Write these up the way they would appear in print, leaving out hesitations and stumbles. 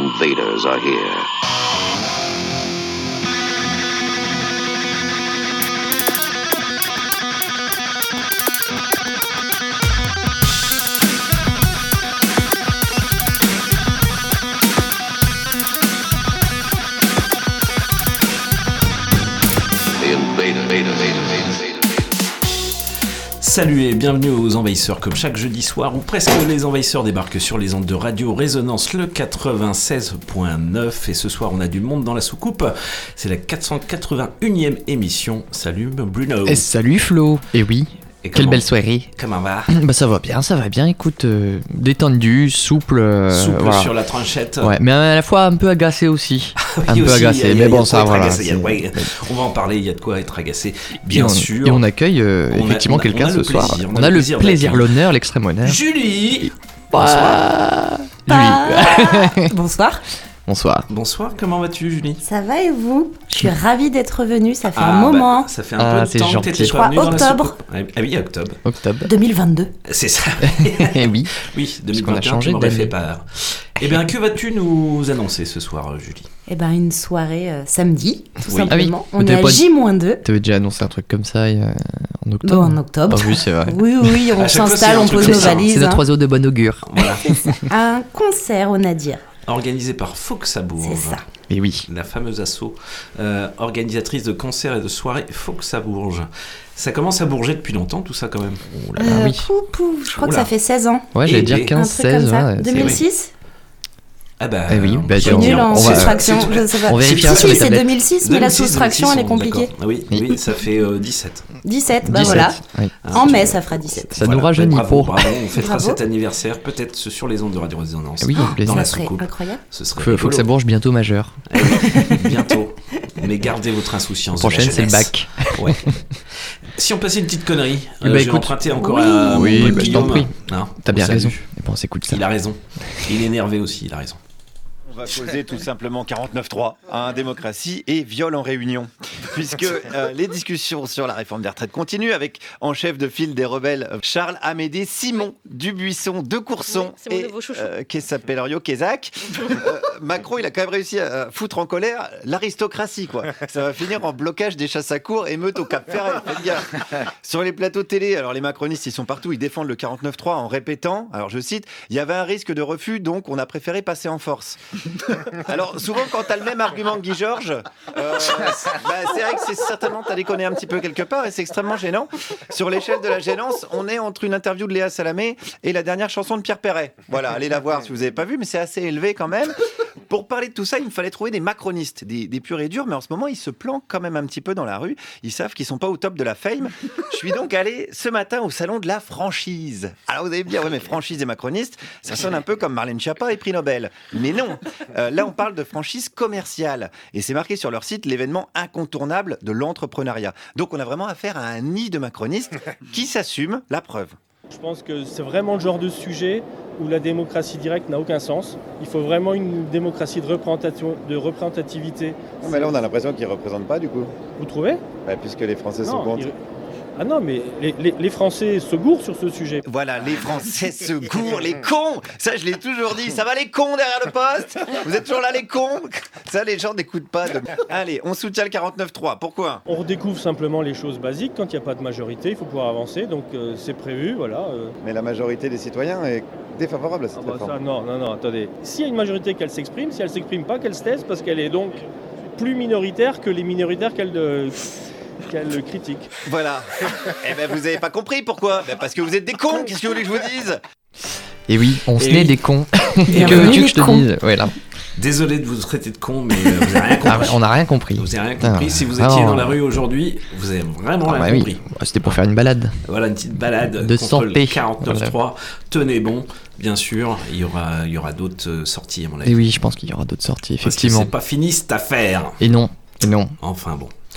invaders are here. Salut et bienvenue aux Envahisseurs. Comme chaque jeudi soir, ou presque, les Envahisseurs débarquent sur les ondes de Radio Résonance, le 96.9. Et ce soir, on a du monde dans la soucoupe. C'est la 481e émission. Salut Bruno. Et salut Flo. Et oui, quelle belle soirée. Comment va ? Bah ça va bien, écoute, détendu, souple. Voilà. Sur la tranchette. Ouais, mais à la fois un peu agacé aussi. Oui, un peu agacé, mais bon, ça voilà. On va en parler, il y a de quoi être agacé, bien sûr. Et on accueille effectivement quelqu'un ce soir. On a le plaisir, l'honneur, l'extrême honneur. Julie. Bonsoir. Julie. Bonsoir. Bonsoir, comment vas-tu Julie ? Ça va et vous ? Je suis ravie d'être venue, ça fait un moment. Ça fait un peu de temps que tu je crois octobre. Ah oui, octobre. 2022. C'est ça. Oui. Oui, 2021, tu m'aurais fait peur. Eh bien, que vas-tu nous annoncer ce soir, Julie ? Eh bien, une soirée samedi, tout simplement. Ah oui. On est à J-2. Tu avais déjà annoncé un truc comme ça en octobre ? Non, en octobre. Ah oui, c'est vrai. Oui, on s'installe, on pose nos valises. C'est notre oiseau de bon augure. Voilà. Un concert au Nadir. Organisé par Fox à Bourges. C'est ça. Et oui. La fameuse asso, organisatrice de concerts et de soirées Fox à Bourges. Ça commence à bourger depuis longtemps, tout ça, quand même. Oui. Je crois que ça fait 16 ans. Ouais, j'allais dire 15-16. Ouais, 2006 Ah bah, oui, je suis nulle en soustraction, je ne sais pas. On vérifiera sur les c'est tablettes. 2006, mais la soustraction, elle est compliquée. Oui, ça fait 17. 17, bah voilà. Oui. En mai, ça fera 17. Ça nous rajeunit. Bravo, on fêtera cet anniversaire, peut-être sur les ondes de Radio Résonance. Oui, dans la ça serait soucoupe. incroyable. Ce serait faut que ça bourge bientôt majeur. Bientôt. Mais gardez votre insouciance. La prochaine, c'est le bac. Ouais. Si on passait une petite connerie, je vais emprunter encore à mon pote Guillaume. je t'en prie. T'as bien raison. Bon, on s'écoute ça. Il a raison. Il est énervé aussi, il a raison. On va poser tout simplement 49.3 à démocratie et viol en réunion. Puisque les discussions sur la réforme des retraites continuent avec en chef de file des rebelles Charles-Amédée Simon Dubuisson de Courson et Kessapelorio Kézak. Macron, il a quand même réussi à foutre en colère l'aristocratie, quoi. Ça va finir en blocage des chasses à courre, émeute au Cap Ferret. Faites gaffe. Sur les plateaux télé, alors les macronistes, ils sont partout, ils défendent le 49.3 en répétant, alors je cite, il y avait un risque de refus, donc on a préféré passer en force. Alors souvent quand t'as le même argument que Guy Georges, c'est vrai que c'est certainement t'as déconné un petit peu quelque part et c'est extrêmement gênant. Sur l'échelle de la gênance, on est entre une interview de Léa Salamé et la dernière chanson de Pierre Perret. Voilà, allez la voir si vous n'avez pas vu, mais c'est assez élevé quand même. Pour parler de tout ça, il me fallait trouver des macronistes, des purs et durs, mais en ce moment ils se planquent quand même un petit peu dans la rue. Ils savent qu'ils sont pas au top de la fame. Je suis donc allé ce matin au salon de la franchise. Alors vous allez me dire, ouais mais franchise et macroniste, ça sonne un peu comme Marlène Schiappa et prix Nobel. Mais non. Là, on parle de franchise commerciale. Et c'est marqué sur leur site l'événement incontournable de l'entrepreneuriat. Donc, on a vraiment affaire à un nid de macronistes qui s'assument, la preuve. Je pense que c'est vraiment le genre de sujet où la démocratie directe n'a aucun sens. Il faut vraiment une démocratie de représentativité. Non, mais là, on a l'impression qu'ils ne représentent pas, du coup. Vous trouvez ? Puisque les Français sont contre. Ah non, mais les Français se gourrent sur ce sujet. Voilà, les Français se gourrent, les cons. Ça, je l'ai toujours dit. Ça va, les cons derrière le poste ? Vous êtes toujours là, les cons ? Ça, les gens n'écoutent pas. Allez, on soutient le 49.3. Pourquoi ? On redécouvre simplement les choses basiques. Quand il n'y a pas de majorité, il faut pouvoir avancer. Donc, c'est prévu, voilà. Mais la majorité des citoyens est défavorable à cette réforme. Non, attendez. S'il y a une majorité, qu'elle s'exprime. Si elle ne s'exprime pas, qu'elle se taise, parce qu'elle est donc plus minoritaire que les minoritaires qu'elle critique. Voilà. Eh ben vous avez pas compris pourquoi ? Parce que vous êtes des cons, qu'est-ce que vous voulez que je vous dise ? Et oui, on se naît des cons. Et que veux-tu que je te dise ? Voilà. Désolé de vous traiter de con, mais vous n'avez rien compris. On n'a rien compris. Vous n'avez rien compris. Si vous étiez dans la rue aujourd'hui, vous avez vraiment rien compris. Oui. C'était pour faire une balade. Voilà, une petite balade de contre le 49.3. Voilà. Tenez bon, bien sûr. Il y aura d'autres sorties, à mon avis. Et oui, je pense qu'il y aura d'autres sorties, effectivement. Parce que c'est pas fini cette affaire. Et non. Enfin bon.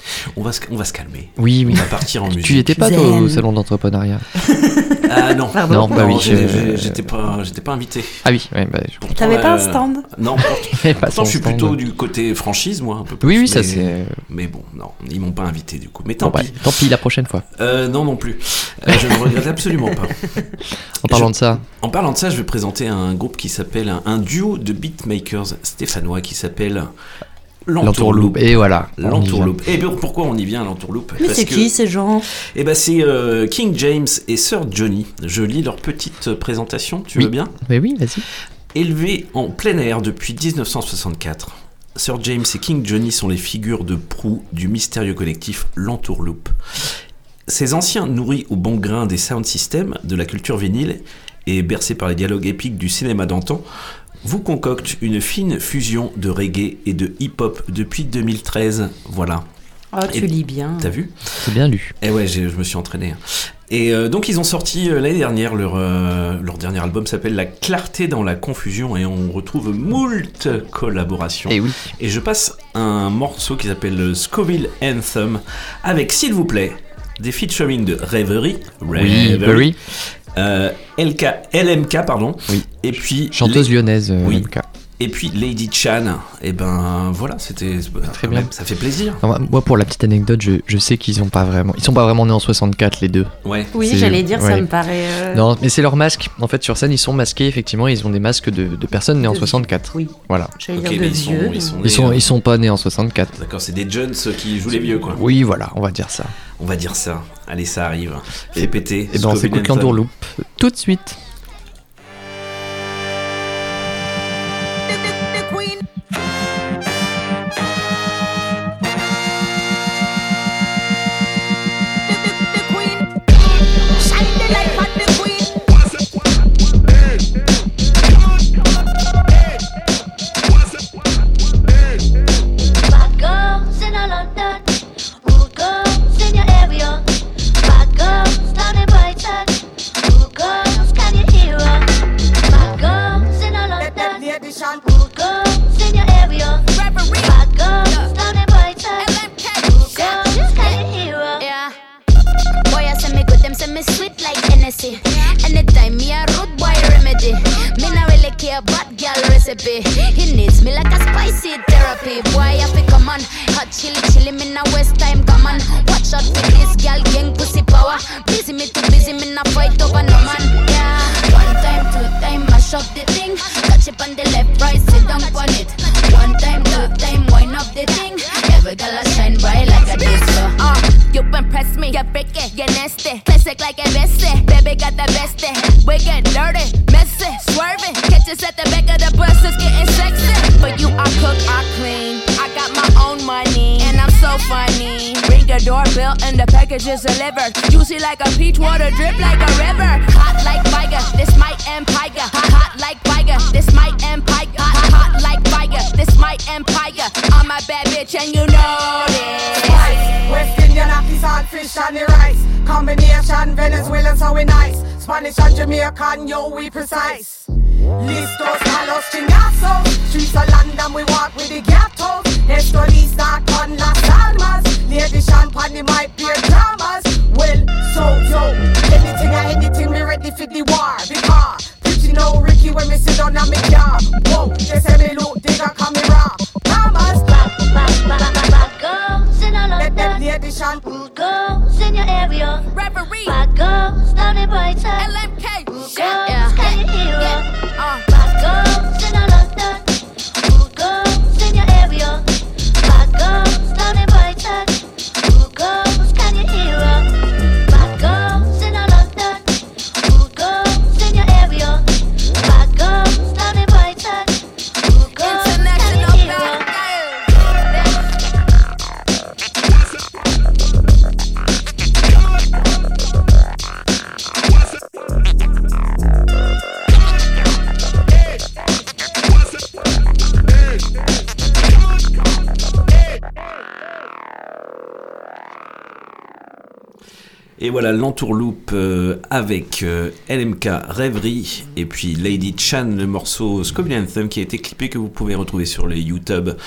On va se calmer. Oui. On va partir en musique. Tu étais pas toi au salon d'entrepreneuriat? Ah non. Non, bah oui. J'étais pas invité. Ah oui. Ouais, T'avais pas un stand? Non. Pourtant, je suis plutôt du côté franchise, moi, un peu plus. Oui, ça c'est. Mais bon, non, ils m'ont pas invité du coup. Mais tant pis. Tant pis, la prochaine fois. Non plus. Je ne regrette absolument pas. En parlant de ça, je vais présenter un groupe qui s'appelle un duo de beatmakers stéphanois qui s'appelle L'Entourloupe. Et voilà. L'Entourloupe. Et bien pourquoi on y vient, L'Entourloupe? Mais c'est qui ces gens? Eh ben c'est King James et Sir Johnny. Je lis leur petite présentation, tu veux bien? Oui, vas-y. Élevés en plein air depuis 1964, Sir James et King Johnny sont les figures de proue du mystérieux collectif L'Entourloupe. Ces anciens nourris au bon grain des sound systems, de la culture vinyle et bercés par les dialogues épiques du cinéma d'antan, vous concoctent une fine fusion de reggae et de hip-hop depuis 2013. Voilà. Oh, tu lis bien. T'as vu? C'est bien lu. Eh ouais, je me suis entraîné. Et donc ils ont sorti l'année dernière, leur dernier album s'appelle La Clarté dans la Confusion et on retrouve moult collaborations. Et oui. Et je passe un morceau qui s'appelle Scoville Anthem avec, s'il vous plaît, des featuring de Reverie. LMK, pardon. Oui. Et puis chanteuse lyonnaise. Oui. LMK. Et puis Lady Chan, et ben voilà, c'était très bien. Ça fait plaisir. Alors, moi, pour la petite anecdote, je sais qu'ils sont pas vraiment nés en 64 les deux. Ouais. Oui, j'allais dire, ça me paraît. Non, mais c'est leur masque. En fait, sur scène, ils sont masqués. Effectivement, ils ont des masques de personnes nées en 64. Oui. Voilà. J'allais dire de vieux. Ils sont pas nés en 64. D'accord, c'est des jeunes qui jouent les vieux, quoi. Oui, voilà, on va dire ça. Allez, ça arrive. Fais péter. Et ben, on s'écoute L'Entourloupe tout de suite. Anytime me a root boy remedy, me not really care about girl recipe. He needs me like a spicy therapy. Boy, I fi come on, hot chili, me na waste time, come on. Watch out for this girl, gang pussy power. Busy me too busy, me na fight over no man. Yeah, one time, two time, mash up the thing. Touch it on the left, right, sit down on it. One time, two time, wind up the thing. Every girl a shine bright like a disco. You impress me, you break it, you nasty. Classic like a bestie, baby got the bestie. We get dirty, messy, swerving. Catches at the back of the bus, it's getting sexy. But you, I cook, I clean. I got my own money, and I'm so funny. Ring your doorbell and the package is delivered. Juicy like a peach, water drip like a river. Hot like fire, this my empire. Hot like fire, this my empire. Hot like fire, this my empire. I'm a bad bitch and you know this. West Indian, Pakistan, fish and the rice. Combination, Venezuelan, so we nice. Spanish and Jamaican, yo, we precise. Listos, palos, chingazos. Streets of London, we walk with the gatos. Esto lista con las armas. Lady champagne, might be dramas. Well, so, yo, anything, we ready for the war. Because, pretty know Ricky when me sit down on me car. Whoa, they say me look, they got camera. Mamas, let them lady champagne. Who goes in your area? Reverie. Bad girls down in Brighton. LMK. Who goes? Can you hear her? Bad girls in London. Who goes in your area? Bad girls down in Brighton. Who goes? Can you hear her? Bad girls in London. Who goes in your area? Bad girls down in Brighton. Who goes? Can you hear her? Et voilà, L'Entourloupe avec LMK, Rêverie, et puis Lady Chan, le morceau Scoville Anthem qui a été clippé, que vous pouvez retrouver sur les YouTube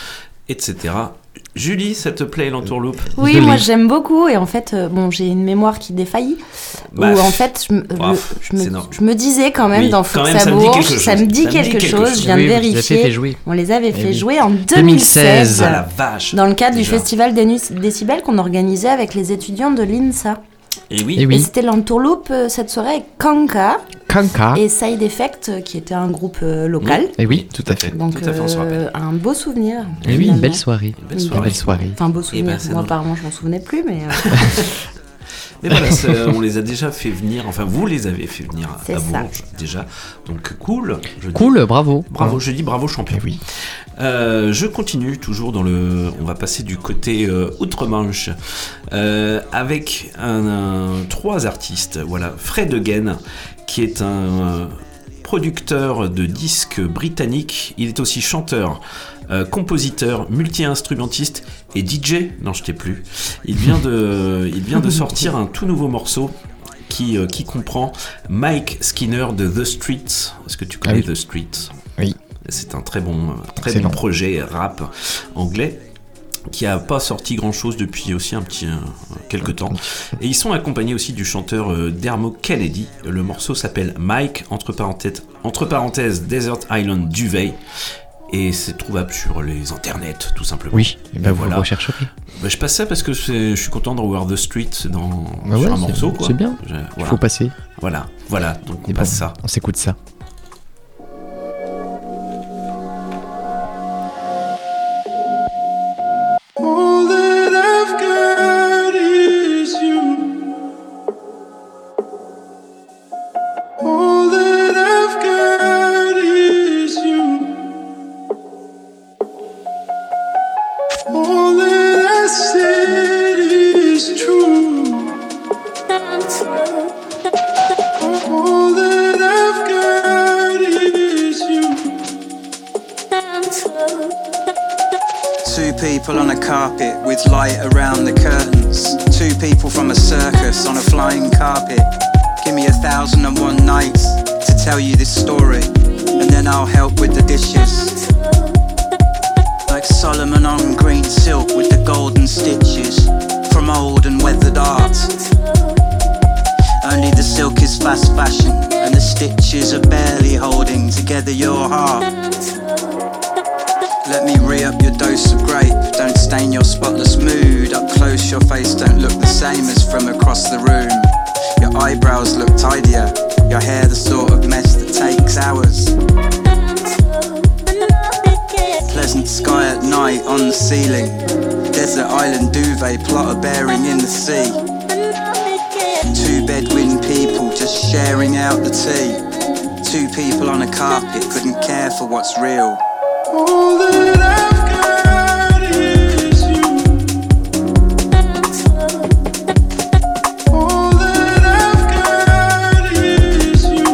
etc. Julie, ça te plaît l'entourloupe ? Oui, moi j'aime beaucoup et en fait, j'ai une mémoire qui défaillit. Où en fait, je me disais quand même dans Fox à Bourges, ça me dit quelque chose. Je viens de vérifier. On les avait fait jouer en 2016. Ah la vache. Dans le cadre du festival Décibel qu'on organisait avec les étudiants de l'INSA. Et oui. Et c'était l'entourloupe cette soirée avec Kanka et Side Effect qui était un groupe local. Et oui, tout à fait. Donc tout à fait, on se rappelle. un beau souvenir. Et oui, une belle soirée. Enfin, beau souvenir. Moi apparemment je m'en souvenais plus, mais... Mais voilà, on les a déjà fait venir, enfin vous les avez fait venir à Bourges déjà, donc cool. Bravo. Bravo, je dis bravo champion. Oui. Je continue toujours on va passer du côté outre-Manche avec trois artistes. Voilà, Fred Again, qui est un producteur de disques britannique. Il est aussi chanteur, compositeur, multi-instrumentiste et DJ. Non, je t'ai plus. Il vient de sortir un tout nouveau morceau qui comprend Mike Skinner de The Streets. Est-ce que tu connais The Streets ? Oui. C'est un très bon projet rap anglais qui a pas sorti grand chose depuis aussi quelques temps. Et ils sont accompagnés aussi du chanteur Dermot Kennedy. Le morceau s'appelle Mike, entre parenthèses Desert Island Duvet. Et c'est trouvable sur les internets, tout simplement. Oui, et ben voilà. Vous rechercherez. Je passe ça parce que je suis content de revoir The Street sur un morceau. Quoi. C'est bien, il faut passer. Voilà, donc on passe ça. On s'écoute ça. People on a carpet with light around the curtains. Two people from a circus on a flying carpet. Give me 1,001 nights to tell you this story, and then I'll help with the dishes. Like Solomon on green silk with the golden stitches from old and weathered art. Only the silk is fast fashion and the stitches are barely holding together your heart. Let me re-up your dose of grape. Don't stain your spotless mood. Up close your face don't look the same as from across the room. Your eyebrows look tidier. Your hair the sort of mess that takes hours. Pleasant sky at night on the ceiling. Desert island duvet plotter bearing in the sea. Two bedouin people just sharing out the tea. Two people on a carpet couldn't care for what's real. All that I've got is you. All that I've got is you.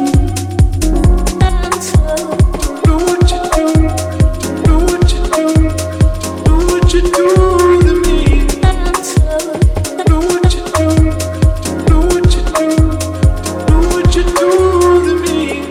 Do what you do, do what you do, do what you do to me. Do what you do, do what you do, do what you do to me.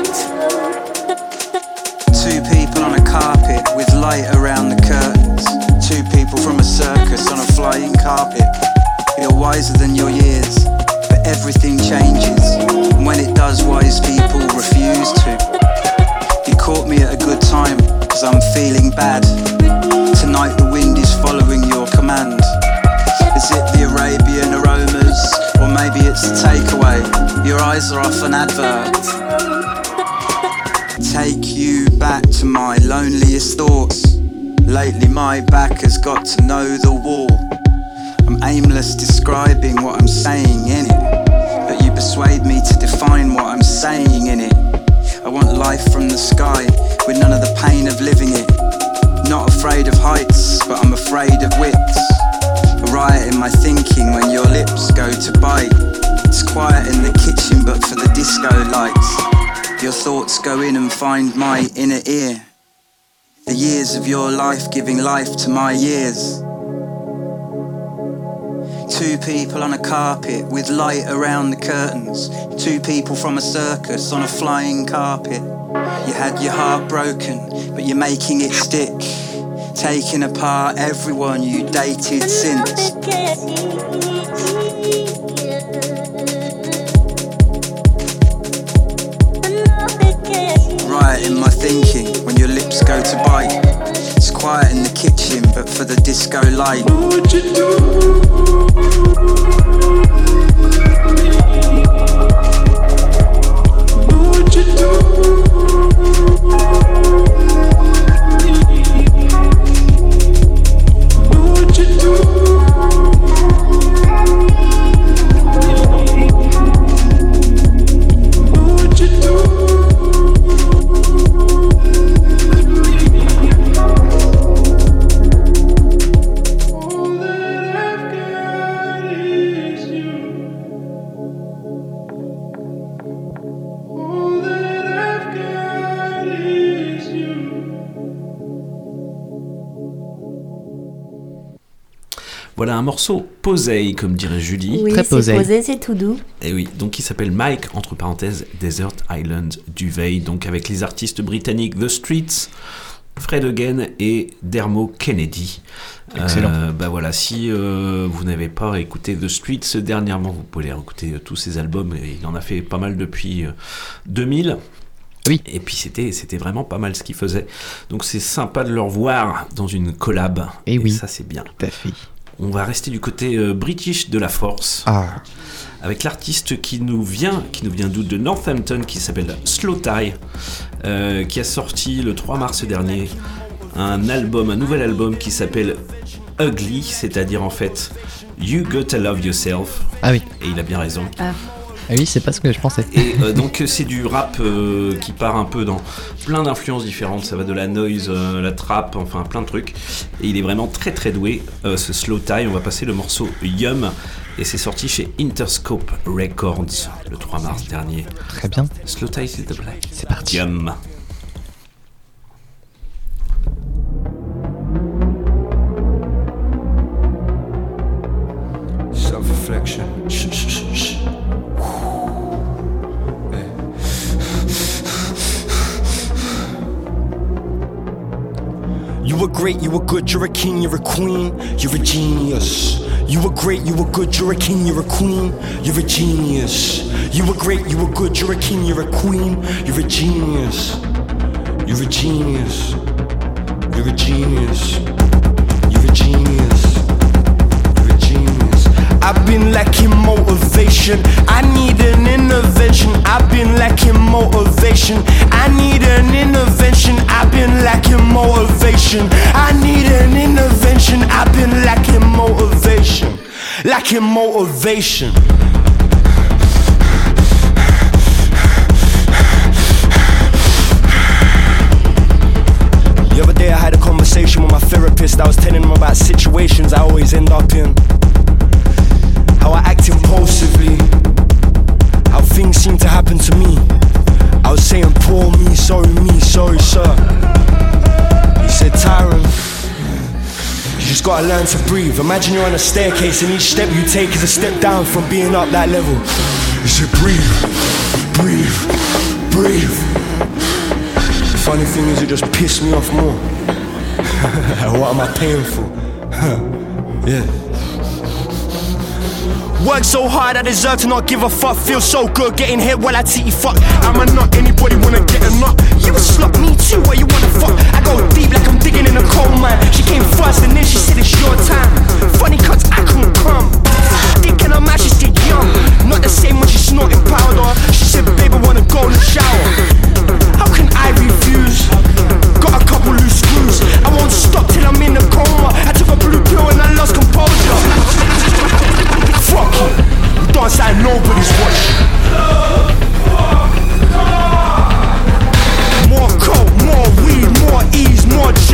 Two people on a carpet with light around the curtains. Two people from a circus on a flying carpet. You're wiser than your years, but everything changes. And when it does, wise people refuse to. You caught me at a good time, cause I'm feeling bad. Tonight the wind is following your command. Is it the Arabian aromas, or maybe it's the takeaway? Your eyes are off an advert. Take you back to my loneliest thoughts. Lately my back has got to know the wall. I'm aimless describing what I'm saying in it, but you persuade me to define what I'm saying in it. I want life from the sky with none of the pain of living it. Not afraid of heights, but I'm afraid of widths. A riot in my thinking when your lips go to bite. It's quiet in the kitchen but for the disco lights. Your thoughts go in and find my inner ear. The years of your life giving life to my years. Two people on a carpet with light around the curtains. Two people from a circus on a flying carpet. You had your heart broken, but you're making it stick. taking apart everyone you dated since. Right in my thinking when your lips go to bite. It's quiet in the kitchen but for the disco light. What would you do? What would you do? Voilà un morceau posé, comme dirait Julie. Oui, très posé. C'est posé, c'est tout doux. Et oui, donc il s'appelle Mike, entre parenthèses, Desert Island Duvet, donc avec les artistes britanniques The Streets, Fred Again et Dermot Kennedy. Excellent. Voilà, si vous n'avez pas écouté The Streets dernièrement, vous pouvez écouter tous ses albums. Il en a fait pas mal depuis 2000. Oui. Et puis c'était vraiment pas mal ce qu'il faisait. Donc c'est sympa de le revoir dans une collab. Et oui, ça c'est bien. Tout à fait. On va rester du côté british de la force. Avec l'artiste qui nous vient d'où, de Northampton, qui s'appelle Slowthai, qui a sorti le 3 mars dernier un nouvel album qui s'appelle Ugly, c'est-à-dire en fait You Gotta Love Yourself. Ah oui. Et il a bien raison. Ah oui, c'est pas ce que je pensais. Et donc c'est du rap qui part un peu dans plein d'influences différentes. Ça va de la noise, la trap, enfin plein de trucs. Et il est vraiment très très doué, ce Slowthai. On va passer le morceau Yum. Et c'est sorti chez Interscope Records le 3 mars dernier. Très bien. Slowthai, s'il te plaît. C'est parti. Yum. Self-reflection. You were great, you were good, you're a king, you're a queen, you're a genius. You were great, you were good, you're a king, you're a queen, you're a genius. You were great, you were good, you're a king, you're a queen, you're a genius. You're a genius. You're a genius. You're a genius. You're a genius. I've been lacking motivation, I need an intervention. I've been lacking motivation, I need an intervention. I've been lacking motivation, I need an intervention. I've been lacking motivation, lacking motivation. The other day I had a conversation with my therapist. I was telling him about situations I always end up in, how I act impulsively, how things seem to happen to me. I was saying poor me, sorry sir. He said, Tyron, you just gotta learn to breathe. Imagine you're on a staircase and each step you take is a step down from being up that level. He said, breathe, breathe, breathe. The funny thing is it just pissed me off more. What am I paying for? Yeah. Work so hard, I deserve to not give a fuck. Feel so good, getting hit while I titty fuck. I'm a nut, anybody wanna get a nut? You a slut, me too, what you wanna fuck? I go deep like I'm digging in a coal mine. She came first and then she said it's your time. Funny cuts, I couldn't come. Dick and her mouth, she still young. Not the same when she snorting powder. She said, baby, wanna go in the shower. How can I refuse? Got a couple loose screws. I won't stop till I'm in a coma. I took a blue pill and I lost composure. Fuck you, you dance like nobody's watching. More coke, more weed, more ease, more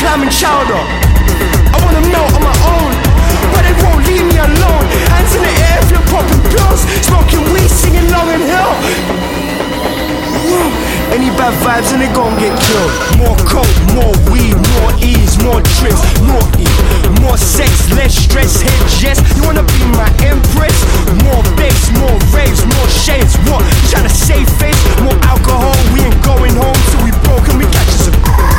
lamb and chowder. I wanna melt on my own, but they won't leave me alone. Hands in the air if you're popping pills, smoking weed, singing Long and Hill. Any bad vibes and they gon' get killed. More coke, more weed, more ease, more trips, more more sex, less stress, head yes. You wanna be my empress? More bass, more raves, more shades. What? Tryna save face? More alcohol, we ain't going home till we broke and we catch us a.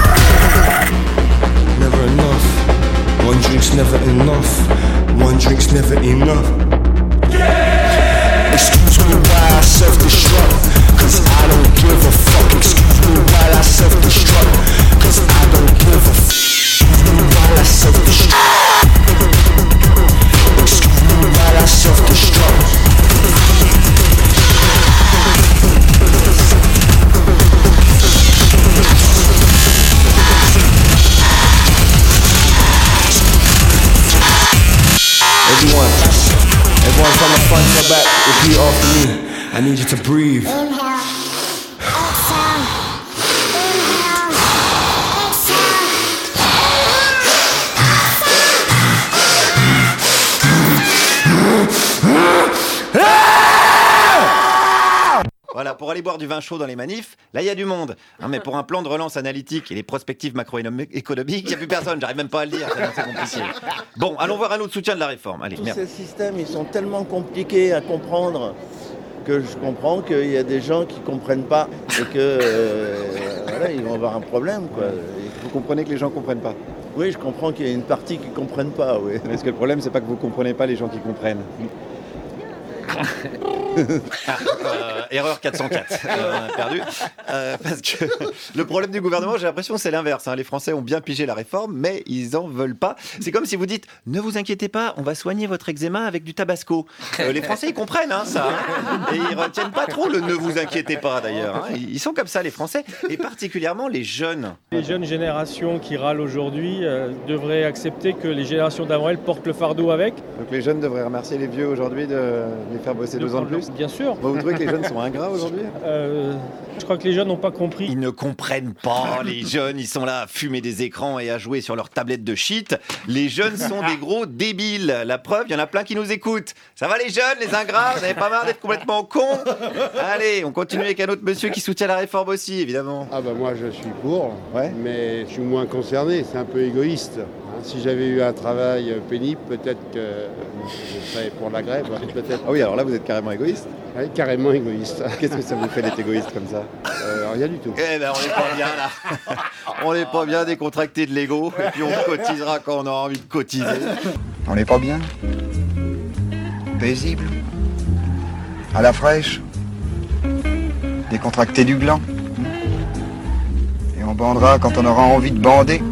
Never enough. One drink's never enough. One drink's never enough. Yeah! Excuse me while I self-destruct, cause I don't give a fuck. Excuse me while I self-destruct, cause I don't give a fuck. Excuse me while I self-destruct. Excuse me while I self-destruct. Everyone from the front to the back, repeat after me. I need you to breathe. Inhale, exhale, inhale, Voilà, pour aller boire du vin chaud dans les manifs, là il y a du monde. Hein, mais pour un plan de relance analytique et les perspectives macroéconomiques, il n'y a plus personne, j'arrive même pas à le dire, c'est compliqué. Bon, allons voir un autre soutien de la réforme. Allez, tous ces systèmes, ils sont tellement compliqués à comprendre que je comprends qu'il y a des gens qui ne comprennent pas et que voilà, ils vont avoir un problème, quoi. Vous comprenez que les gens ne comprennent pas? Oui, je comprends qu'il y a une partie qui ne comprennent pas, oui. Est-ce que le problème, c'est pas que vous ne comprenez pas les gens qui comprennent? Erreur 404, on a perdu. Parce que le problème du gouvernement, j'ai l'impression que c'est l'inverse. Hein. Les Français ont bien pigé la réforme, mais ils en veulent pas. C'est comme si vous dites, ne vous inquiétez pas, on va soigner votre eczéma avec du tabasco. Les Français, ils comprennent hein, ça. Hein. Et ils retiennent pas trop le ne vous inquiétez pas d'ailleurs. Hein. Ils sont comme ça, les Français, et particulièrement les jeunes. Les jeunes générations qui râlent aujourd'hui devraient accepter que les générations d'avant elles portent le fardeau avec. Donc les jeunes devraient remercier les vieux aujourd'hui de les faire bosser 2 ans de plus. Bien sûr. Vous trouvez que les jeunes sont ingrats aujourd'hui? Je crois que les jeunes n'ont pas compris. Ils ne comprennent pas, les jeunes. Ils sont là à fumer des écrans et à jouer sur leur tablette de shit. Les jeunes sont des gros débiles. La preuve, il y en a plein qui nous écoutent. Ça va les jeunes, les ingrats? Vous n'avez pas marre d'être complètement cons? Allez, on continue avec un autre monsieur qui soutient la réforme aussi, évidemment. Ah bah moi je suis pour, mais je suis moins concerné. C'est un peu égoïste. Si j'avais eu un travail pénible, peut-être que je serais pour la grève. Peut-être. Ah oui, alors là, vous êtes carrément égoïste? Oui, carrément égoïste. Qu'est-ce que ça vous fait d'être égoïste comme ça? Rien du tout. Eh ben, on n'est pas bien là. On n'est pas bien décontracté de l'ego, et puis on cotisera quand on aura envie de cotiser. On n'est pas bien? Paisible? À la fraîche? Décontracté du gland? Et on bandera quand on aura envie de bander?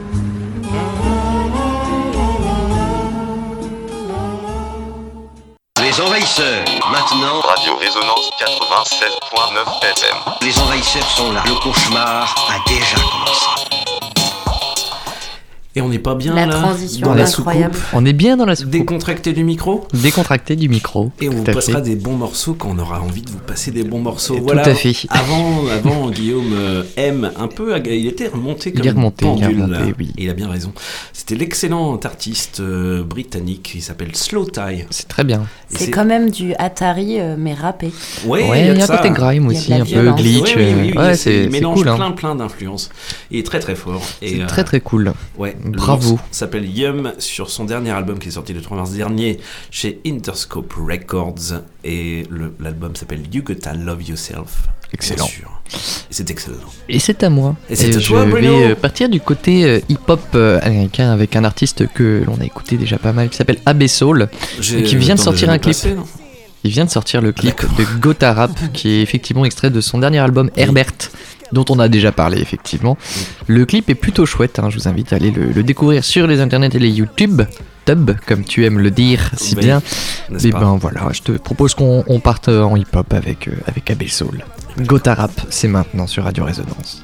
Les envahisseurs, maintenant. Radio Résonance 96.9 FM. Les envahisseurs sont là. Le cauchemar a déjà commencé. Et on n'est pas bien la là transition dans la incroyable. soucoupe. On est bien dans la soucoupe. Décontracté du micro. Décontracté du micro. Et on vous passera des bons morceaux quand on aura envie de vous passer des bons morceaux. Et voilà. Tout à fait. Avant Guillaume aime un peu. Il était remonté comme une pendule. Oui. Et il a bien raison. C'était l'excellent artiste britannique qui s'appelle Slowthai. C'est très bien. C'est quand même du Atari mais rappé. Ouais, il y a un côté grime aussi, un peu glitch. Oui, c'est il mélange cool, plein d'influences. Il est très très fort. C'est très cool. Ouais. Bravo. S'appelle Yum sur son dernier album qui est sorti le 3 mars dernier chez Interscope Records et l'album s'appelle You Gotta Love Yourself. Excellent. C'est excellent. Et c'est à moi. Et c'est à toi, Bruno. Je vais partir du côté hip-hop américain avec un artiste que l'on a écouté déjà pas mal qui s'appelle Abbey Soul et qui vient de sortir un clip. Il vient de sortir le clip de Gotha Rap qui est effectivement extrait de son dernier album Herbert, dont on a déjà parlé effectivement. Le clip est plutôt chouette, je vous invite à aller le découvrir sur les internets et les YouTube, comme tu aimes le dire si bien. Et ben voilà, je te propose qu'on parte en hip-hop avec Abbey Soul. Gotha Rap, c'est maintenant sur Radio Résonance.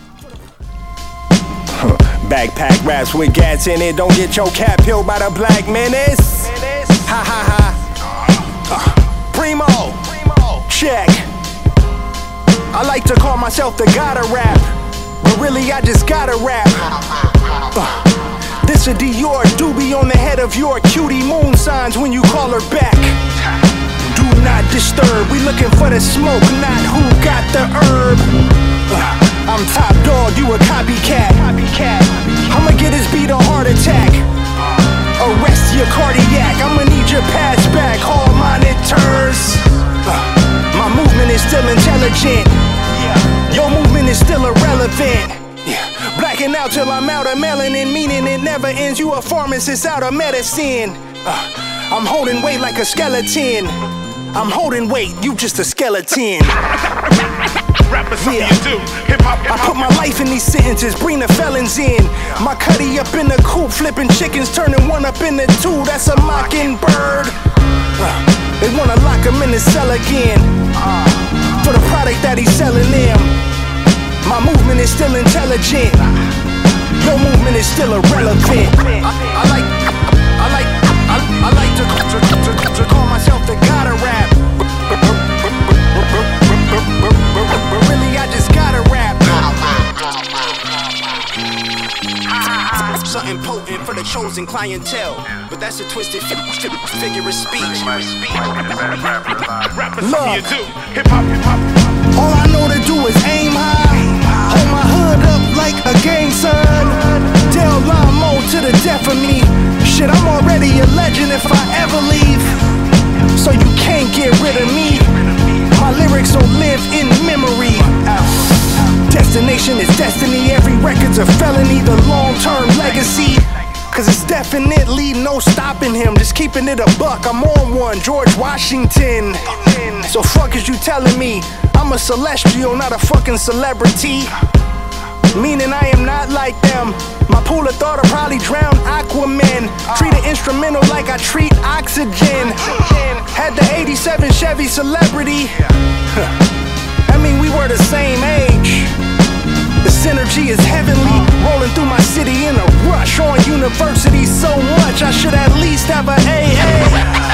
Backpack raps with gats in it, don't get your cap peeled by the black menace. Ha ha ha. Primo, check. I like to call myself the god of rap, but really I just gotta rap. This a Dior doobie on the head of your cutie moon signs when you call her back. Do not disturb, we looking for the smoke, not who got the herb. I'm top dog, you a copycat. I'ma get his beat a heart attack. Arrest your cardiac, I'ma need your pass back. Hall monitors. My movement is still intelligent. Your movement is still irrelevant. Blacking out till I'm out of melanin, meaning it never ends. You a pharmacist out of medicine. I'm holding weight like a skeleton. I'm holding weight, you just a skeleton. Yeah. I put my life in these sentences, bring the felons in. My cutty up in the coop, flipping chickens, turning one up into two. That's a mockingbird. They wanna lock him in the cell again for the product that he's selling them. My movement is still intelligent. Your movement is still irrelevant. I like to call myself the god of rap. But really I just gotta rap. Something potent for the chosen clientele, but that's a twisted figure of speech. Look, all I know to do is aim high, hold my hood up like a gang sign. Del Lamo to the death of me. Shit, I'm already a legend if I ever leave, so you can't get rid of me. My lyrics will live in memory. Destination is destiny, every record's a felony, the long-term legacy. Cause it's definitely no stopping him, just keeping it a buck, I'm on one, George Washington. So fuck is you telling me? I'm a celestial, not a fucking celebrity. Meaning I am not like them. My pool of thought will probably drown Aquaman. Treat an instrumental like I treat oxygen. Had the 87 Chevy Celebrity. I mean we were the same age. The synergy is heavenly. Rolling through my city in a rush. On university so much I should at least have a AA.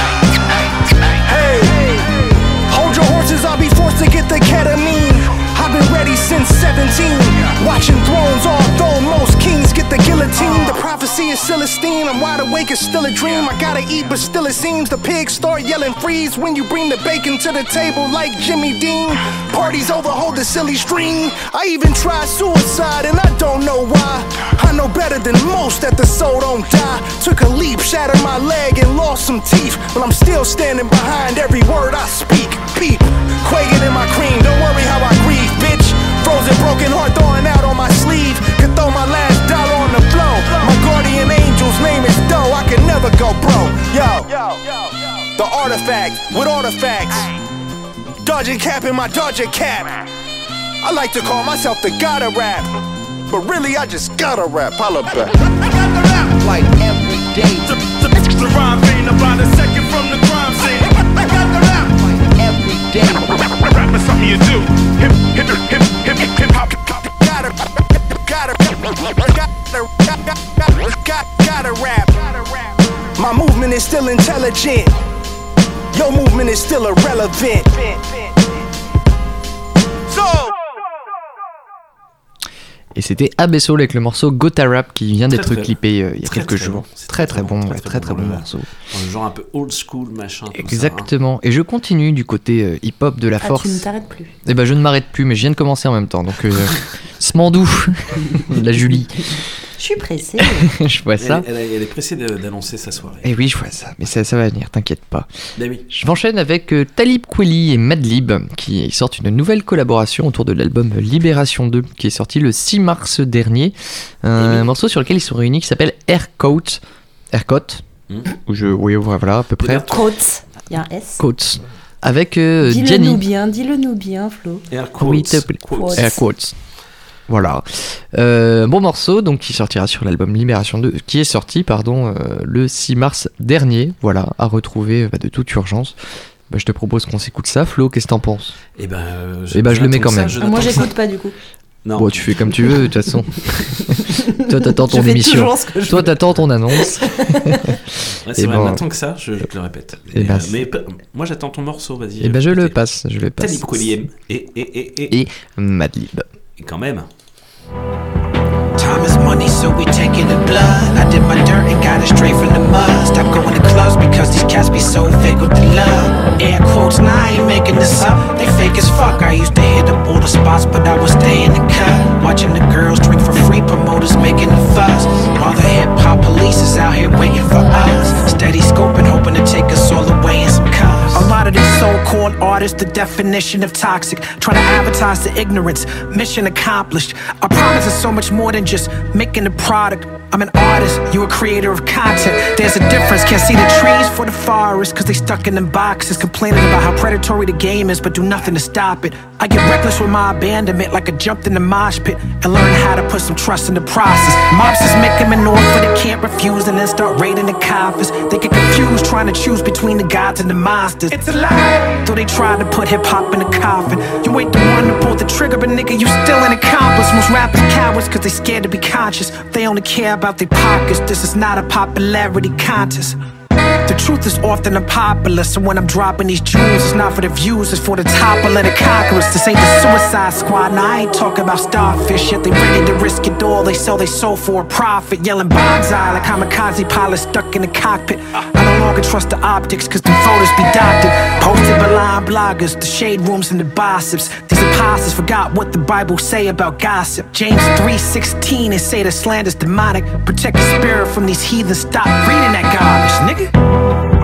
Hey, hold your horses, I'll be forced to get the ketamine. I've been ready since 17, watching thrones, although most kings get the guillotine. The prophecy is Celestine, I'm wide awake, it's still a dream. I gotta eat, but still it seems the pigs start yelling freeze when you bring the bacon to the table like Jimmy Dean. Parties over, hold the silly string. I even tried suicide and I don't know why. I know better than most that the soul don't die. Took a leap, shattered my leg and lost some teeth, but I'm still standing behind every word I speak. Peep, quaking in my cream, don't worry how I grieve, bitch. Frozen broken heart throwing out on my sleeve. Could throw my last dollar on the floor. My guardian angel's name is Doe. I can never go broke. Yo, the artifact with artifacts. Dodging cap in my Dodger cap. I like to call myself the god of rap, but really I just gotta rap. Holla back. Like every day. The rhyme ain't about a second from the crime scene. Like every day. Rap is something you do. Hip hop. Gotta rap. My movement is still intelligent. Your movement is still irrelevant. So. Et c'était Abesso avec le morceau Gota Rap qui vient d'être clippé il y a quelques jours. Très bon morceau. Un genre un peu old school machin. Exactement. Et je continue du côté hip-hop de la force. Tu ne t'arrêtes plus. Eh ben je ne m'arrête plus, mais je viens de commencer en même temps. Donc Smandou, la Julie. Je suis pressée. Je vois ça. Elle est pressée d'annoncer sa soirée. Et oui, je vois ça. Mais ça va venir, t'inquiète pas. Ben oui. Je m'enchaîne avec Talib Kweli et Madlib qui sortent une nouvelle collaboration autour de l'album Libération 2 qui est sorti le 6 mars dernier. Un morceau sur lequel ils sont réunis qui s'appelle Aircoat. Oui, voilà, à peu près. Coat. Il y a un S. Coat. Avec Gianni. Dis-le-nous bien, Flo. Airquotes. Voilà. Bon morceau, donc qui sortira sur l'album Libération 2, qui est sorti, le 6 mars dernier. Voilà, à retrouver de toute urgence. Je te propose qu'on s'écoute ça. Flo, qu'est-ce que t'en penses ? Je le mets quand même. Moi, j'écoute pas du coup. Non. Bon, tu fais comme tu veux, de toute façon. Toi, t'attends ton émission. Toi, t'attends ton annonce. Ouais, c'est vrai, maintenant que ça, je te le répète. Mais moi, j'attends ton morceau, vas-y. Et je le passe. Talib Kweli et Madlib. Et quand même. Time is money, so we taking the blood. I did my dirt and got it straight from the mud. Stop going to clubs because these cats be so fake with the love. Air quotes, now I ain't making this up. They fake as fuck. I used to hit up all the spots, but I would stay in the cut. Watching the girls drink for free, promoters making the fuss. While the hip-hop police is out here waiting for us. Steady scoping, hoping to take us all away in some cuffs. A lot of these so-called artists, the definition of toxic. Trying to advertise the ignorance, mission accomplished. I promise it's so much more than just making a product. I'm an artist, you a creator of content. There's a difference, can't see the trees for the forest, cause they stuck in them boxes. Complaining about how predatory the game is, but do nothing to stop it. I get reckless with my abandonment, like I jumped in the mosh pit and learned how to put some trust in the process. Mobsters make them an offer they can't refuse, and then start raiding the coffers. They get confused trying to choose between the gods and the monsters. It's a lie, though they tried to put hip-hop in a coffin. You ain't the one to pull the trigger, but nigga, you still an accomplice. Most rappers cowards cause they scared to be conscious. They only care about their pockets. This is not a popularity contest. The truth is often unpopular, so when I'm dropping these jewels, it's not for the views, it's for the topple of the conquerors. This ain't the Suicide Squad, and I ain't talking about starfish, yet they ready to risk it all. They sell their soul for a profit, yelling bonsai like kamikaze pilots stuck in the cockpit. I no longer trust the optics, cause the photos be doctored. Posted by lying bloggers, the shade rooms and the gossips. These imposters forgot what the Bible say about gossip. James 3:16, they say the slander's demonic. Protect your spirit from these heathens, stop reading that garbage, nigga.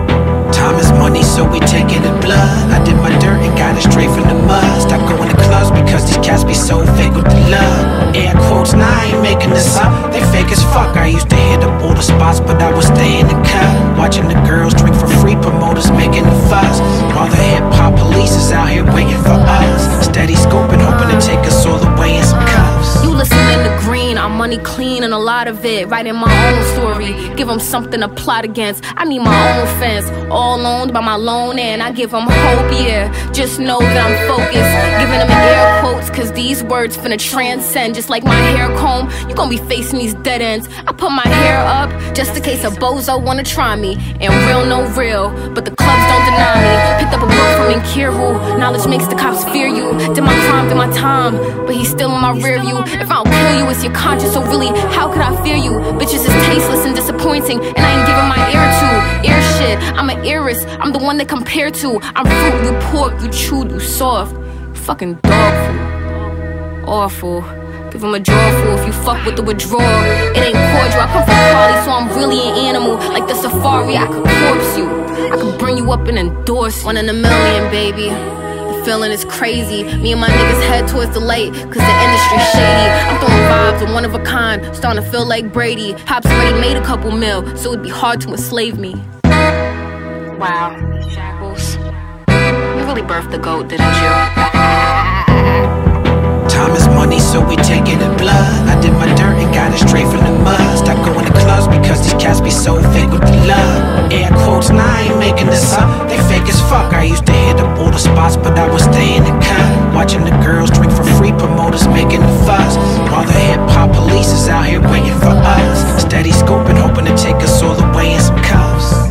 Time is money, so we taking the blood. I did my dirt and got it straight from the mud. Stop going to clubs because these cats be so fake with the love. Air quotes, now I ain't making this up. They fake as fuck. I used to hit up all the spots, but I would stay in the cut. Watching the girls drink for free, promoters making the fuss. While the hip-hop police is out here waiting for us. Steady scoping, hoping to take us all away in some cuffs. You listening to Green, I'm money clean and a lot of it. Writing my own story, give them something to plot against. I need my own fence, all owned by my loan, and I give them hope, yeah. Just know that I'm focused, giving them air quotes, cause these words finna transcend. Just like my hair comb, you gon' be facing these dead ends. I put my hair up, just in case a bozo wanna try me. And real, no real, but the clubs don't deny me. Picked up a book from Nkiru, knowledge makes the cops fear you. Did my crime, did my time, but he's still in my rear view. If I don't kill you, it's your conscience, so really, how could I fear you? Bitches is tasteless and disappointing, and I ain't giving my ear to ear shit. I'm an heiress, I'm the one they compare to. I'm fruit, you pork, you chewed, you soft. Fucking dog food. Awful. Give him a drawful if you fuck with the withdrawal. It ain't cordial, I come from Cali, so I'm really an animal. Like the safari, I could corpse you. I could bring you up and endorse you. 1 in a million, baby. The feeling is crazy. Me and my niggas head towards the light, cause the industry's shady. I'm throwing vibes of one of a kind, starting to feel like Brady. Pops already made a couple mil, so it'd be hard to enslave me. Wow, Shackles. You really birthed the GOAT, didn't you? Time is money, so we taking the blood. I did my dirt and got it straight from the mud. Stop going to clubs because these cats be so fake with the love. Air quotes, now I ain't making this up. They fake as fuck. I used to hit up all the spots, but I would stay in the cut. Watching the girls drink for free, promoters making the fuss. While the hip-hop police is out here waiting for us. Steady scoping, hoping to take us all away in some cuffs.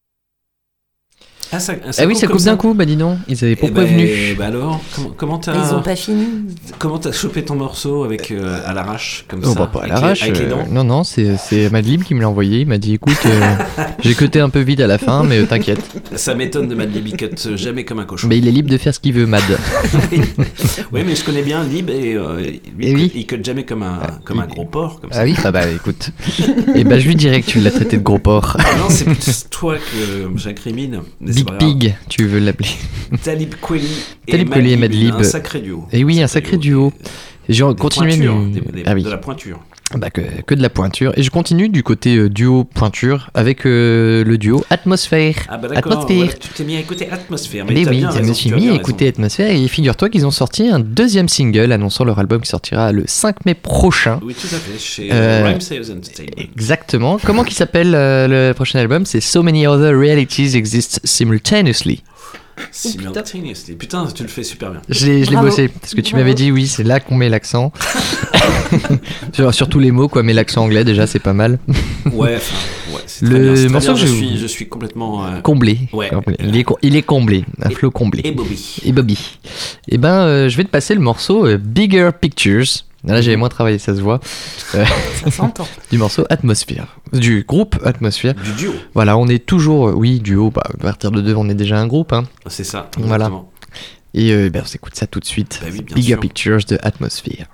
Ah oui, ça coupe d'un coup, bah dis donc, ils avaient pas prévenu. Bah alors, comment t'as... Ils ont pas fini. Comment t'as chopé ton morceau avec à l'arrache, comme ça, bah, pas à l'arrache, avec les dents. Non, c'est Madlib qui me l'a envoyé, il m'a dit écoute, j'ai cuté un peu vite à la fin, mais t'inquiète. Ça m'étonne de Madlib, il cut jamais comme un cochon. Mais il est libre de faire ce qu'il veut, Mad. Oui, mais je connais bien Lib et lui, il cut jamais comme un gros porc. Comme ça. Ah oui, bah écoute. Et bah je lui dirais que tu l'as traité de gros porc. Non, c'est plus toi que j'incrimine. Big Pig, tu veux l'appeler. Talib Kweli et Madlib. Un sacré duo. Et oui, un sacré duo. Et je continue de la pointure. Bah que de la pointure. Et je continue du côté duo pointure avec le duo Atmosphère. Ah bah d'accord, Atmosphère. Ouais, tu t'es mis à écouter Atmosphère. Mais oui, je me suis mis à écouter Atmosphère et figure-toi qu'ils ont sorti un deuxième single annonçant leur album qui sortira le 5 mai prochain. Oui, tout à fait, chez Rhyme Sales Entertainment. Exactement. Comment qu'il s'appelle le prochain album? C'est So Many Other Realities Exist Simultaneously. Simultaneously. Putain, tu le fais super bien. Je l'ai bossé parce que tu m'avais dit oui, c'est là qu'on met l'accent. sur tous les mots quoi, mais l'accent anglais déjà c'est pas mal. Ouais, c'est très bien. Morceau je suis complètement comblé. Ouais. Il est comblé, un flow comblé. Et Bobby. Et ben je vais te passer le morceau Bigger Pictures Là, j'avais moins travaillé, ça se voit. Ça s'entend. Du morceau Atmosphère, du groupe Atmosphère. Du duo. Voilà, on est toujours, duo. À partir de 2, on est déjà un groupe. Hein. C'est ça. Voilà. Et on s'écoute ça tout de suite. Oui, Bigger Pictures de Atmosphère.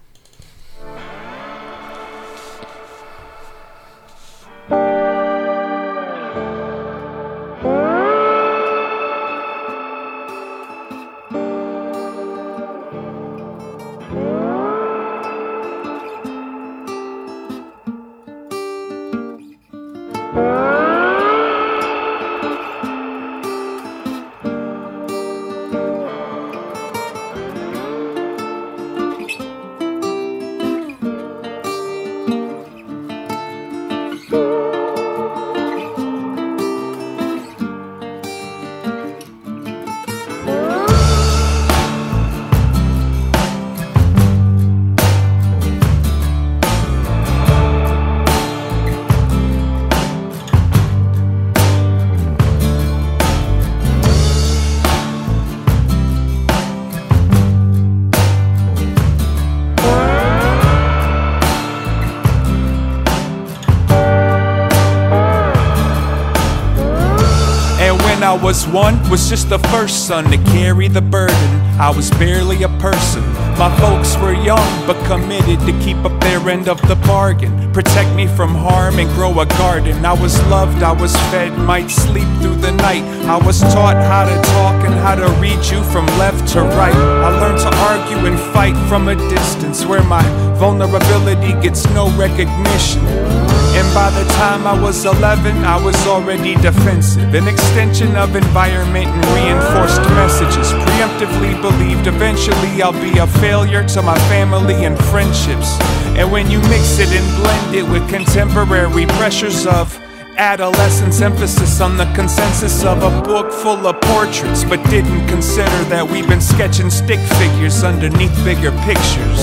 was one, was just the first son to carry the burden. I was barely a person. My folks were young, but committed to keep up their end of the bargain. Protect me from harm and grow a garden. I was loved, I was fed, might sleep through the night. I was taught how to talk and how to read you from left to right. I learned to argue and fight from a distance where my vulnerability gets no recognition. And by the time I was 11, I was already defensive. An extension of environment and reinforced messages. Preemptively believed eventually I'll be a failure to my family and friendships. And when you mix it and blend it with contemporary pressures of adolescence, emphasis on the consensus of a book full of portraits, but didn't consider that we've been sketching stick figures underneath bigger pictures.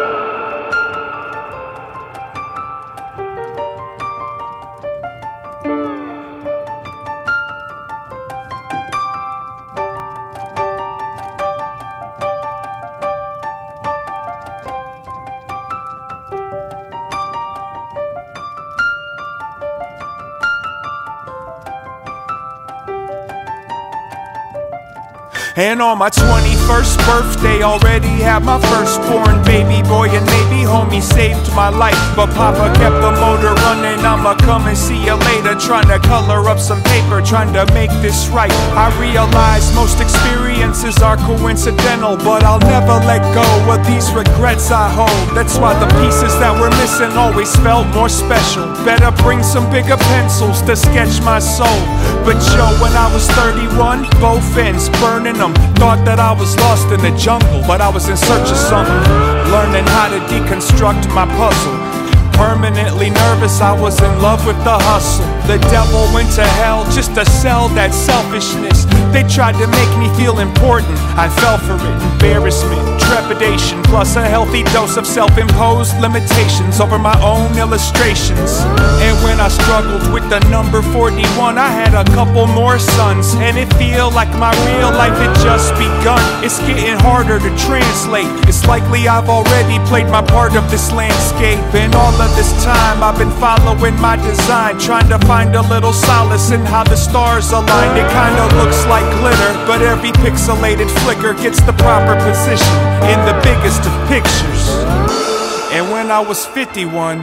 And on my 21st birthday, already had my firstborn baby boy. And maybe homie saved my life, but Papa kept the motor running. I'ma come and see you later, trying to color up some paper, trying to make this right. I realize most experiences are coincidental, but I'll never let go of these regrets I hold. That's why the pieces that were missing always felt more special. Better bring some bigger pencils to sketch my soul. But yo, when I was 31, both ends burning them. Thought that I was lost in the jungle, but I was in search of something. Learning how to deconstruct my puzzle. Permanently nervous, I was in love with the hustle. The devil went to hell just to sell that selfishness. They tried to make me feel important. I fell for it. Embarrassment, trepidation, plus a healthy dose of self-imposed limitations over my own illustrations. And when I struggled with the number 41, I had a couple more sons, and it feel like my real life had just begun. It's getting harder to translate. It's likely I've already played my part of this landscape. And all of this time I've been following my design, trying to find a little solace in how the stars align. It kinda looks like glitter, but every pixelated flicker gets the proper position in the biggest of pictures. And when I was 51,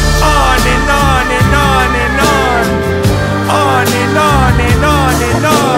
on and on and on and on, on and on and on and on.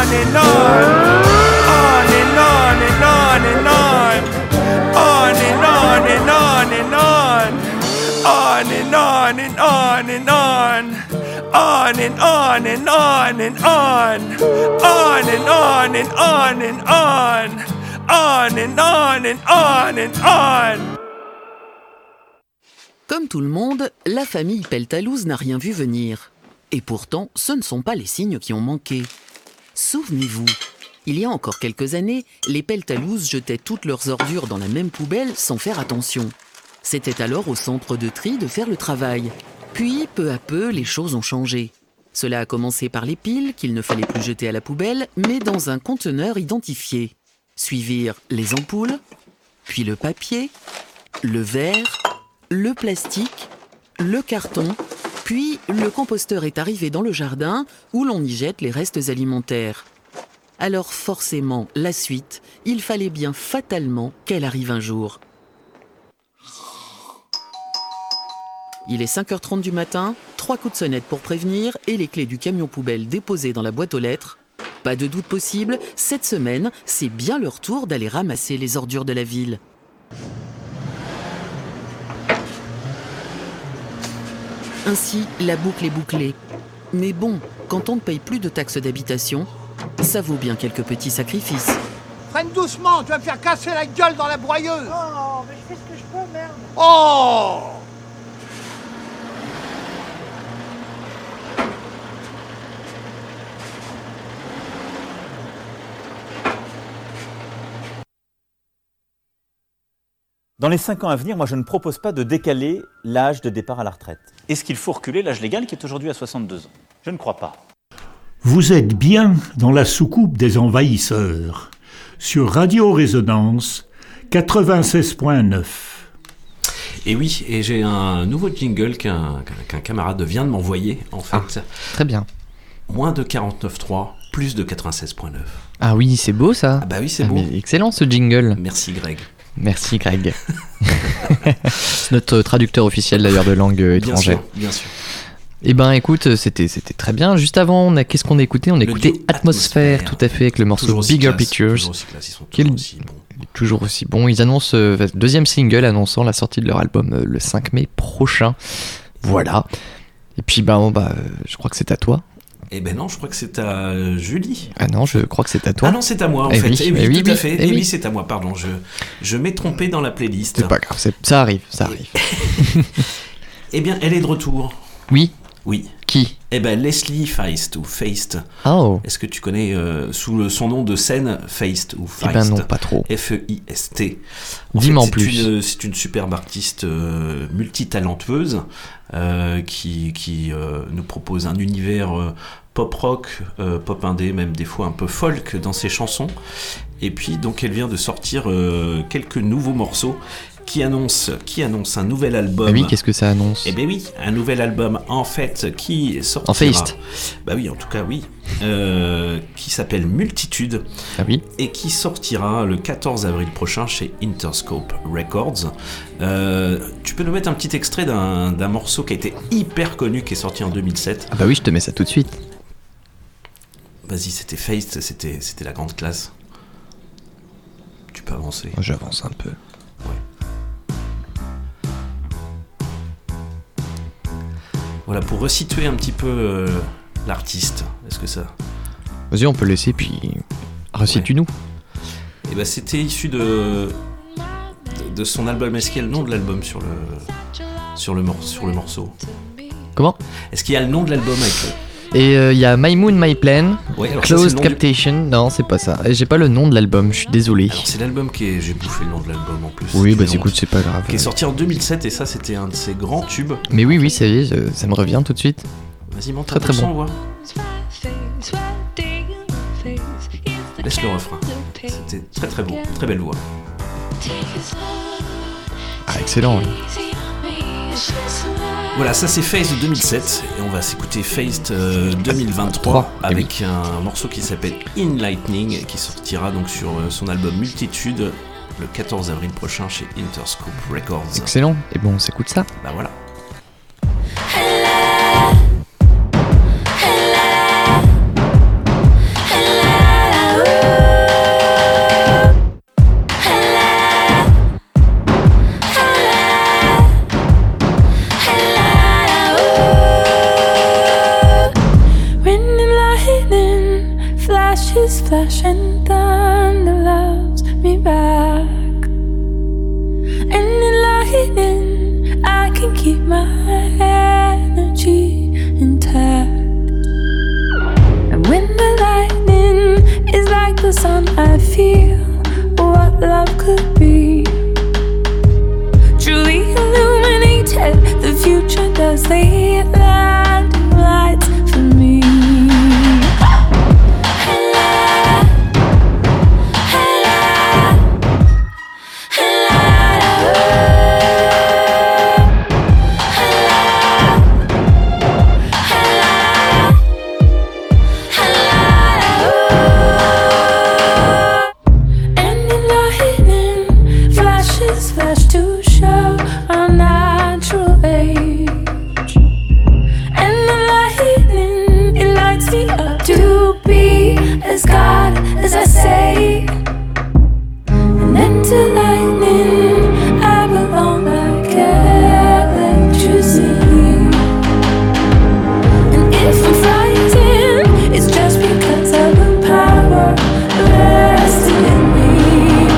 on and on. On and on and on and on. On and on and on and on. On and on and on and on. On and on and on and on. On and on and on and on. On and on and on and on. Comme tout le monde, la famille Peltalouz n'a rien vu venir. Et pourtant, ce ne sont pas les signes qui ont manqué. Souvenez-vous, il y a encore quelques années, les Peltalouz jetaient toutes leurs ordures dans la même poubelle sans faire attention. C'était alors au centre de tri de faire le travail. Puis, peu à peu, les choses ont changé. Cela a commencé par les piles qu'il ne fallait plus jeter à la poubelle, mais dans un conteneur identifié. Suivirent les ampoules, puis le papier, le verre, le plastique, le carton, puis le composteur est arrivé dans le jardin où l'on y jette les restes alimentaires. Alors forcément, la suite, il fallait bien fatalement qu'elle arrive un jour. Il est 5h30 du matin, 3 coups de sonnette pour prévenir et les clés du camion poubelle déposées dans la boîte aux lettres. Pas de doute possible, cette semaine, c'est bien leur tour d'aller ramasser les ordures de la ville. Ainsi, la boucle est bouclée. Mais bon, quand on ne paye plus de taxes d'habitation, ça vaut bien quelques petits sacrifices. Freine doucement, tu vas me faire casser la gueule dans la broyeuse. Oh, mais je fais ce que je peux, merde. Oh! Dans les 5 ans à venir, moi je ne propose pas de décaler l'âge de départ à la retraite. Est-ce qu'il faut reculer l'âge légal qui est aujourd'hui à 62 ans? Je ne crois pas. Vous êtes bien dans la soucoupe des envahisseurs, sur Radio Résonance 96.9. Et oui, et j'ai un nouveau jingle qu'un camarade vient de m'envoyer, en fait. Très bien. Moins de 49.3, plus de 96.9. Ah oui, c'est beau ça. Ah bah oui, c'est beau. Mais excellent ce jingle. Merci Greg. Merci Greg. C'est notre traducteur officiel d'ailleurs de langue étrangère. Bien sûr. Eh ben écoute, c'était très bien. Juste avant, qu'est-ce qu'on a écouté? On a écouté Atmosphère, tout à fait, avec le morceau Bigger Pictures. Toujours aussi bon. Ils annoncent deuxième single annonçant la sortie de leur album le 5 mai prochain. Voilà. Et puis je crois que c'est à toi. Eh ben non, je crois que c'est à Julie. Ah non, je crois que c'est à toi. Ah non, c'est à moi en fait. Oui, oui, tout à fait. Oui, c'est à moi, pardon. Je m'ai trompé dans la playlist. C'est pas grave, ça arrive. Eh bien, elle est de retour. Oui. Oui. Qui? Eh ben, Leslie Feist ou Feist. Oh. Est-ce que tu connais sous son nom de scène Feist ou Feist? Eh ben non, pas trop. F-E-I-S-T. Dis-moi en plus. C'est une superbe artiste multitalentueuse qui nous propose un univers pop rock, pop indé, même des fois un peu folk dans ses chansons. Et puis donc elle vient de sortir quelques nouveaux morceaux qui annonce un nouvel album. Ah oui, qu'est-ce que ça annonce? Eh ben oui, un nouvel album en fait qui sortira. En Feist. Bah oui, en tout cas oui. Qui s'appelle Multitude. Ah oui. Et qui sortira le 14 avril prochain chez Interscope Records. Tu peux nous mettre un petit extrait d'un morceau qui a été hyper connu, qui est sorti en 2007. Ah bah oui, je te mets ça tout de suite. Vas-y, c'était Feist, c'était la grande classe. Tu peux avancer. Moi, j'avance un peu. Voilà, pour resituer un petit peu l'artiste, est-ce que ça... Vas-y, on peut le laisser, puis resitue-nous. Et bah c'était issu de son album. Est-ce qu'il y a le nom de l'album sur le morceau? Comment? Est-ce qu'il y a le nom de l'album avec Et il y a My Moon, My Plan, ouais, Closed Captation. Non, c'est pas ça. J'ai pas le nom de l'album, je suis désolé. Alors, c'est l'album j'ai bouffé le nom de l'album en plus. Oui, bah écoute, c'est pas grave. Qui est sorti en 2007 et ça, c'était un de ses grands tubes. Mais oui, ça y est, ça me revient tout de suite. Vas-y, monte très bon. Voix. Laisse le refrain. C'était très très beau, très belle voix. Ah, excellent. Oui. Voilà, ça c'est Feist de 2007 et on va s'écouter Feist 2023 avec un morceau qui s'appelle In Lightning qui sortira donc sur son album Multitude le 14 avril prochain chez Interscope Records. Excellent, et bon on s'écoute ça. Bah voilà. Hello. flashes flash and thunder loves me back. And in lightning, I can keep my energy intact. And when the lightning is like the sun, I feel what love could be. Truly illuminated, the future does lay landing lights for me. As I say, and then to lightning I belong like electricity. And if I'm frightened, it's just because of the power resting in me.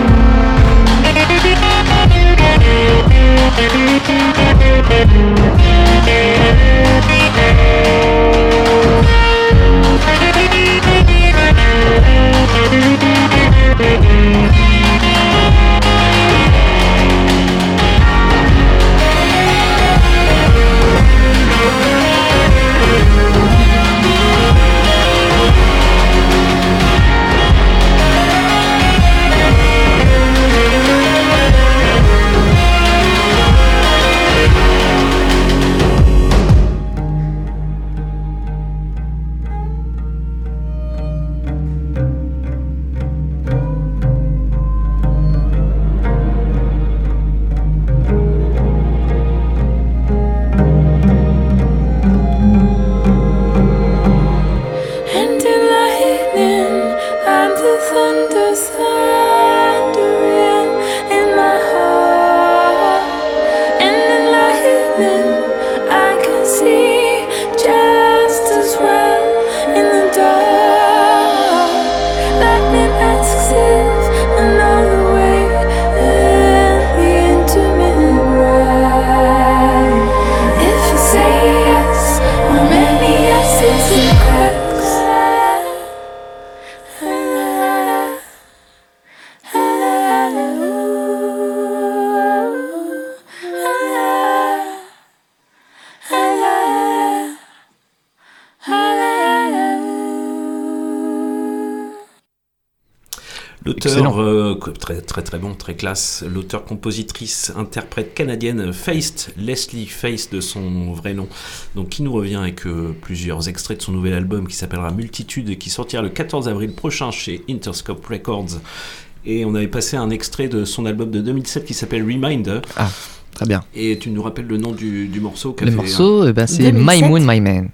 L'auteur, très bon, très classe, l'auteur-compositrice, interprète canadienne Feist, Leslie Feist de son vrai nom, donc qui nous revient avec plusieurs extraits de son nouvel album qui s'appellera Multitude et qui sortira le 14 avril prochain chez Interscope Records. Et on avait passé un extrait de son album de 2007 qui s'appelle Reminder. Ah, très bien. Et tu nous rappelles le nom du morceau? Le morceau, c'est 2007. My Moon, My Man.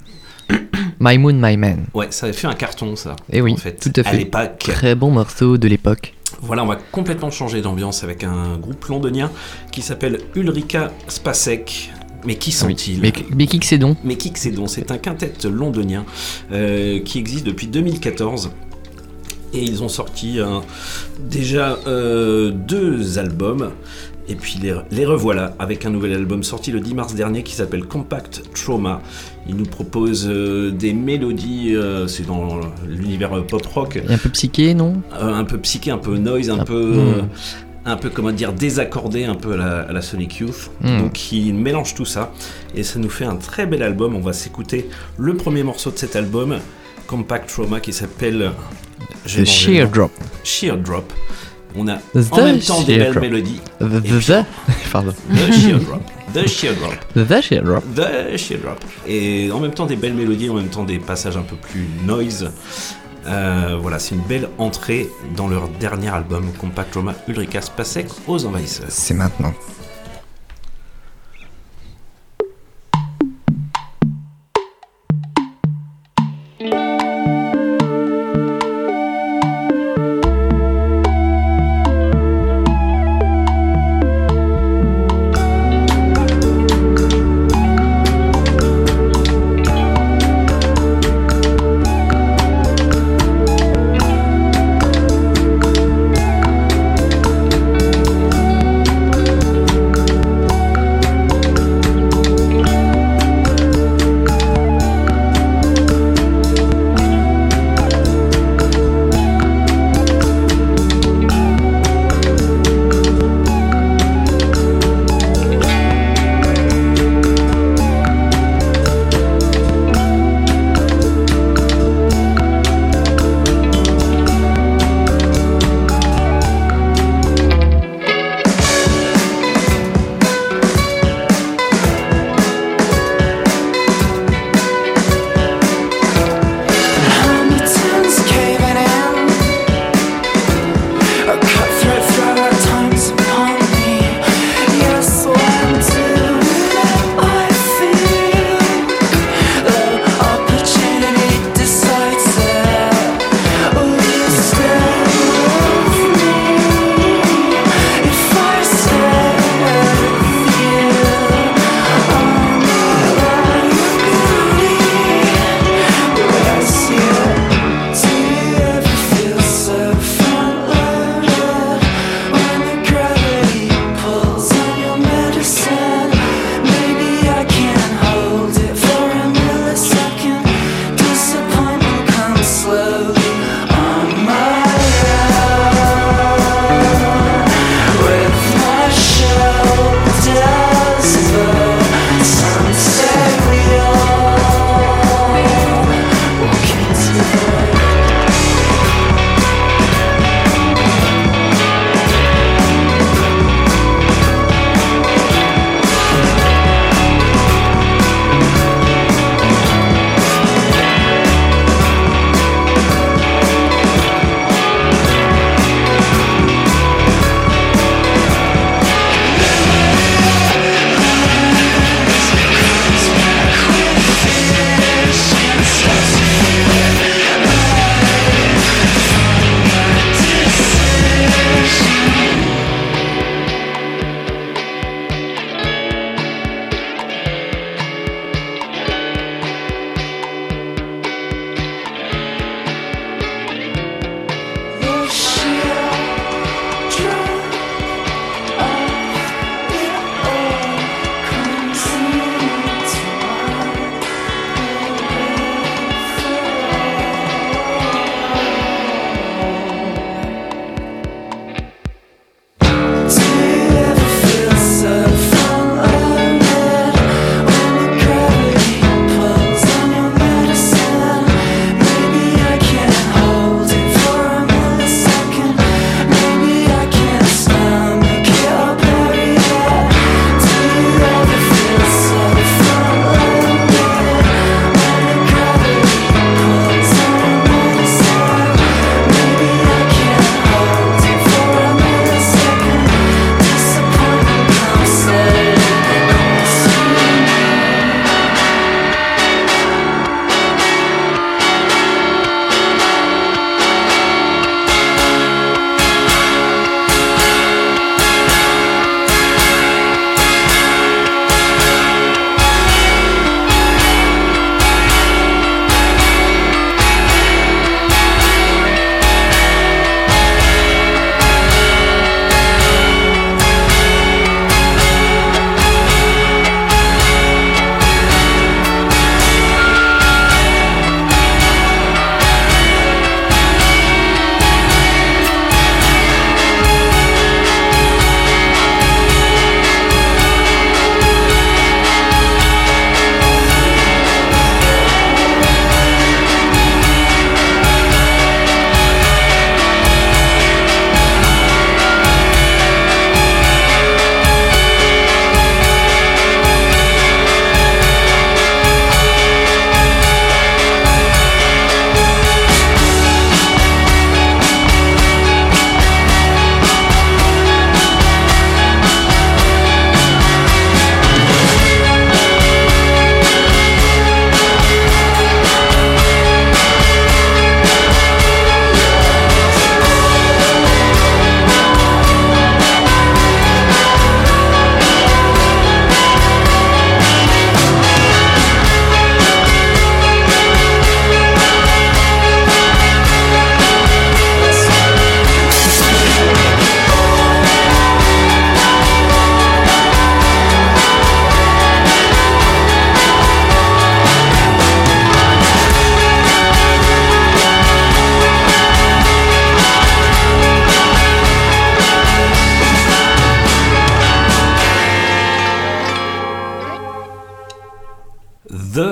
My Moon, My Man. Ouais, ça avait fait un carton, ça. Et oui, en fait, tout à fait. À l'époque. Très bon morceau de l'époque. Voilà, on va complètement changer d'ambiance avec un groupe londonien qui s'appelle Ulrika Spacek. Mais qui sont-ils? Mais qui que c'est donc? Mais qui que c'est donc? C'est un quintet londonien qui existe depuis 2014. Et ils ont sorti déjà 2 albums. Et puis les revoilà avec un nouvel album sorti le 10 mars dernier qui s'appelle Compact Trauma. Ils nous proposent des mélodies, c'est dans l'univers pop-rock. Et un peu psyché, non? Un peu psyché, un peu noise, un peu comment dire, désaccordé, un peu à la Sonic Youth. Donc ils mélangent tout ça et ça nous fait un très bel album. On va s'écouter le premier morceau de cet album, Compact Trauma, qui s'appelle The Sheer Drop. Sheer Drop. On a en même temps des belles mélodies. Pardon. The Sheer Drop. The Sheer Drop. The Sheer Drop. The Sheer Drop. Et en même temps des belles mélodies, en même temps des passages un peu plus noise. Voilà, c'est une belle entrée dans leur dernier album, Compact Trauma, Ulrika Spacek aux Envahisseurs. C'est maintenant.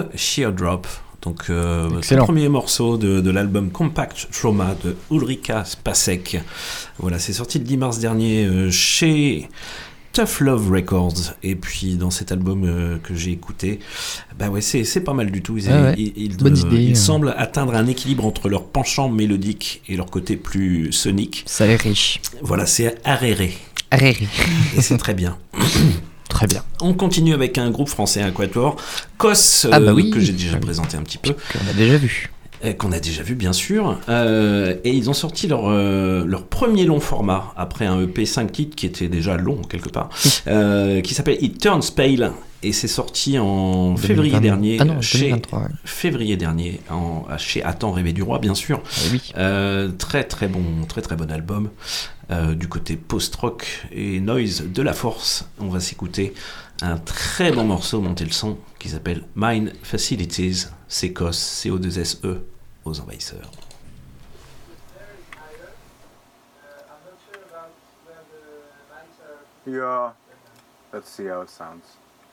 Sheer Drop. Donc, c'est le premier morceau de l'album Compact Trauma de Ulrika Spacek. Voilà, c'est sorti le 10 mars dernier chez Tough Love Records. Et puis, dans cet album que j'ai écouté, bah ouais, c'est pas mal du tout. Ils semblent atteindre un équilibre entre leur penchant mélodique et leur côté plus sonique. Ça a l'air riche. Voilà, c'est arréré. Et c'est très bien. Très bien. On continue avec un groupe français, un quatuor, Cos, que j'ai déjà présenté un petit peu. Qu'on a déjà vu. Qu'on a déjà vu, bien sûr. Et ils ont sorti leur premier long format, après un EP 5 titres qui était déjà long, quelque part, qui s'appelle It Turns Pale. Et c'est sorti en février dernier. Chez Attends rêver du roi, bien sûr. Oui. Très bon album. Du côté post-rock et noise de la force, on va s'écouter un très bon morceau, montez le son, qui s'appelle Mine Facilities, c'est COS, CO2SE, aux envahisseurs. Yeah, let's see how it sounds.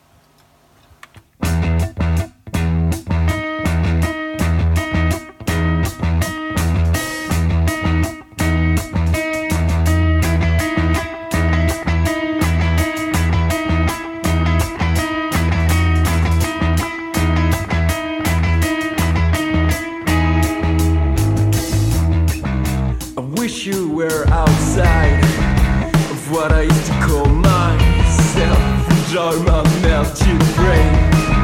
You were outside of what I used to call myself. Enjoy my melted brain.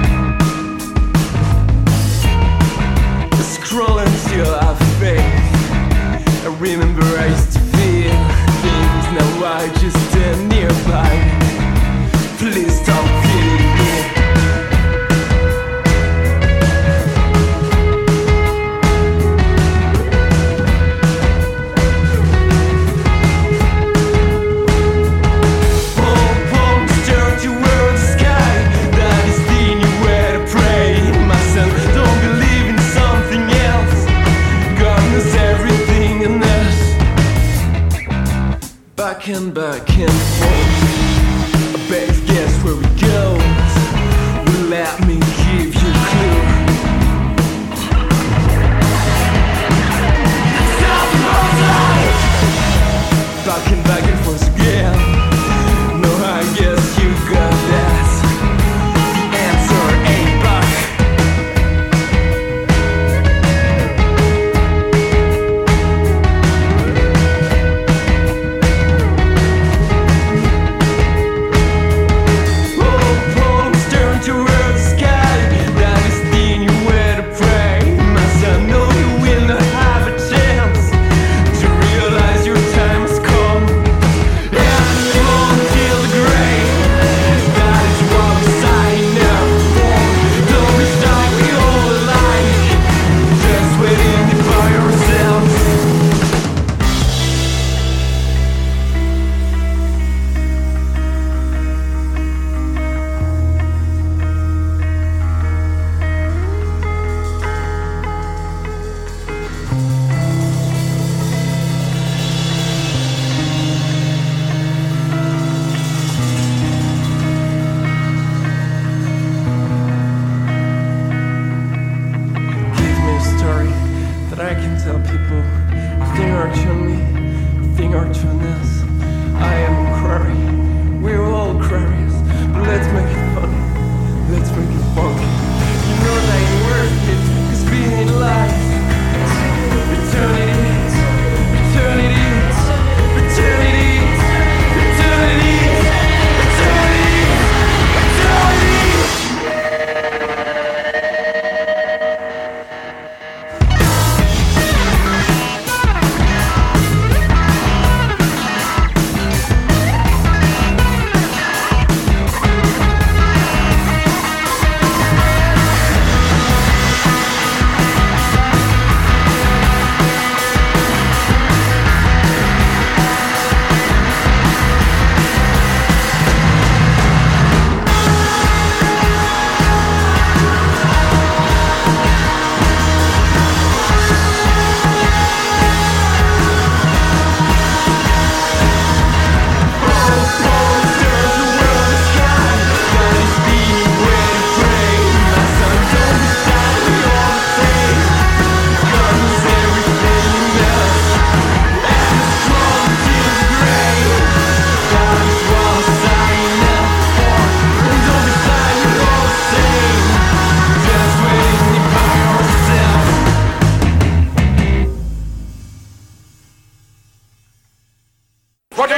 Scrolling till I fade. I remember I used to feel things, now I just stand nearby. Please stop feeling me. Back and forth. I best guess where we go. Well, let me give you a clue. Back and forth again. No, I guess you got that. The answer ain't back.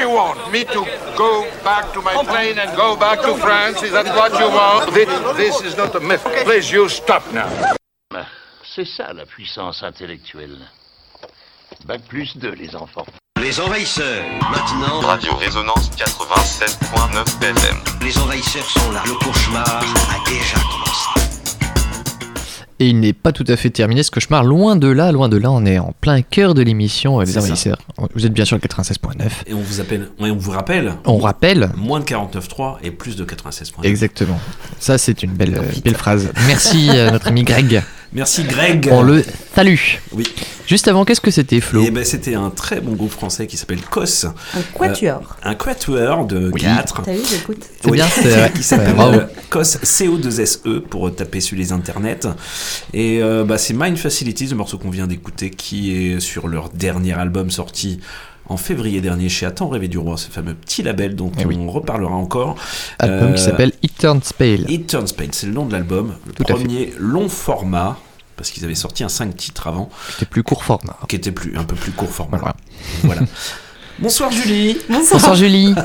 you want? Me to go back to my plane and go back to France? Is that what you want? This is not a myth. Please, you stop now. C'est ça la puissance intellectuelle. Bac plus 2, les enfants. Les envahisseurs, maintenant. Radio Résonance 87.9 FM. Les envahisseurs sont là. Le cauchemar a déjà commencé. Et il n'est pas tout à fait terminé ce cauchemar, loin de là, on est en plein cœur de l'émission Les Envahisseurs. Vous êtes bien sûr le 96.9. Et on vous rappelle. On rappelle. Moins de 49.3 et plus de 96.9. Exactement. Ça c'est une belle phrase. Merci notre ami Greg. Merci Greg. On le salue. Oui. Juste avant, qu'est-ce que c'était, Flo ? C'était un très bon groupe français qui s'appelle KOS. Un quatuor. Un quatuor de 4. T'as vu, j'écoute. C'est bien, c'est vrai. Qui s'appelle KOS, CO2SE, pour taper sur les internets. Et c'est Mind Facilities, le morceau qu'on vient d'écouter, qui est sur leur dernier album sorti en février dernier chez Attends rêver du roi, ce fameux petit label dont on reparlera encore. Album qui s'appelle It Turns Pale. It Turns Pale, c'est le nom de l'album. Le premier long format, parce qu'ils avaient sorti un 5 titres avant. Qui était plus court format. Un peu plus court format. Voilà. Bonsoir Julie. Bonsoir Julie.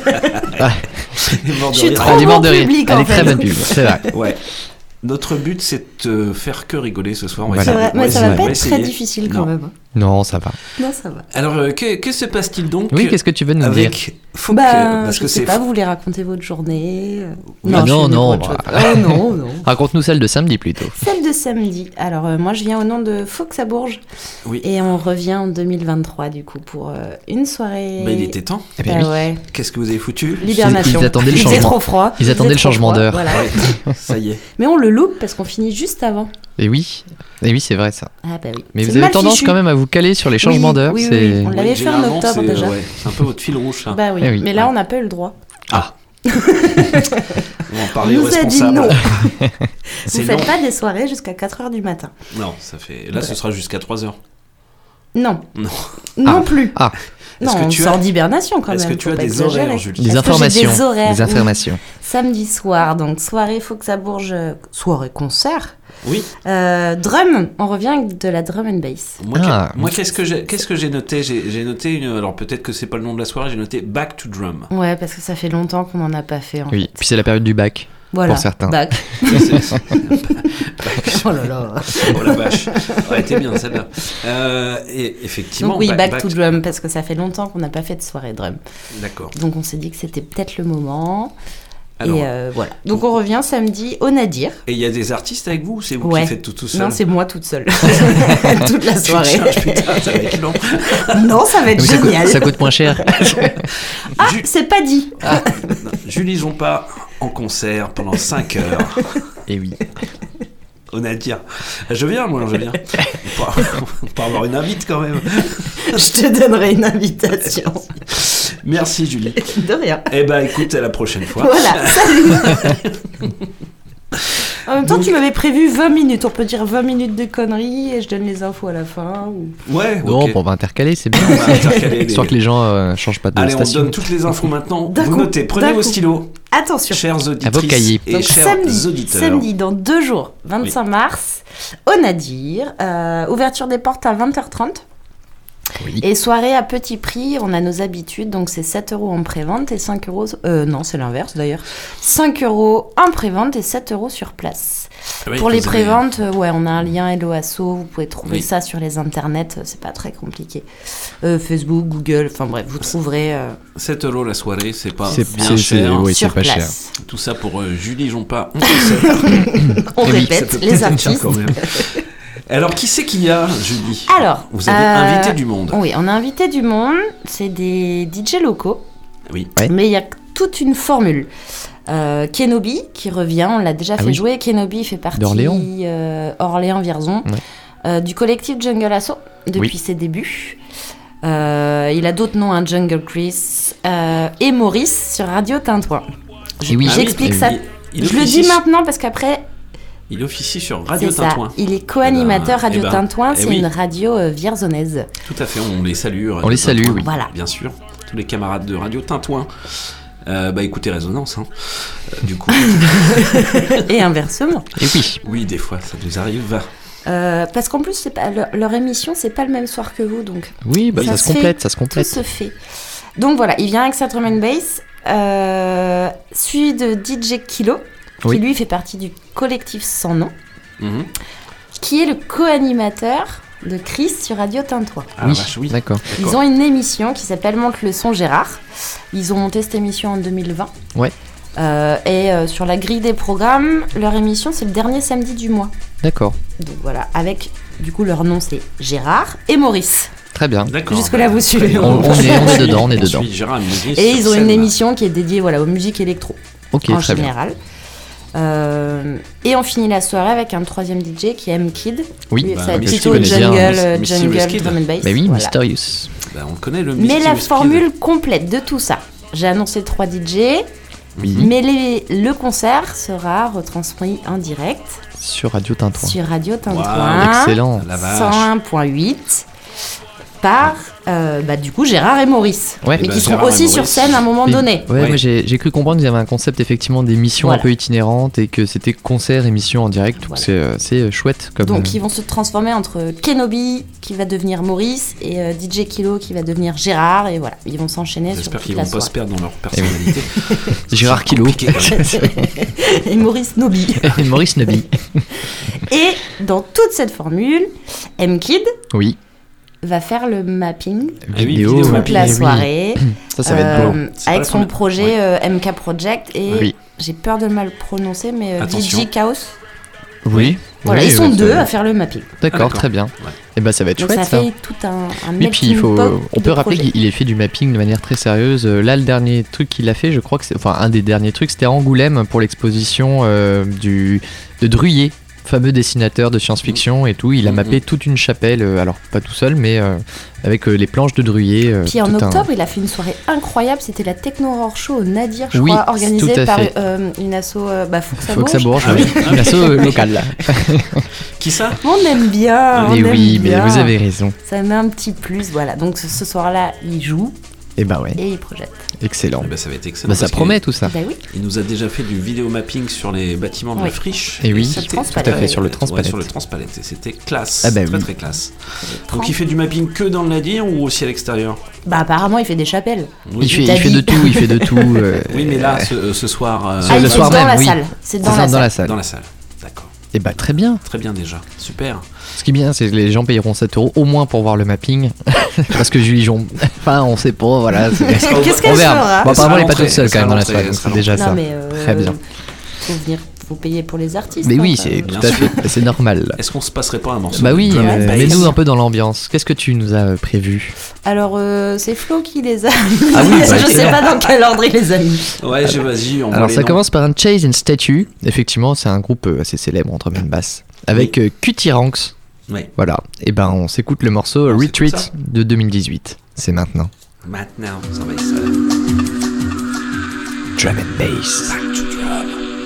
Je suis trop bon public en fait. Elle est très bonne pub, c'est vrai. Ouais. Notre but, c'est de faire que rigoler ce soir. C'est vrai, mais ça va pas être très difficile quand même. Non, ça va. Alors, que se passe-t-il donc Oui, qu'est-ce que tu veux nous dire parce je sais pas, vous voulez raconter votre journée Non. Raconte-nous celle de samedi plutôt. Celle de samedi. Alors, moi, je viens au nom de Fox à Bourges. Oui. Et on revient en 2023, du coup, pour une soirée. Il était temps. Ouais. Qu'est-ce que vous avez foutu ? L'hibernation. Ils attendaient le changement. Il faisait trop froid. Ils attendaient le changement d'heure. Voilà. Ça y est. Mais on le loupe parce qu'on finit juste avant. Et oui, c'est vrai ça. Ah bah oui. Mais vous avez tendance quand même à vous caler sur les changements d'heure. Oui, on l'avait fait en octobre déjà. C'est un peu votre fil rouge, ça. Bah oui. Mais là, on n'a pas eu le droit. Ah. On va en parler aux responsables. Non. Vous faites pas des soirées jusqu'à 4h du matin. Non, ça fait. Là, ce sera jusqu'à 3h. Non. Non plus. Ah. Non, on sort d'hibernation quand même. Est-ce que tu as des horaires, Julie ? Des informations. Samedi soir, donc soirée Fox à Bourges, soirée concert. Oui. Drum, on revient avec de la drum and bass. Moi qu'est-ce que j'ai noté ? J'ai noté alors peut-être que c'est pas le nom de la soirée, j'ai noté Back to Drum. Ouais, parce que ça fait longtemps qu'on en a pas fait. Oui, puis c'est la période du bac. Voilà, pour certains. Bac. Oh là là. Oh la vache. Elle était bien celle-là. Et effectivement. Donc oui, back to drum, parce que ça fait longtemps qu'on n'a pas fait de soirée drum. D'accord. Donc on s'est dit que c'était peut-être le moment. Alors, et voilà. Donc on revient samedi au Nadir. Et il y a des artistes avec vous ou c'est vous qui faites tout seul ? Non, c'est moi toute seule. Toute la soirée. Putain, ça va être long. Non, ça va être génial. Ça coûte moins cher. C'est pas dit. Julie Jompa en concert pendant 5 heures. Et oui. Au Nadir. Je viens. On peut avoir une invite quand même. Je te donnerai une invitation. Merci Julie. De rien. Eh ben écoute, à la prochaine fois. Voilà, salut. En même temps, tu m'avais prévu 20 minutes. On peut dire 20 minutes de conneries et je donne les infos à la fin. Ou... Ouais, non, on va intercaler, c'est bien. Histoire que les gens changent pas de station. Allez, on donne toutes les infos maintenant. Vous notez, prenez vos stylos. Attention. Chers auditrices et donc, chers auditeurs. Samedi, dans 2 jours, 25 mars, au Nadir. Ouverture des portes à 20h30. Oui. Et soirée à petit prix, on a nos habitudes, donc c'est 7 € en pré-vente et 5 €. Non, c'est l'inverse d'ailleurs. 5 € en pré-vente et 7 € sur place. Oui, pour les pré-ventes, on a un lien Hello Asso, vous pouvez trouver ça sur les internets, c'est pas très compliqué. Facebook, Google, enfin bref, vous trouverez. 7 € la soirée, c'est pas bien cher. Oui, sur c'est pas place. cher. Tout ça pour Julie Jompa. On répète, les artistes. Quand même. Alors, qui c'est qu'il y a, Julie ? Alors, vous avez invité du monde. Oui, on a invité du monde. C'est des DJ locaux. Oui. Mais il y a toute une formule. Kenobi qui revient, on l'a déjà fait jouer. Kenobi fait partie Orléans-Vierzon, du collectif Jungle Asso depuis ses débuts. Il a d'autres noms, Jungle Chris et Maurice sur Radio Tintouin. J'explique ça. Je le dis maintenant parce qu'après. Il officie sur Radio Tintouin. Il est co-animateur Radio Tintouin, c'est une radio vierzonnaise. Tout à fait, on les salue. On les salue, oui. Voilà. Bien sûr, tous les camarades de Radio Tintouin. Écoutez Résonance, du coup. Et inversement. Et oui. Oui, des fois, ça nous arrive. Parce qu'en plus, c'est pas, leur émission, c'est pas le même soir que vous, donc. Oui, ça se complète. Tout se fait. Donc voilà, il vient avec sa drum and bass, suivi de DJ Kilo, qui lui fait partie du collectif Sans Nom, qui est le co-animateur de Chris sur Radio Tintoin. Ah oui, d'accord. Ils ont une émission qui s'appelle Monte le son Gérard. Ils ont monté cette émission en 2020. Ouais. Et sur la grille des programmes, leur émission c'est le dernier samedi du mois. D'accord. Donc voilà, avec du coup leur nom c'est Gérard et Maurice. Très bien. D'accord. Jusque là vous suivez. On est dedans, Gérard et Maurice. Et ils ont une émission qui est dédiée aux musiques électro. Ok, en très général. Bien. Et on finit la soirée avec un troisième DJ qui est M-Kid. Oui, c'est plutôt jungle drum and bass. Mais oui, voilà. Mysterious. On connaît le Mais la formule complète de tout ça, j'ai annoncé 3 DJ, mais le concert sera retransmis en direct sur Radio Tintoin. Excellent. 101.8 par du coup Gérard et Maurice, mais qui seront aussi sur scène à un moment donné. Ouais. Moi j'ai cru comprendre qu'il y avait un concept effectivement d'émissions un peu itinérantes et que c'était concert, émission en direct. Donc c'est chouette. Donc ils vont se transformer entre Kenobi qui va devenir Maurice et DJ Kilo qui va devenir Gérard, et voilà, ils vont s'enchaîner. J'espère qu'ils vont pas se perdre dans leur personnalité. Gérard Kilo et Maurice Nobi. Et Maurice Nobi. Et dans toute cette formule, M-Kid va faire le mapping vidéo toute la soirée. Ça va être beau. Avec son projet MK Project et j'ai peur de mal prononcer, mais VG Chaos. Oui. Voilà, ils sont deux à faire le mapping. D'accord, très bien. Et ben ça va être donc chouette. Ça fait tout un et puis on peut rappeler qu'il ait fait du mapping de manière très sérieuse. Là, le dernier truc qu'il a fait, je crois que un des derniers trucs, c'était à Angoulême pour l'exposition de Druillet, fameux dessinateur de science-fiction et tout. Il a mappé toute une chapelle, alors pas tout seul, mais avec les planches de Druillet. Puis en octobre, il a fait une soirée incroyable. C'était la Techno Horror Show au Nadir, je crois, organisée par une asso Fox-à-Bourges, une asso locale. Qui ça? On aime bien. Mais vous avez raison. Ça met un petit plus, voilà. Donc ce soir-là, il joue. Et et il projette. Excellent. Ça va être excellent. Ça promet tout ça. Il nous a déjà fait du vidéo mapping sur les bâtiments de la friche. Et oui, tout à fait, sur le Transpalette. Sur le Transpalette. Et c'était classe. Très classe. Donc il fait du mapping que dans le Nadir ou aussi à l'extérieur? Apparemment, il fait des chapelles. Il fait de tout. Oui, mais là, ce soir. Le soir même, dans la salle. C'est dans la salle. Dans la salle. D'accord. Et très bien. Très bien déjà. Super. Ce qui est bien, c'est que les gens payeront 7 € au moins pour voir le mapping. Parce que Julie Jon, on sait pas, voilà. Qu'est-ce qu'elle fera? Apparemment, elle n'est pas toute seule quand même dans la salle, donc c'est déjà ça. Très bien. Faut payer pour les artistes. Mais oui, c'est tout à fait, c'est normal. Est-ce qu'on se passerait pas un morceau? Bah oui, mets-nous un peu dans l'ambiance. Qu'est-ce que tu nous as prévu? Alors, c'est Flo qui les a. Ah oui, je sais pas dans quel ordre il les a mis. Ouais, vas-y. Alors, ça commence par un Chase and Statue. Effectivement, c'est un groupe assez célèbre en drum and bass. Avec Cutie Ranks. Oui. Voilà. Et on s'écoute le morceau Retreat de 2018. C'est maintenant. Maintenant, ça va être ça. Drum and bass. Back to drum.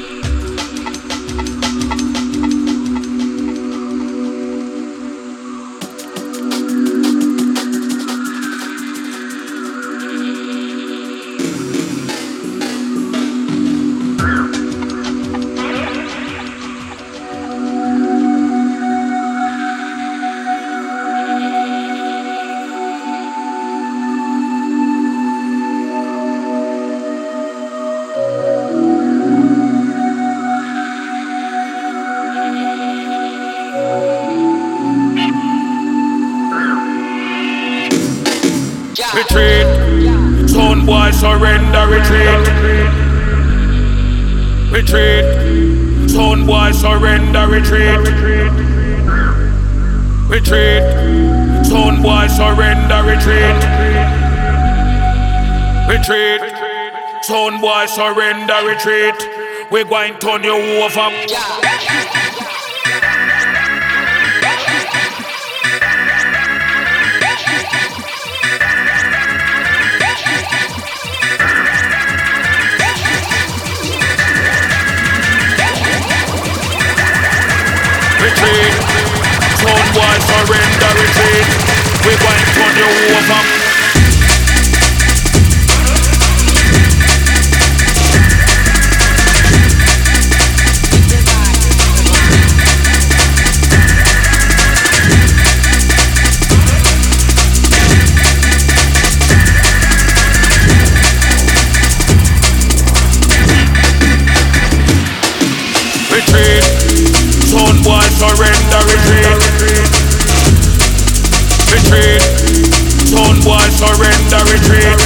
Retreat, son boy surrender, retreat. Retreat, son boy surrender, retreat. Retreat, son boy surrender, retreat. Retreat, son boy surrender, retreat. We going to turn you over. Retreat, son boy surrender, retreat. We going to turn you over. retreat.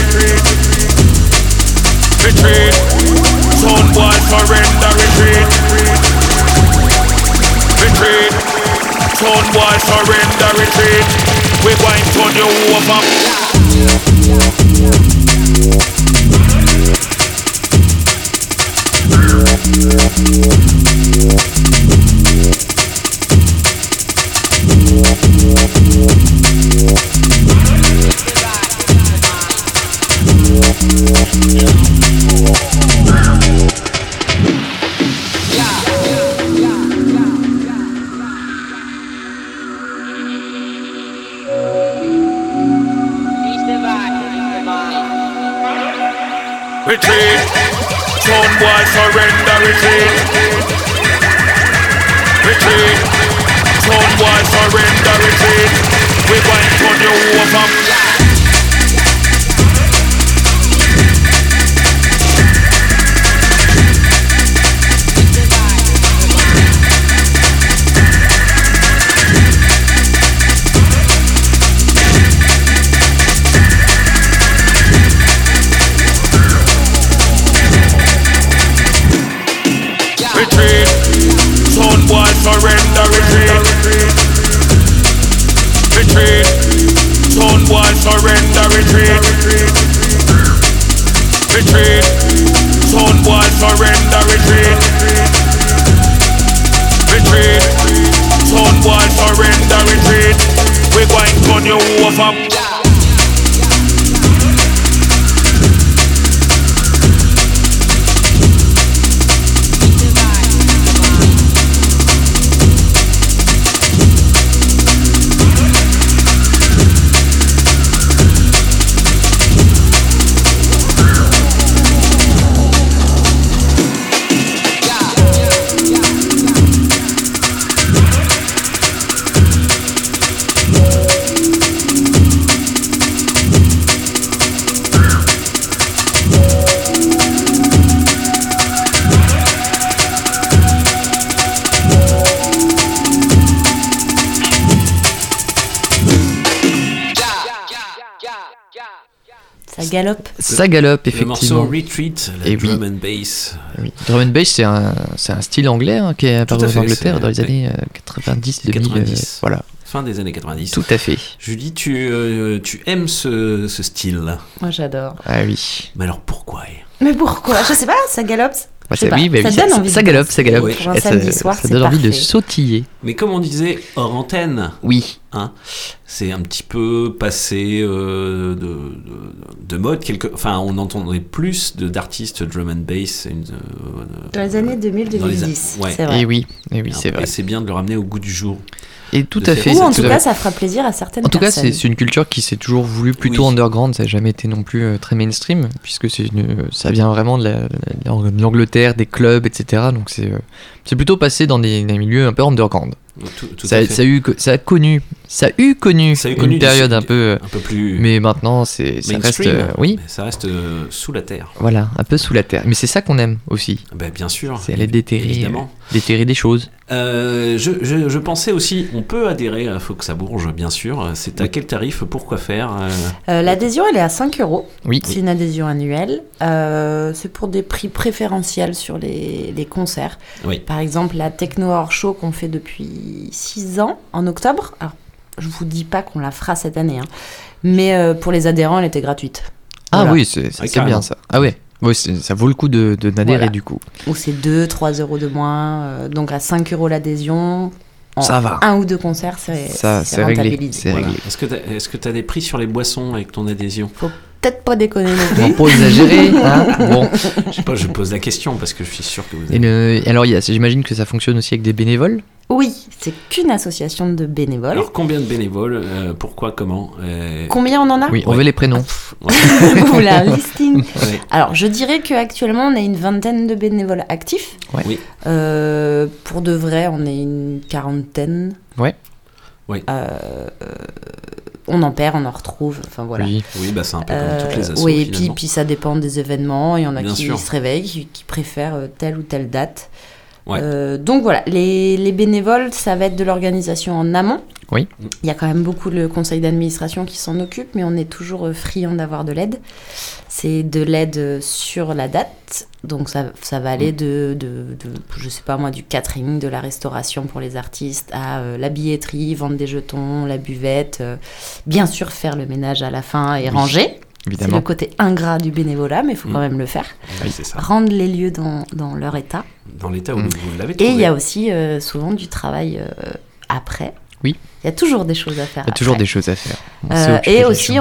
Retreat. Sound boy surrender, retreat. Retreat. Sound boy surrender, retreat. We going to turn you over. Retreat. Sound boy surrender, retreat. Retreat. Sound boy surrender, retreat. We going to turn you over. Retreat. Sound boy surrender, retreat. Retreat. Sound boy surrender, retreat. Retreat. Sound boy surrender, retreat. Retreat. Sound boy surrender, retreat. We going to turn you over. Ça galope, effectivement. Le morceau Retreat, la drum and bass. Oui. Drum and bass, c'est un style anglais qui est apparu en Angleterre dans les années 90-2000. Voilà. Fin des années 90. Tout à fait. Julie, tu aimes ce style? Moi, j'adore. Ah oui. Mais alors pourquoi? Mais pourquoi? Je sais pas, ça galope. Oui, ça donne envie. Ça galope. Ça donne envie de sautiller. Mais comme on disait hors antenne, oui, hein, c'est un petit peu passé de mode. Enfin, on entendrait plus d'artistes drum and bass dans les années 2000-2010. Ouais. C'est vrai. Et oui, c'est vrai. C'est bien de le ramener au goût du jour. Et tout à fait. Ou en tout cas, ça fera plaisir à certaines personnes. En tout cas, c'est une culture qui s'est toujours voulue plutôt underground. Ça n'a jamais été non plus très mainstream, puisque ça vient vraiment de l'Angleterre, des clubs, etc. Donc c'est plutôt passé dans des milieux un peu underground. Ça a eu connu une période un peu plus. Mais maintenant, ça reste. Oui. Ça reste sous la terre. Voilà, un peu sous la terre. Mais c'est ça qu'on aime aussi. Ben, bien sûr. C'est aller déterrer des choses. Je pensais aussi, on peut adhérer à Faut que ça bourge, bien sûr. C'est à quel tarif? Pourquoi faire? L'adhésion, elle est à 5 €. Oui. C'est une adhésion annuelle. C'est pour des prix préférentiels sur les concerts. Oui. Par exemple, la Techno Hors Show qu'on fait depuis 6 ans, en octobre. Alors, je vous dis pas qu'on la fera cette année, hein. Mais pour les adhérents, elle était gratuite. Ah voilà. Oui, c'est bien ça. Ah ouais. Oui, ça vaut le coup d'adhérer du coup. Ou c'est 2-3 € de moins. Donc à 5 € l'adhésion. Ça va. 1 ou 2 concerts, c'est réglé. C'est réglé. Est-ce que tu as des prix sur les boissons avec ton adhésion? Faut peut-être pas déconner non plus. Pour exagérer. Hein, bon. Je sais pas, je pose la question parce que je suis sûr que vous avez... Alors, j'imagine que ça fonctionne aussi avec des bénévoles? Oui, c'est qu'une association de bénévoles. Alors, combien de bénévoles? Pourquoi? Comment? Combien on en a? Oui, on veut les prénoms. Vous voulez un listing? Ouais. Alors, je dirais qu'actuellement, on a une 20aine de bénévoles actifs. Ouais. Oui. Pour de vrai, on est une 40aine. Ouais. Oui. On en perd, on en retrouve, enfin voilà. Oui, bah c'est un peu comme toutes les assos. Oui, et puis ça dépend des événements. Il y en a qui sûr. Se réveillent, qui préfèrent telle ou telle date. Ouais. Donc voilà, les bénévoles, ça va être de l'organisation en amont. Oui. Il y a quand même beaucoup le conseil d'administration qui s'en occupe, mais on est toujours friand d'avoir de l'aide. C'est de l'aide sur la date, donc ça va aller de je sais pas moi, du catering, de la restauration pour les artistes, à la billetterie, vendre des jetons, la buvette, bien sûr faire le ménage à la fin et ranger. Évidemment. C'est le côté ingrat du bénévolat, mais il faut quand même le faire. Oui, c'est ça. Rendre les lieux dans leur état. Dans l'état où vous l'avez trouvé. Et il y a aussi souvent du travail après. Oui. Il y a toujours des choses à faire. Il y a toujours des choses à faire. Et aussi,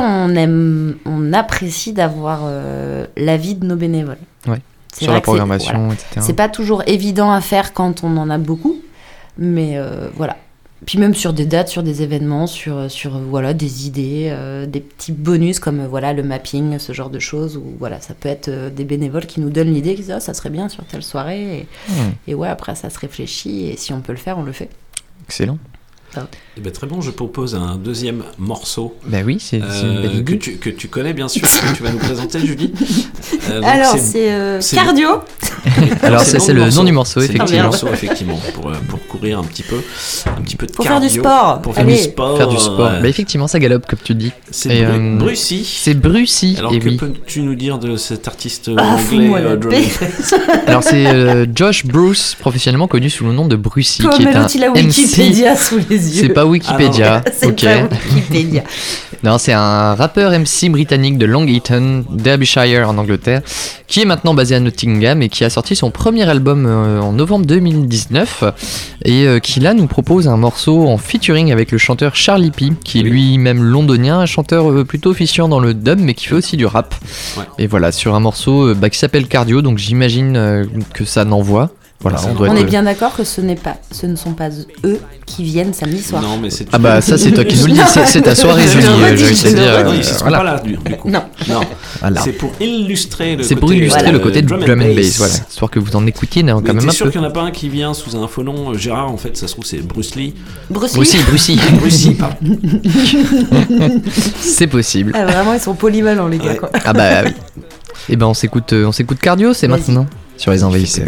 on apprécie d'avoir l'avis de nos bénévoles. Ouais. Sur la programmation, etc. C'est pas toujours évident à faire quand on en a beaucoup, mais voilà. Puis même sur des dates, sur des événements, sur voilà, des idées, des petits bonus comme voilà, le mapping, ce genre de choses, où voilà, ça peut être des bénévoles qui nous donnent l'idée, qui disent ça serait bien sur telle soirée, et ouais, après ça se réfléchit, et si on peut le faire, on le fait. Excellent. Eh ben, très bon, je propose un deuxième morceau. Ben oui, c'est une belle idée. Que tu connais bien sûr, que tu vas nous présenter, Julie. Alors c'est Cardio. Alors c'est le nom du morceau, effectivement. C'est le morceau, effectivement, pour courir un petit peu de pour cardio. Faire du sport. Pour faire du sport. Faire du sport. Ben effectivement, ça galope, comme tu dis. C'est Brucey. C'est Brucey. Alors et que peux-tu nous dire de cet artiste anglais Alors c'est Josh Bruce, professionnellement connu sous le nom de Brucey, qui est un MC. Il a Wikipédia sous les yeux. C'est pas Wikipédia. C'est pas Wikipédia. Non, c'est un rappeur MC britannique de Long Eaton, Derbyshire en Angleterre, qui est maintenant basé à Nottingham et qui a sorti son premier album en novembre 2019 et qui là nous propose un morceau en featuring avec le chanteur Charlie P, qui est lui-même londonien, un chanteur plutôt officiant dans le dub mais qui fait aussi du rap. Ouais. Et voilà, sur un morceau qui s'appelle Cardio, donc j'imagine que ça n'envoie. Voilà, on est bien d'accord que ce ne sont pas eux qui viennent samedi soir. Non, mais c'est ah bah ça c'est toi qui nous le dis, c'est ta soirée Julie, je vais te dire. Non, ils sont pas là du coup. Non. Voilà. C'est pour illustrer le côté drum and bass, voilà, histoire que vous en écoutiez quand même un peu. T'es sûr qu'il n'y en a pas un qui vient sous un faux nom Gérard, en fait, ça se trouve c'est Bruce Lee. Brucey, pardon. C'est possible. Ah, vraiment, ils sont polyvalents les gars quoi. Ah bah oui. Et ben on s'écoute Cardio, c'est maintenant sur les envahisseurs.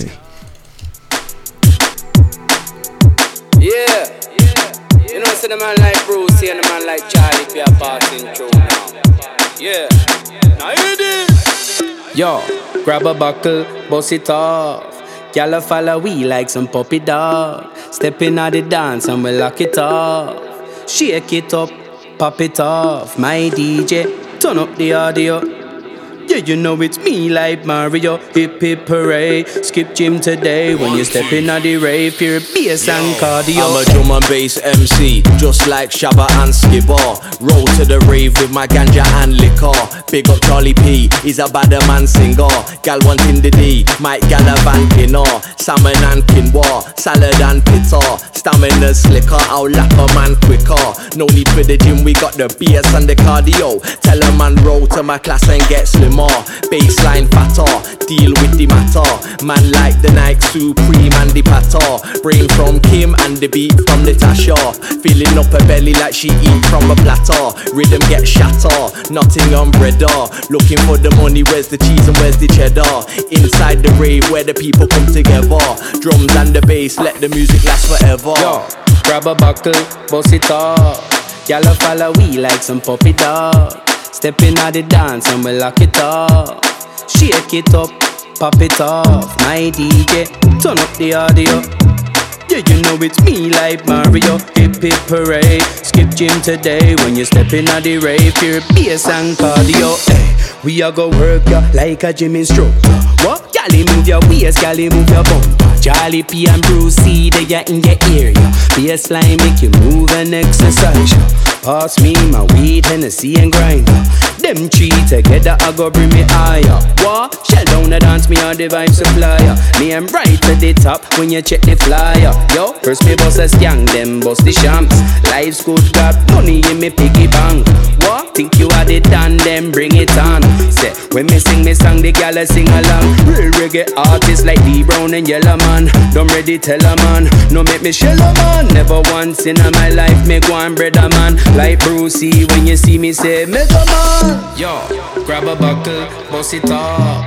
Yeah, you know, see the man like Bruce and the man like Charlie be a passing through now. Yeah, now you this. Yo, grab a buckle, bust it off. Y'all follow we like some puppy dog. Step in at the dance and we lock it off. Shake it up, pop it off. My DJ, turn up the audio. Yeah, you know it's me like Mario, hip hip hooray. Skip gym today when you step in at the rave. Pure bass and cardio. I'm a drum and bass MC, just like Shabba and Skibber. Roll to the rave with my ganja and liquor. Big up Charlie P, he's a bad man singer. Gal wanting the D, Mike Gallivant or salmon and quinoa, salad and pita. Stamina slicker, I'll lap a man quicker. No need for the gym, we got the bass and the cardio. Tell a man roll to my class and get slimmer. Baseline fatter, deal with the matter. Man like the Nike Supreme and the patter. Brain from Kim and the beat from Natasha. Filling up her belly like she eat from a platter. Rhythm get shatter, Nottingham breader. Looking for the money, where's the cheese and where's the cheddar? Inside the rave where the people come together. Drums and the bass, let the music last forever. Yo, grab a buckle, bust it up. Y'all follow we like some puppy dog. Step in at the dance and we lock it up. Shake it up, pop it off. My DJ, turn up the audio. Yeah, you know it's me like Mario, hip hip hooray. Skip gym today when you step in at the rave. Pure bass and cardio. Hey, we a go work ya like a gym instructor. What? Gally move your waist, gally move your bumper. Charlie P and Bruce C, they are in your area. Bassline make you move and exercise. Pass me my weed, Hennessy and grinder. Them three together, I go bring me higher. What? Shell down the dance, me on the vibe supplier. Me am right to the top when you check the flyer. Yo, first me boss a skank, then bust the shams. Life's good, got money in me piggy bank. What? Think you had it done, then bring it on. Say, when me sing me song, the gala sing along. Real reggae artists like Lee Brown and Yellow Man. Don't ready tell a man, no make me shell a man. Never once in my life me go and bread a man. Like Brucey, when you see me say Mega Man. Yo, grab a buckle, bust it up.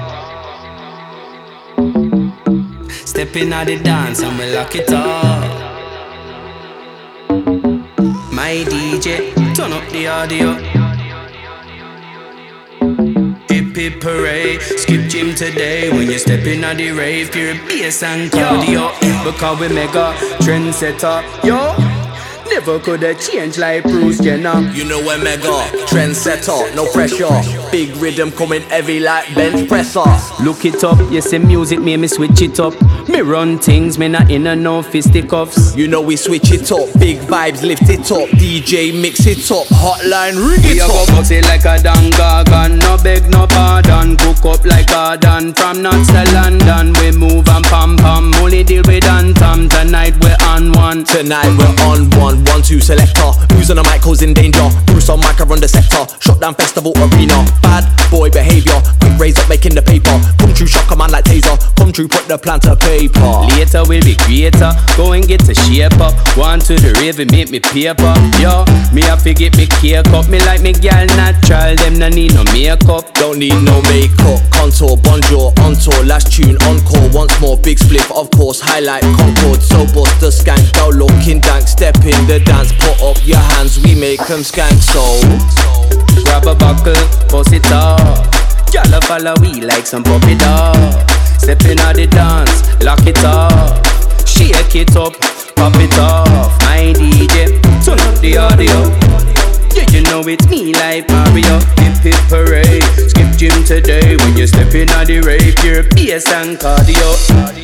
Step in at the dance and we lock it up. My DJ, turn up the audio. Hip hip parade, skip gym today. When you step in at the rave, pure bass and cardio. Because we mega trendsetter, yo. Never could have changed like Bruce Jenner. You know we're mega trendsetter, no pressure. Big rhythm coming heavy like bench presser. Look it up, you say music made me switch it up. Me run things, me not in a no fisticuffs. You know we switch it up, big vibes lift it up. DJ mix it up, hotline ring it up. We go bossy like a dangagan, no beg no pardon. Cook up like Garden from Knots to London. We move and pam pam, only deal with Antam. Tonight we're on one. Tonight we're on one. 1-2 selector, who's on the mic causing danger? Bruce on mic, I run the sector. Shot down festival arena. Bad boy behavior, quick raise up making the paper. Come true, shock a man like taser. Come true, put the plan to paper. Later we'll be greater, go and get to shape up. One to the rave and make me paper. Yo, me have to get me cake up. Me like me gal natural, them no need no makeup. Don't need no makeup, contour, bonjour, on tour. Last tune, encore, once more, big split, of course. Highlight, Concord, so bust the skank. Go looking dank, step in the dance, put up your hands, we make them skank. So grab a buckle, bust it up. Y'all follow we like some puppy dog. Step in at the dance, lock it up. Shake it up, pop it off. My DJ, turn up the audio. Yeah, you know it's me like Mario. Hip hip parade, skip gym today. When you step in at the rave, pure bass and cardio.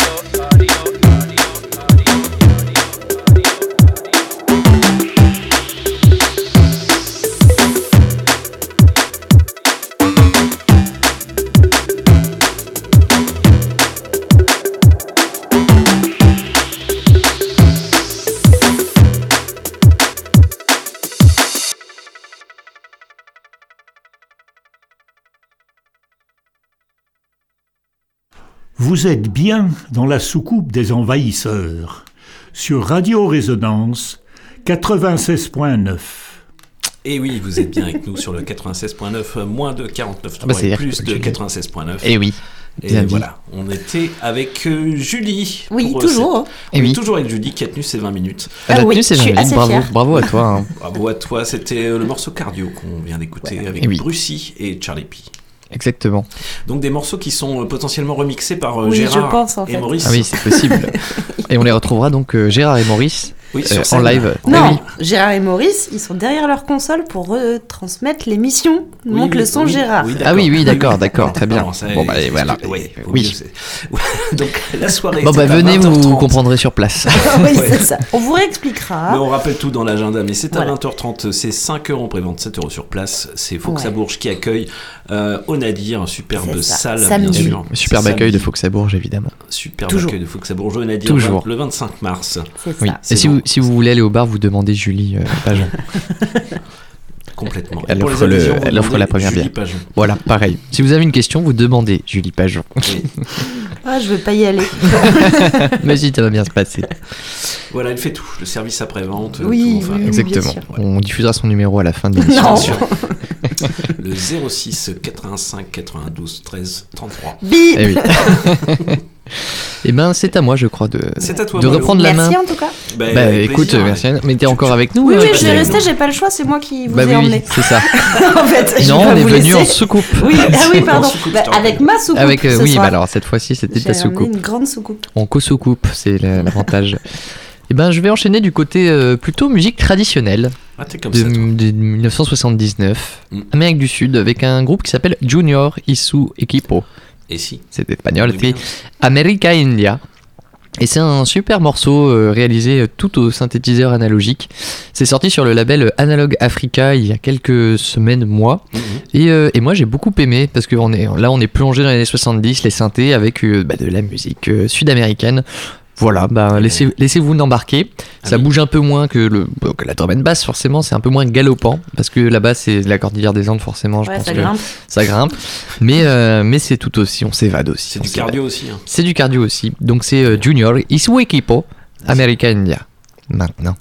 Vous êtes bien dans la soucoupe des envahisseurs, sur Radio Résonance 96.9. Et oui, vous êtes bien avec nous sur le 96.9, moins de 49.3 et plus de 96.9. Et oui. Et voilà, on était avec Julie. Oui, toujours. Et oui, toujours avec Julie qui a tenu ses 20 minutes. Elle a tenu ses 20 minutes, bravo à toi. Hein. Bravo à toi, c'était le morceau Cardio qu'on vient d'écouter avec Brucey et Charlie P. Exactement. Donc des morceaux qui sont potentiellement remixés par Gérard je pense, en fait. et Maurice. Ah oui, c'est possible. Et on les retrouvera donc Gérard et Maurice en live. Non, Gérard et Maurice, ils sont derrière leur console pour retransmettre l'émission. Donc le son Gérard. Oui, d'accord, très bien. Bon bah voilà. Oui. Donc la soirée. Bon bah venez, vous comprendrez sur place. Oui, c'est ça. On vous réexpliquera. Mais on rappelle tout dans l'agenda. Mais c'est à 20h30, c'est 5€ prévente, 7€ sur place. C'est Fox-à-Bourges qui accueille Onadir, superbe salle, bien sûr. Superbe accueil de Fox-à-Bourges, évidemment. Superbe accueil de Fox-à-bourges, Onadir, le 25 mars. C'est ça. Et si vous voulez aller au bar, vous demandez Julie Pageon. Complètement. Elle offre la première bière. Voilà, pareil. Si vous avez une question, vous demandez Julie Pageon. Oui. Je veux pas y aller. Mais si, ça va bien se passer. Voilà, elle fait tout. Le service après-vente. Oui, tout, exactement. On diffusera son numéro à la fin de l'émission. Le 06 85 92 13 33. Bip. Eh oui. Et ben c'est à moi, je crois, de reprendre la main. Merci en tout cas. Bah écoute, merci. Mais t'es encore avec nous. Oui, je vais rester, j'ai pas le choix, c'est moi qui vous ai emmené. C'est ça. En fait, non, on est venu en soucoupe. Oui, pardon. Avec ma soucoupe. Oui, alors cette fois-ci c'était ta soucoupe. Une grande soucoupe. En co-soucoupe, c'est l'avantage. Et ben je vais enchaîner du côté plutôt musique traditionnelle de 1979, Amérique du Sud, avec un groupe qui s'appelle Junior y su equipo. Et si c'est espagnol, c'est America India. Et c'est un super morceau réalisé tout au synthétiseur analogique. C'est sorti sur le label Analog Africa il y a quelques semaines, mois. Et moi j'ai beaucoup aimé parce que on est plongé dans les années 70, les synthés avec de la musique sud-américaine. Voilà, laissez-vous l'embarquer. Ça bouge un peu moins que la drum and bass, forcément, c'est un peu moins galopant, parce que là-bas, c'est la cordillère des Andes, forcément, je pense que ça grimpe. Mais c'est tout aussi, on s'évade aussi. C'est du cardio aussi. Hein. C'est du cardio aussi. Donc c'est Junior y su equipo, America India. Maintenant.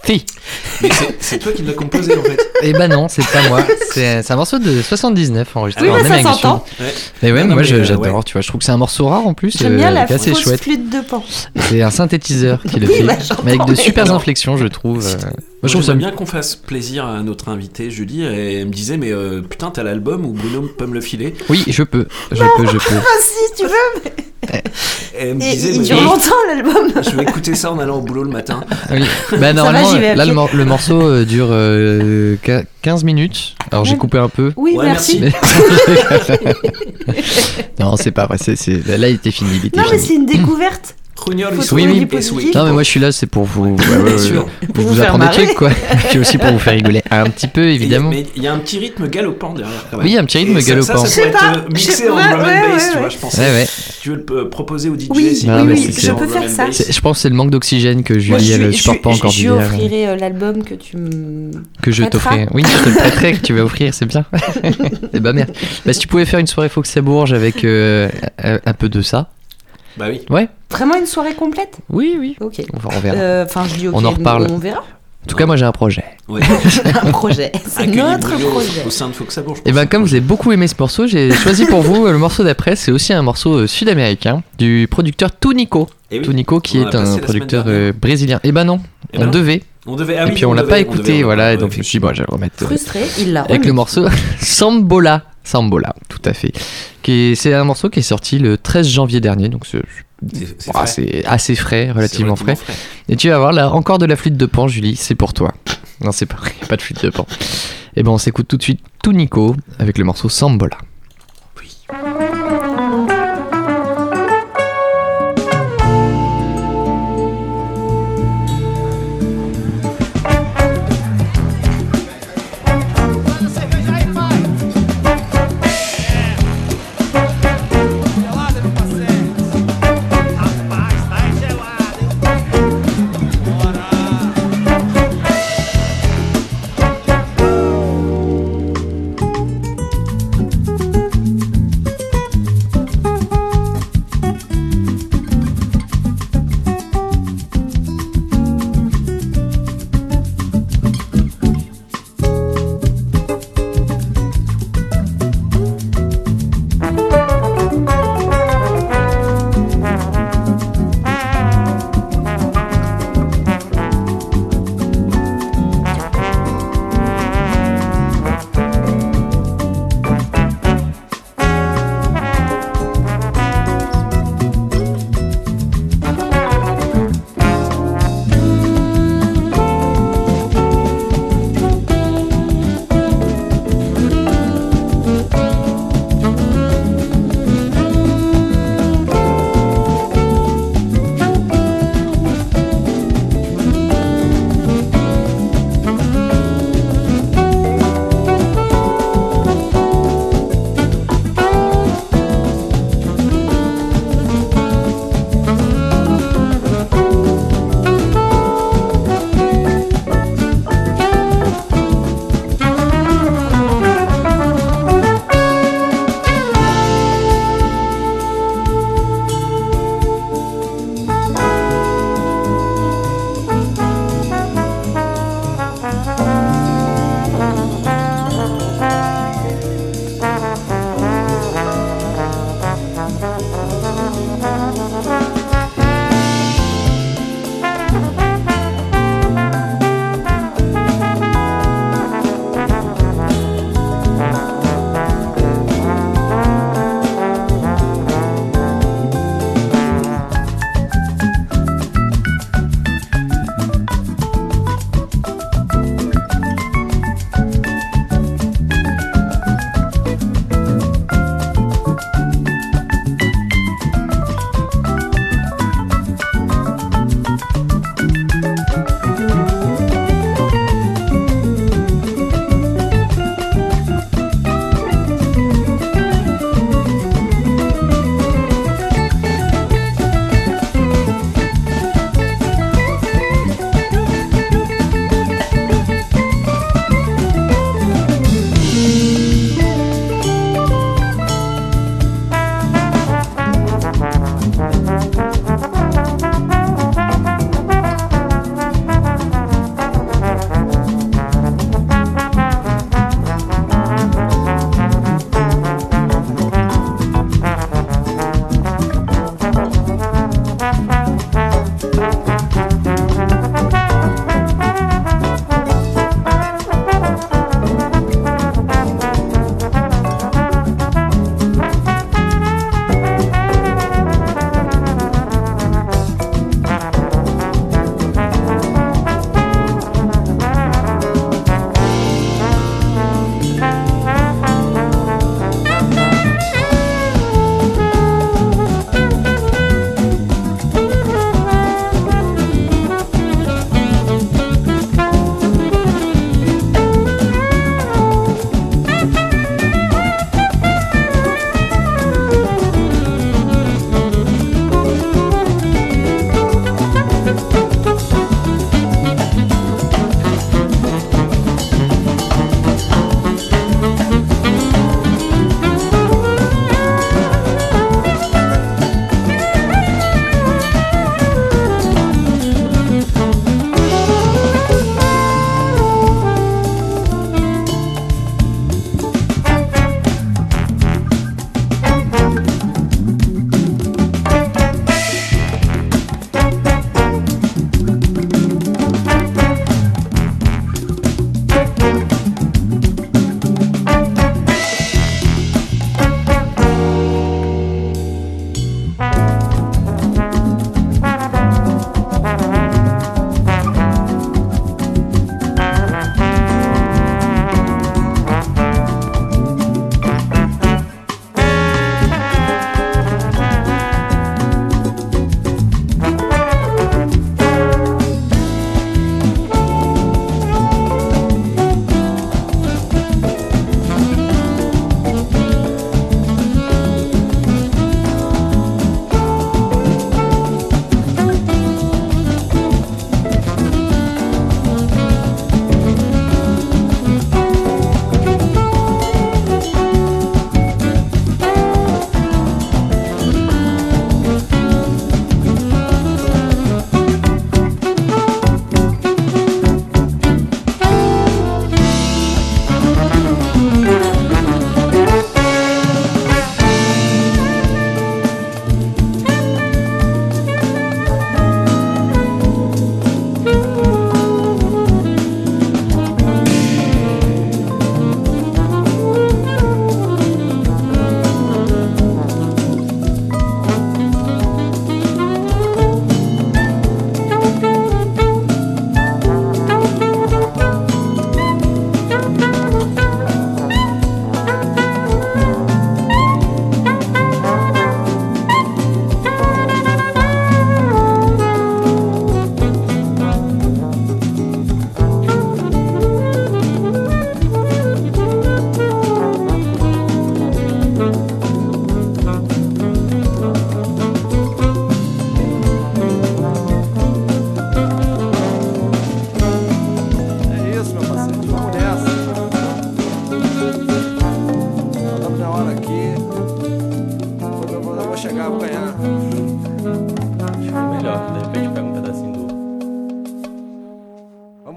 Si. Mais c'est toi qui l'as composé en fait. Eh ben non, c'est pas moi. C'est un morceau de 79 enregistré en ça s'entend. Mais ouais, moi j'adore, tu vois. Je trouve que c'est un morceau rare en plus. J'aime bien la assez fausse chouette. flûte de Pan. C'est un synthétiseur qui le fait, mais avec de super inflexions, je trouve. Moi, je trouve ça bien qu'on fasse plaisir à notre invité Julie. Et elle me disait, mais putain, t'as l'album ou Bruno peut me le filer? Oui, je peux. Si tu veux. Et elle me disait, il dure longtemps l'album. Je vais écouter ça en allant au boulot le matin. Oui. Bah normalement, là le morceau dure 15 minutes. Alors j'ai coupé un peu. Oui, merci. Non, c'est pas vrai. Là, il était fini. Non, mais c'est une découverte. Oui. Non, mais moi je suis là, c'est pour vous, pour vous apprendre des trucs, quoi. Puis aussi pour vous faire rigoler un petit peu, évidemment. Mais il y a un petit rythme galopant derrière, quand même. Oui, un petit rythme galopant. Ça pourrait être mixé en drum and bass, tu vois, je pense. Si tu veux le proposer au DJ, oui, je peux faire ça. Je pense que c'est le manque d'oxygène que Julie, elle ne supporte pas encore. Je lui offrirai l'album que tu me. Que je t'offrirai. Oui, je te le prêterai, que tu vas offrir, c'est bien. Et bah merde. Si tu pouvais faire une soirée Fox à Bourges avec un peu de ça. Bah oui. Ouais. Vraiment une soirée complète? Oui. Ok. On verra. Enfin, je dis ok. On en reparle. On verra. En tout cas, moi j'ai un projet. Ouais. Un projet. C'est notre projet. Au sein de Fox à Bourges. Et ben comme vous avez beaucoup aimé ce morceau, j'ai choisi pour vous le morceau d'après. C'est aussi un morceau sud-américain du producteur Tunico. Tunico qui est un producteur brésilien. Et ben non, on devait. Et puis on l'a pas écouté, voilà. Et donc je me suis dit, bon, je vais remettre. Frustré, il l'a avec le morceau Sambola, tout à fait. C'est un morceau qui est sorti le 13 janvier dernier, donc c'est assez frais, relativement frais. Et tu vas voir là encore de la flûte de Pan, Julie, c'est pour toi. Non, c'est pas vrai, pas de flûte de Pan. Et ben on s'écoute tout de suite Tunico avec le morceau Sambola. Oui.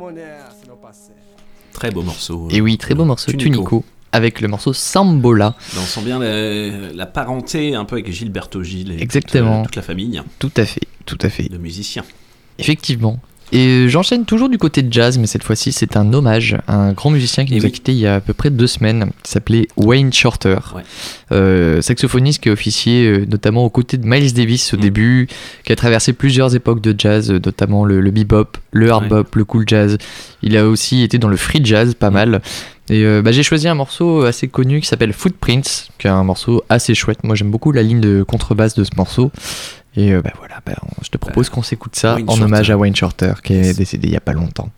Très beau morceau. Et oui, très beau morceau, Tunico. Avec le morceau Sambola. On sent bien la parenté un peu avec Gilberto Gil et exactement. Toute la famille. Tout à fait. De musiciens. Effectivement. Et j'enchaîne toujours du côté de jazz, mais cette fois-ci c'est un hommage à un grand musicien qui nous a quitté il y a à peu près 2 semaines, qui s'appelait Wayne Shorter, saxophoniste qui a officié notamment aux côtés de Miles Davis au début, qui a traversé plusieurs époques de jazz, notamment le bebop, le hard bop, le cool jazz. Il a aussi été dans le free jazz pas mal. Et j'ai choisi un morceau assez connu qui s'appelle Footprints, qui est un morceau assez chouette. Moi j'aime beaucoup la ligne de contrebasse de ce morceau. Et je te propose qu'on s'écoute ça en hommage à Wayne Shorter, qui est décédé il n'y a pas longtemps.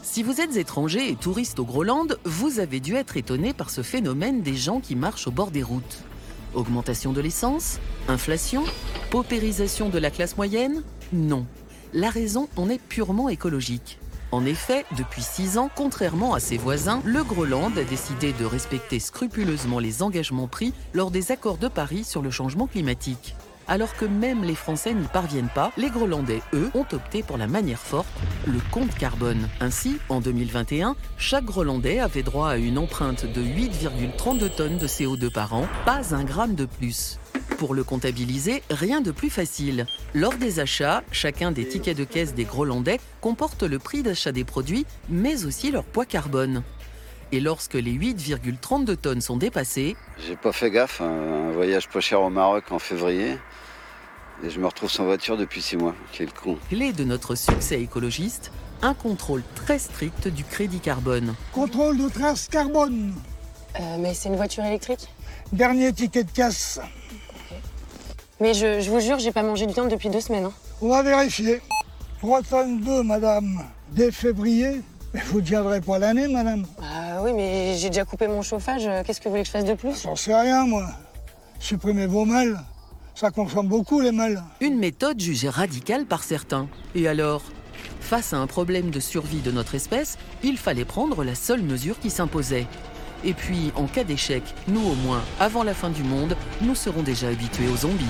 Si vous êtes étranger et touriste au Groenland, vous avez dû être étonné par ce phénomène des gens qui marchent au bord des routes. Augmentation de l'essence ? Inflation ? Paupérisation de la classe moyenne ? Non. La raison en est purement écologique. En effet, depuis 6 ans, contrairement à ses voisins, le Groenland a décidé de respecter scrupuleusement les engagements pris lors des accords de Paris sur le changement climatique. Alors que même les Français n'y parviennent pas, les Groenlandais, eux, ont opté pour la manière forte, le compte carbone. Ainsi, en 2021, chaque Groenlandais avait droit à une empreinte de 8,32 tonnes de CO2 par an, pas un gramme de plus. Pour le comptabiliser, rien de plus facile. Lors des achats, chacun des tickets de caisse des Groenlandais comporte le prix d'achat des produits, mais aussi leur poids carbone. Et lorsque les 8,32 tonnes sont dépassées... J'ai pas fait gaffe, un voyage pas cher au Maroc en février, et je me retrouve sans voiture depuis 6 mois. Quel con. Clé de notre succès écologiste, un contrôle très strict du crédit carbone. Contrôle de trace carbone. Mais c'est une voiture électrique ? Dernier ticket de caisse. Mais je vous jure, j'ai pas mangé de viande depuis 2 semaines. On va vérifier. 3 tonnes 2, madame. Dès février. Mais vous ne tiendrez pas l'année, madame. Oui, mais j'ai déjà coupé mon chauffage. Qu'est-ce que vous voulez que je fasse de plus ? J'en sais rien, moi. Supprimez vos mêles. Ça consomme beaucoup, les mêles. Une méthode jugée radicale par certains. Et alors ? Face à un problème de survie de notre espèce, il fallait prendre la seule mesure qui s'imposait. Et puis, en cas d'échec, nous au moins, avant la fin du monde, nous serons déjà habitués aux zombies.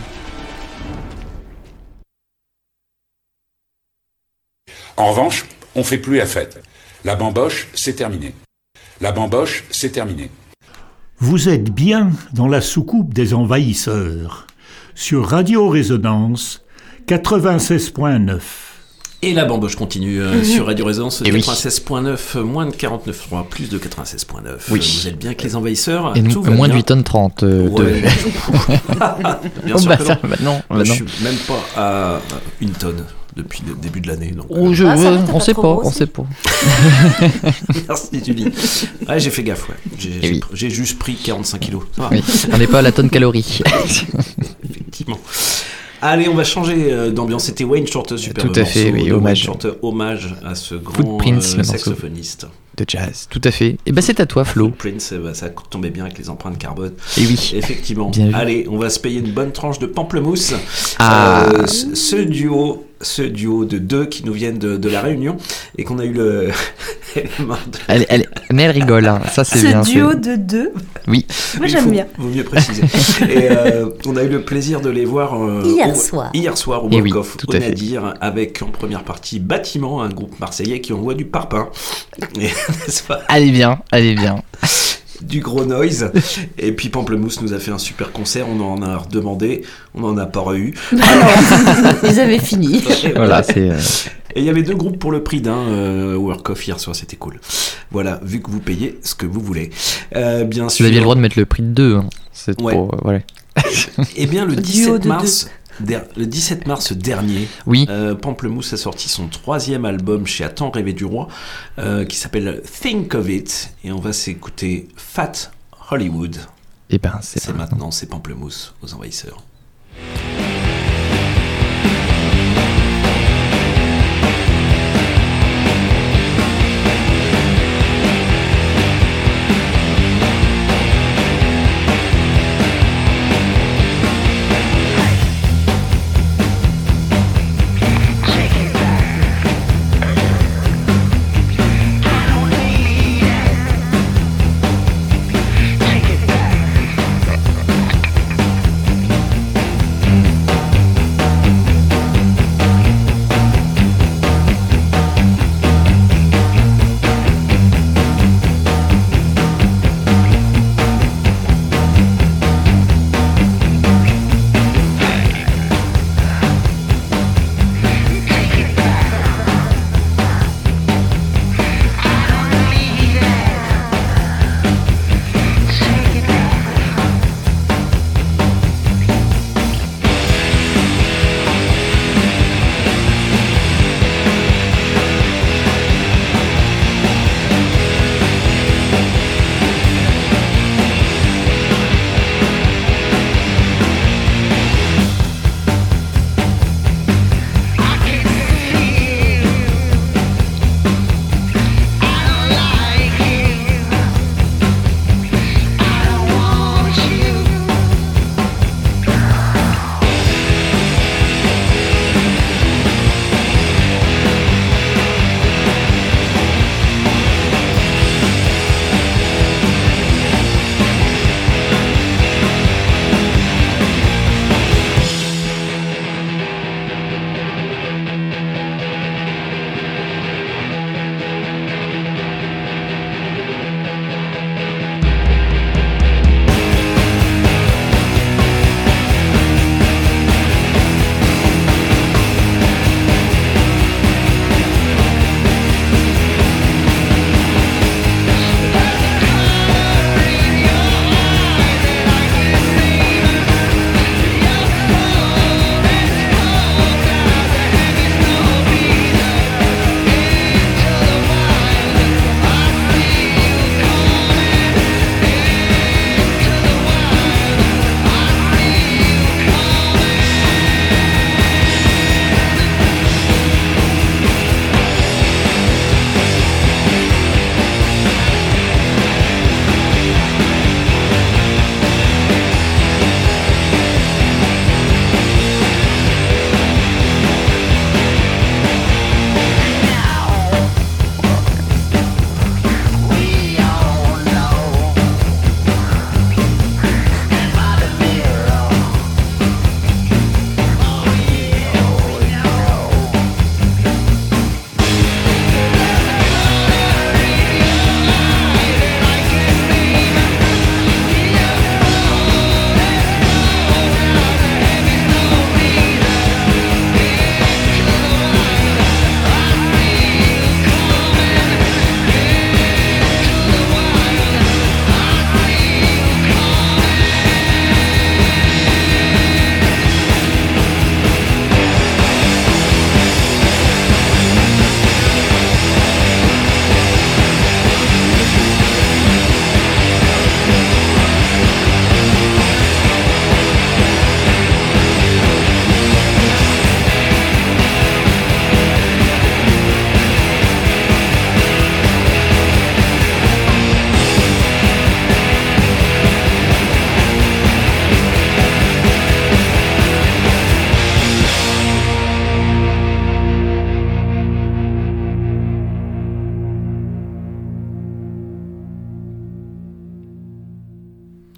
En revanche, on fait plus la fête. La bamboche, c'est terminé. La bamboche, c'est terminé. Vous êtes bien dans la soucoupe des envahisseurs, sur Radio Résonance 96.9. Et la bamboche continue sur Radio Résonance 96.9, moins de 49.3, plus de 96.9. Oui. Vous êtes bien avec les envahisseurs. Et nous, moins de 8 tonnes 30. Ouais. Bien sûr que non. Moi, je suis même pas à 1 tonne depuis le début de l'année. Donc, on sait pas, on sait pas. Merci Julie. Ouais, j'ai fait gaffe, ouais. J'ai juste pris 45 kilos. Oui, on n'est pas à la tonne calorie. Effectivement. Allez, on va changer d'ambiance. C'était Wayne Shorter, super tout à fait, oui, hommage. Shorter, hommage à ce grand saxophoniste de jazz. Tout à fait. Et ben c'est à toi, Flo. Prince, ça tombait bien avec les empreintes carbone. Et oui. Effectivement. Bien Allez, on va se payer une bonne tranche de pamplemousse. Ce duo de 2 qui nous viennent de la Réunion et qu'on a eu le. Mais elle rigole, hein. Ça c'est bien. Ce duo de 2. Oui. Moi j'aime bien. Vaut mieux préciser. Et on a eu le plaisir de les voir hier soir au Walk-Off au Nadir, avec en première partie Bâtiment, un groupe marseillais qui envoie du parpaing. Allez bien. Du gros noise. Et puis Pamplemousse nous a fait un super concert. On en a redemandé. On n'en a pas eu. Ils avaient fini. Voilà, c'est. Et il y avait 2 groupes pour le prix d'un Work-Off hier soir. C'était cool. Voilà, vu que vous payez ce que vous voulez. Bien sûr. Vous aviez le droit de mettre le prix de 2. Hein. C'est pour. Voilà. Et bien le 17 mars. Le 17 mars dernier, Pamplemousse a sorti son 3e album chez À Temps Rêver du Roi, qui s'appelle Think of It, et on va s'écouter Fat Hollywood. Et ben c'est maintenant, c'est Pamplemousse aux envahisseurs.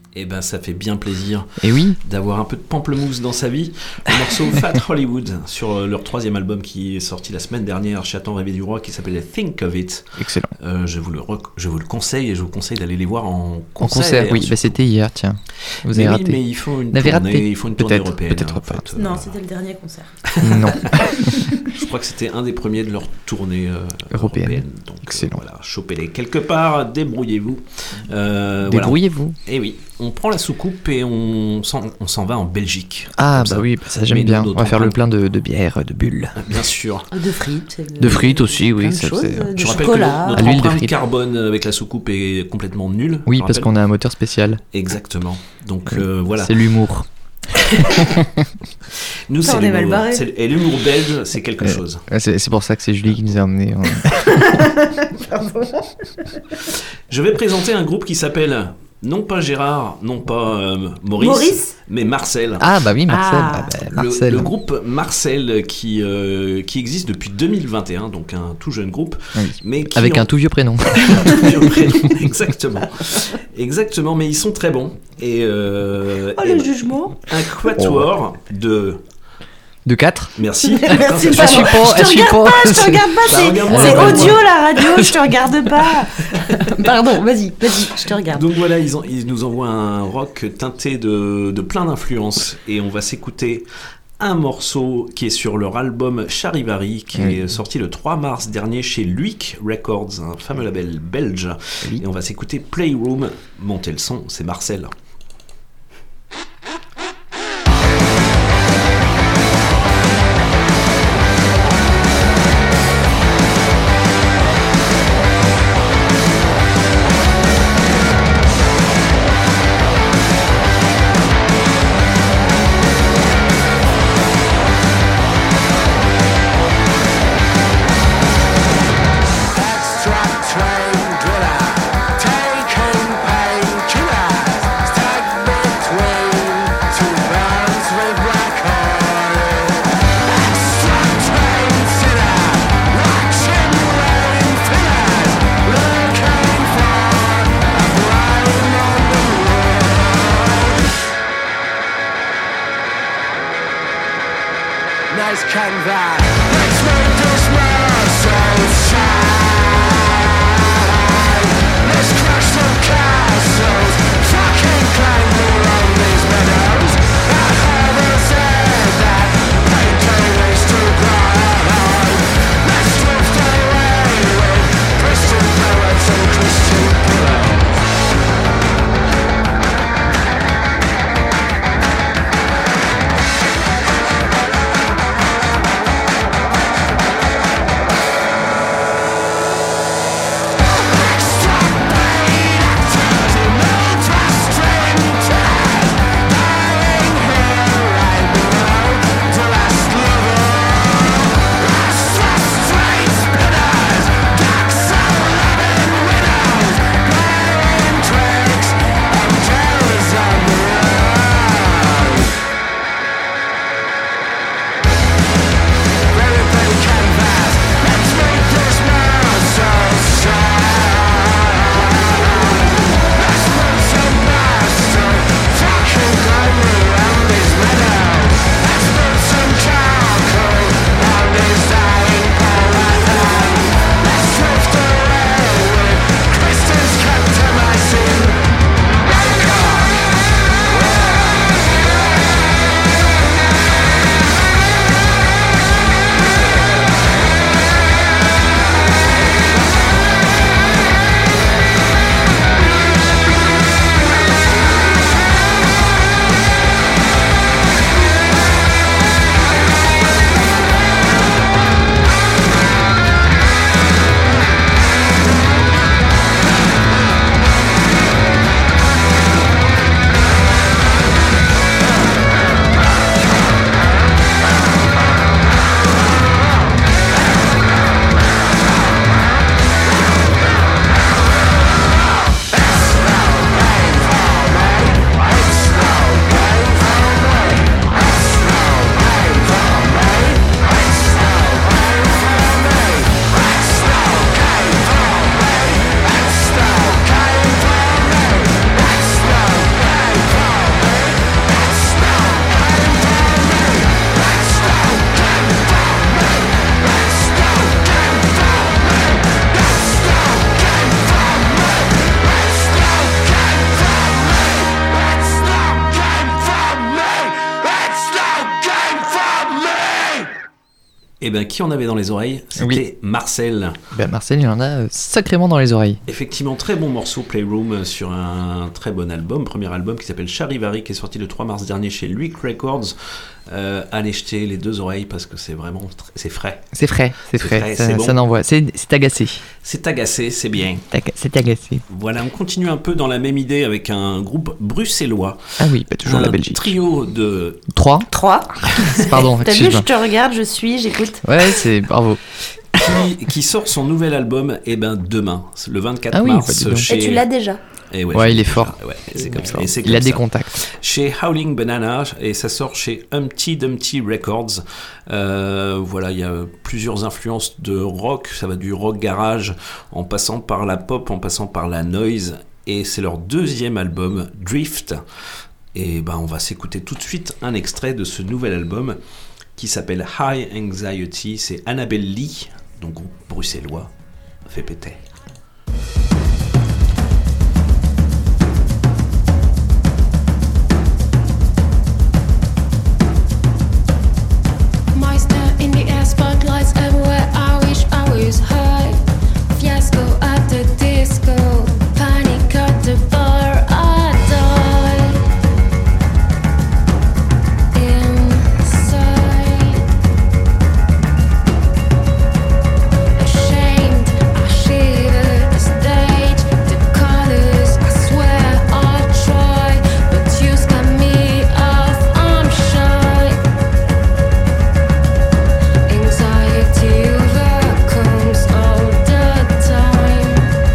Eh ben, ça fait bien plaisir d'avoir un peu de pamplemousse dans sa vie. Le morceau Fat Hollywood sur leur 3e album qui est sorti la semaine dernière chez Attends Rêver du Roi, qui s'appelle Think of It. Excellent. Je vous le conseille et je vous conseille d'aller les voir en concert. En concert, oui, c'était hier, tiens. Vous avez raté. Mais ils font une tournée européenne. Peut-être pas. Non, c'était le dernier concert. Non. Je crois que c'était un des premiers de leur tournée européenne. Donc excellent. Voilà, chopez-les quelque part, débrouillez-vous. Débrouillez-vous. Et oui. On prend la soucoupe et on s'en va en Belgique. Ah bah oui, ça j'aime bien. On va faire le plein de bière, de bulles. Bien sûr. De frites. De frites aussi, oui. Tu rappelles que notre empreinte carbone avec la soucoupe est complètement nulle. Oui, parce qu'on a un moteur spécial. Exactement. Donc voilà. C'est l'humour. Nous, c'est l'humour. Et l'humour belge, c'est quelque chose. C'est pour ça que c'est Julie qui nous a emmenés. Pardon. Je vais présenter un groupe qui s'appelle... Non pas Gérard, non pas Maurice, mais Marcel. Ah bah oui, Marcel. Marcel. Le groupe Marcel qui existe depuis 2021, donc un tout jeune groupe. Oui. Mais avec un tout vieux prénom. Exactement, mais ils sont très bons. Et, le jugement. Un quatuor de 4. Merci. Merci. Je te regarde pas. C'est audio la radio, je te regarde pas. Pardon, vas-y, je te regarde. Donc voilà, ils nous envoient un rock teinté de plein d'influences et on va s'écouter un morceau qui est sur leur album Charivari qui est sorti le 3 mars dernier chez Luik Records, un fameux label belge. Et on va s'écouter Playroom. Montez le son, c'est Marcel. Et bien, qui en avait dans les oreilles ? C'était Marcel. Marcel, il en a sacrément dans les oreilles. Effectivement, très bon morceau Playroom sur un très bon album, premier album qui s'appelle Charivari, qui est sorti le 3 mars dernier chez Luik Records. Allez jeter les deux oreilles parce que c'est vraiment c'est frais. C'est frais. Ça, bon. Ça n'envoie. C'est agacé. C'est agacé, c'est bien. C'est agacé. Voilà, on continue un peu dans la même idée avec un groupe bruxellois. Ah oui, toujours la Belgique. Trio de 3. Pardon. T'as vu, je te regarde, j'écoute. Ouais, c'est bravo. Qui sort son nouvel album demain, le 24 mars. Et tu l'as déjà. Et ouais, il est fort. Ouais, c'est comme ça. Il a des contacts. Chez Howling Banana, et ça sort chez Humpty Dumpty Records. Voilà, il y a plusieurs influences de rock. Ça va du rock garage, en passant par la pop, en passant par la noise. Et c'est leur deuxième album, Drift. Et on va s'écouter tout de suite un extrait de ce nouvel album qui s'appelle High Anxiety. C'est Annabelle Lee, donc groupe bruxellois, fait péter. Spotlights everywhere, I wish I was high. Fiasco at the disco, panic at the bar, I die inside. Ashamed, I shiver the stage, the colors, I swear I try, but you scare me off, I'm shy. Overcomes all the time.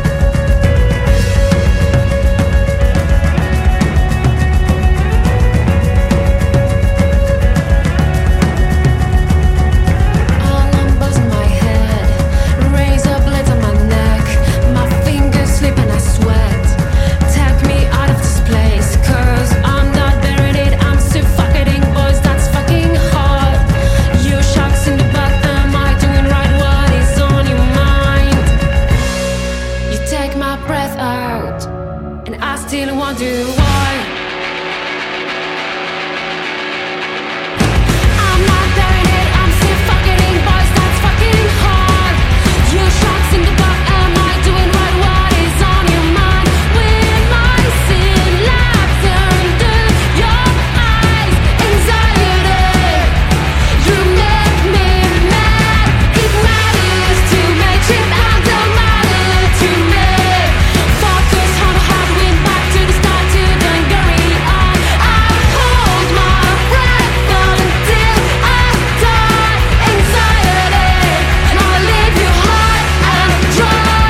All numbers in my head, razor blades on my neck, my fingers slip and I sweat. Take me out of this place, 'cause I'm not bearing it. I'm suffocating, boys, that's fucking hard. You sharks in the back. Take my breath out, and I still wonder why. I'm not bearing it, I'm suffocating, boys, that's fucking hard. You sharks in the back, am I doing right? What is on your mind? When my sin lights under your eyes, anxiety, you make me mad. It matters to me, chip out the matter to me. Focus on how we back to the start to then carry on. I hold my breath until I die. Anxiety, and I'll leave you hot and dry.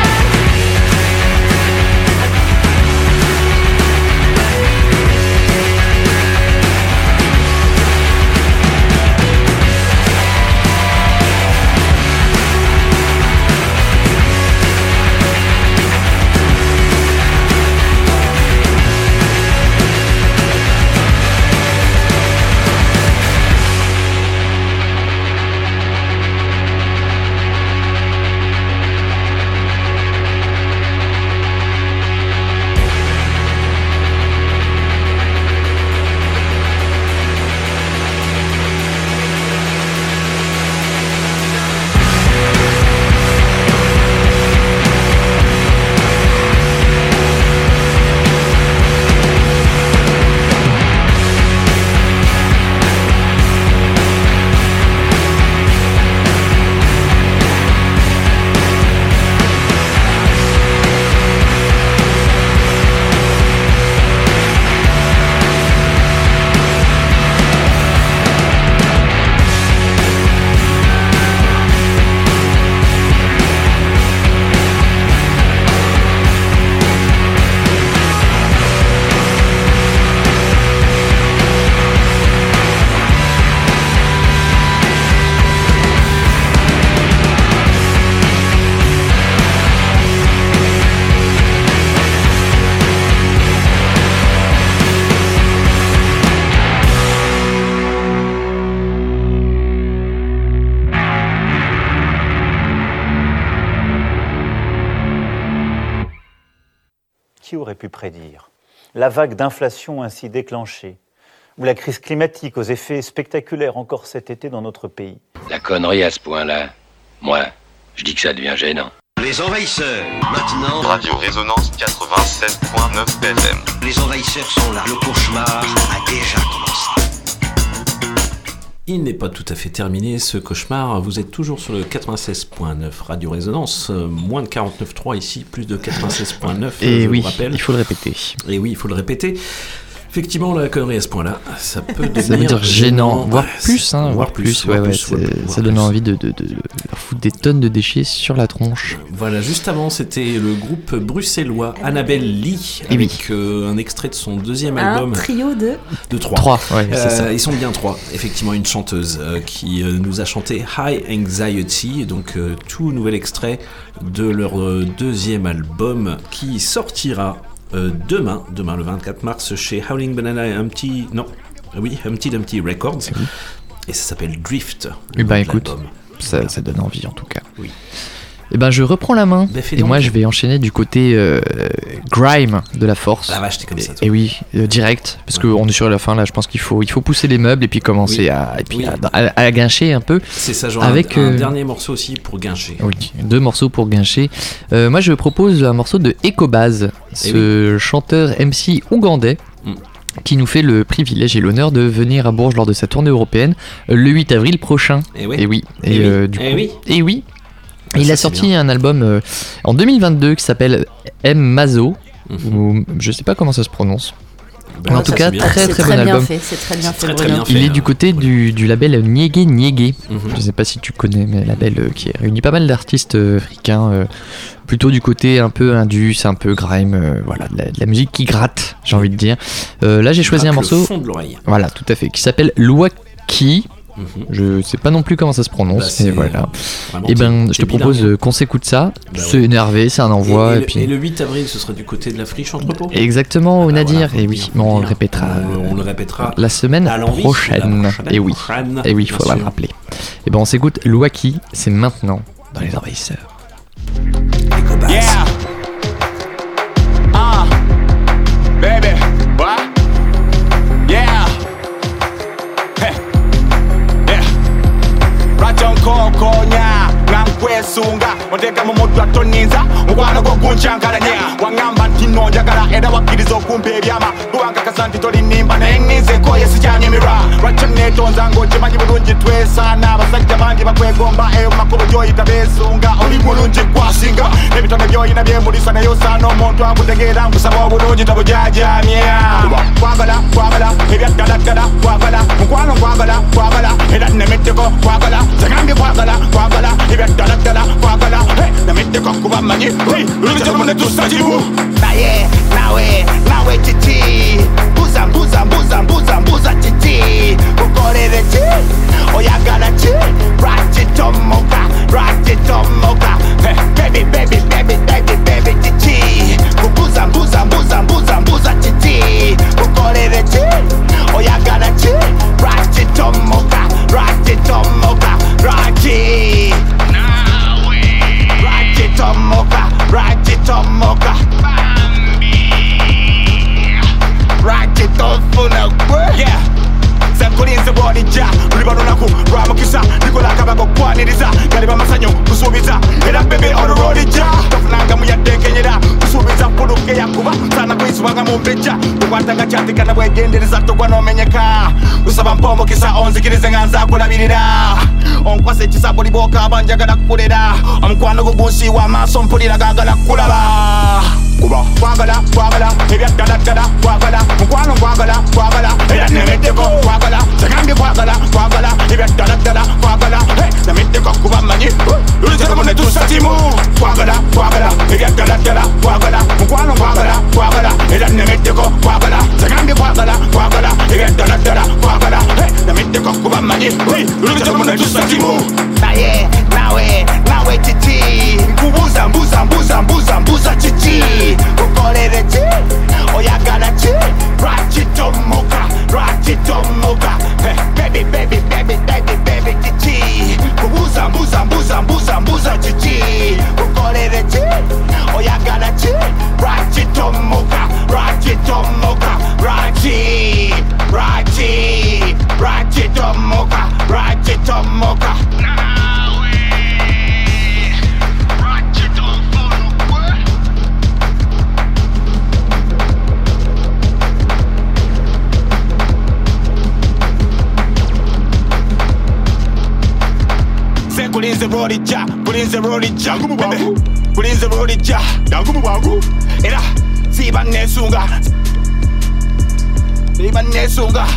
Qui aurait pu prédire la vague d'inflation ainsi déclenchée, ou la crise climatique aux effets spectaculaires encore cet été dans notre pays. La connerie à ce point-là, moi, je dis que ça devient gênant. Les envahisseurs, maintenant. Radio Résonance 87.9 FM. Les envahisseurs sont là. Le cauchemar a déjà commencé. Il n'est pas tout à fait terminé ce cauchemar. Vous êtes toujours sur le 96.9 Radio Résonance. Moins de 49.3 ici, plus de 96.9. Et oui, il faut le répéter. Et oui, il faut le répéter. Effectivement, la connerie à ce point-là, ça peut devenir gênant, voire plus, hein, voire plus. Ouais, ça donne envie de leur foutre des tonnes de déchets sur la tronche. Voilà, juste avant, c'était le groupe bruxellois Annabelle Lee, avec un extrait de son deuxième album. Un trio de 3. 3, ouais, c'est ça. Ils sont bien 3. Effectivement, une chanteuse qui nous a chanté High Anxiety, donc tout nouvel extrait de leur deuxième album qui sortira demain le 24 mars chez Howling Banana et Humpty Dumpty Records, et ça s'appelle Drift. Et ben écoute, ça donne envie en tout cas. Oui. Et ben je reprends la main et moi je vais enchaîner du côté grime de la force. La vache, t'es comme ça. Toi. Et oui, direct, parce qu'on est sur la fin là. Je pense qu'il faut pousser les meubles et puis commencer à guincher un peu. C'est ça, genre avec un dernier morceau aussi pour guincher. Oui, 2 morceaux pour guincher. Moi je propose un morceau de Ecobaz, ce chanteur MC ougandais. Qui nous fait le privilège et l'honneur de venir à Bourges lors de sa tournée européenne le 8 avril prochain. Et oui. Il a sorti un album en 2022 qui s'appelle M. Mazo, ou je sais pas comment ça se prononce. En tout cas, très bon album. C'est très bien fait. Il est du côté du label Niégué Niégué. Je sais pas si tu connais, mais label qui réunit pas mal d'artistes africains, plutôt du côté un peu indus, un peu grime, voilà, de la musique qui gratte, j'ai envie de dire. Là, j'ai choisi un morceau. Fond de l'oreille. Voilà, tout à fait, qui s'appelle Luaki. Je sais pas non plus comment ça se prononce, mais voilà. Et ben, je te propose qu'on s'écoute ça. C'est énervé, c'est un envoi. Et le 8 avril, ce sera du côté de la friche entrepôt. Exactement, au Nadir. Et oui, on le répétera. La semaine prochaine. Et oui, il faudra le rappeler. Et ben, on s'écoute Luaki. C'est maintenant dans les envahisseurs. Yeah. Baby. What? Yeah. Konya ngankwesunga ondeka mu mutwe atoninza mukwano gwoguncankalanya wangamba nti nonjagala era wakkiriza okumpa ebyama kubankakasa nti tolinimba naye nnizeeko yesikyanyumirwa lwakyo neetonza ng'okimanyi bulungi twesaana abasajja bangi bakwegomba eyo mu makubo gy'oyita beesunga oli bulungi kwasinga n'ebitone by'oyina byemulisa naye osaana omuntu akutegeera nkusaba obulungi tabujajamya kwagala ebyaddaladdala kwagala mukwano kwagala era nemetteko kwagala zagambye kwagala ebyaddaladdala kwagala nameddeko kuba mmanyi lulitemu ne tusajibu naye nawe kiki mbuza kiki ukolere ki oyagala ki rakitomoka baby kiki mbuza kiki ukolere ki oyagala ki rakitomoka Raji Tomoka Raji Tofuna Yeah Zankulinze bwolija buli balunaku lwamukisa likolakaba gokwaniriza gali bamasanyu kusuubiza era bebe olulolija tofunanga muyaddekenyera kusuubiza mpuluke yakuba sana kuyisibwanga mu mbejja tukwatanga kyatikana bwegendereza togwa n'omenyeka usaba mpomokisa onzikirize nga nzakulabirira onkwasa ekisabo libwokaba njagala kukulera omukwano gwo gunsiiwa amaaso mpulira gaagala kulaba kuba kwagala ebyaddaladdala kwagala mukwano kwagala era nemeddeko kwagala zagambye kwagala ebyaddaladdala kwagala nameddeko kuba mmanyi lulitemu ne tusatimu kwagala ebyaddaladdala kwagala mukwano kwagala era nemeddeko kwagala zagambye kwagala ebyaddaladdala kwagala nameddeko kuba mmanyi lulitemu ne tusatimu naye nawe kiki mbuza kiki ukolere ki oyagala ki rakitomoka baby kiki mbuza kiki ukolere ki oyagala ki rakitomoka Raji Bulinze Rodija, Bulinze Rodija, Bulinze Rodija, Era, Siban Nesunga, Siban Nesunga.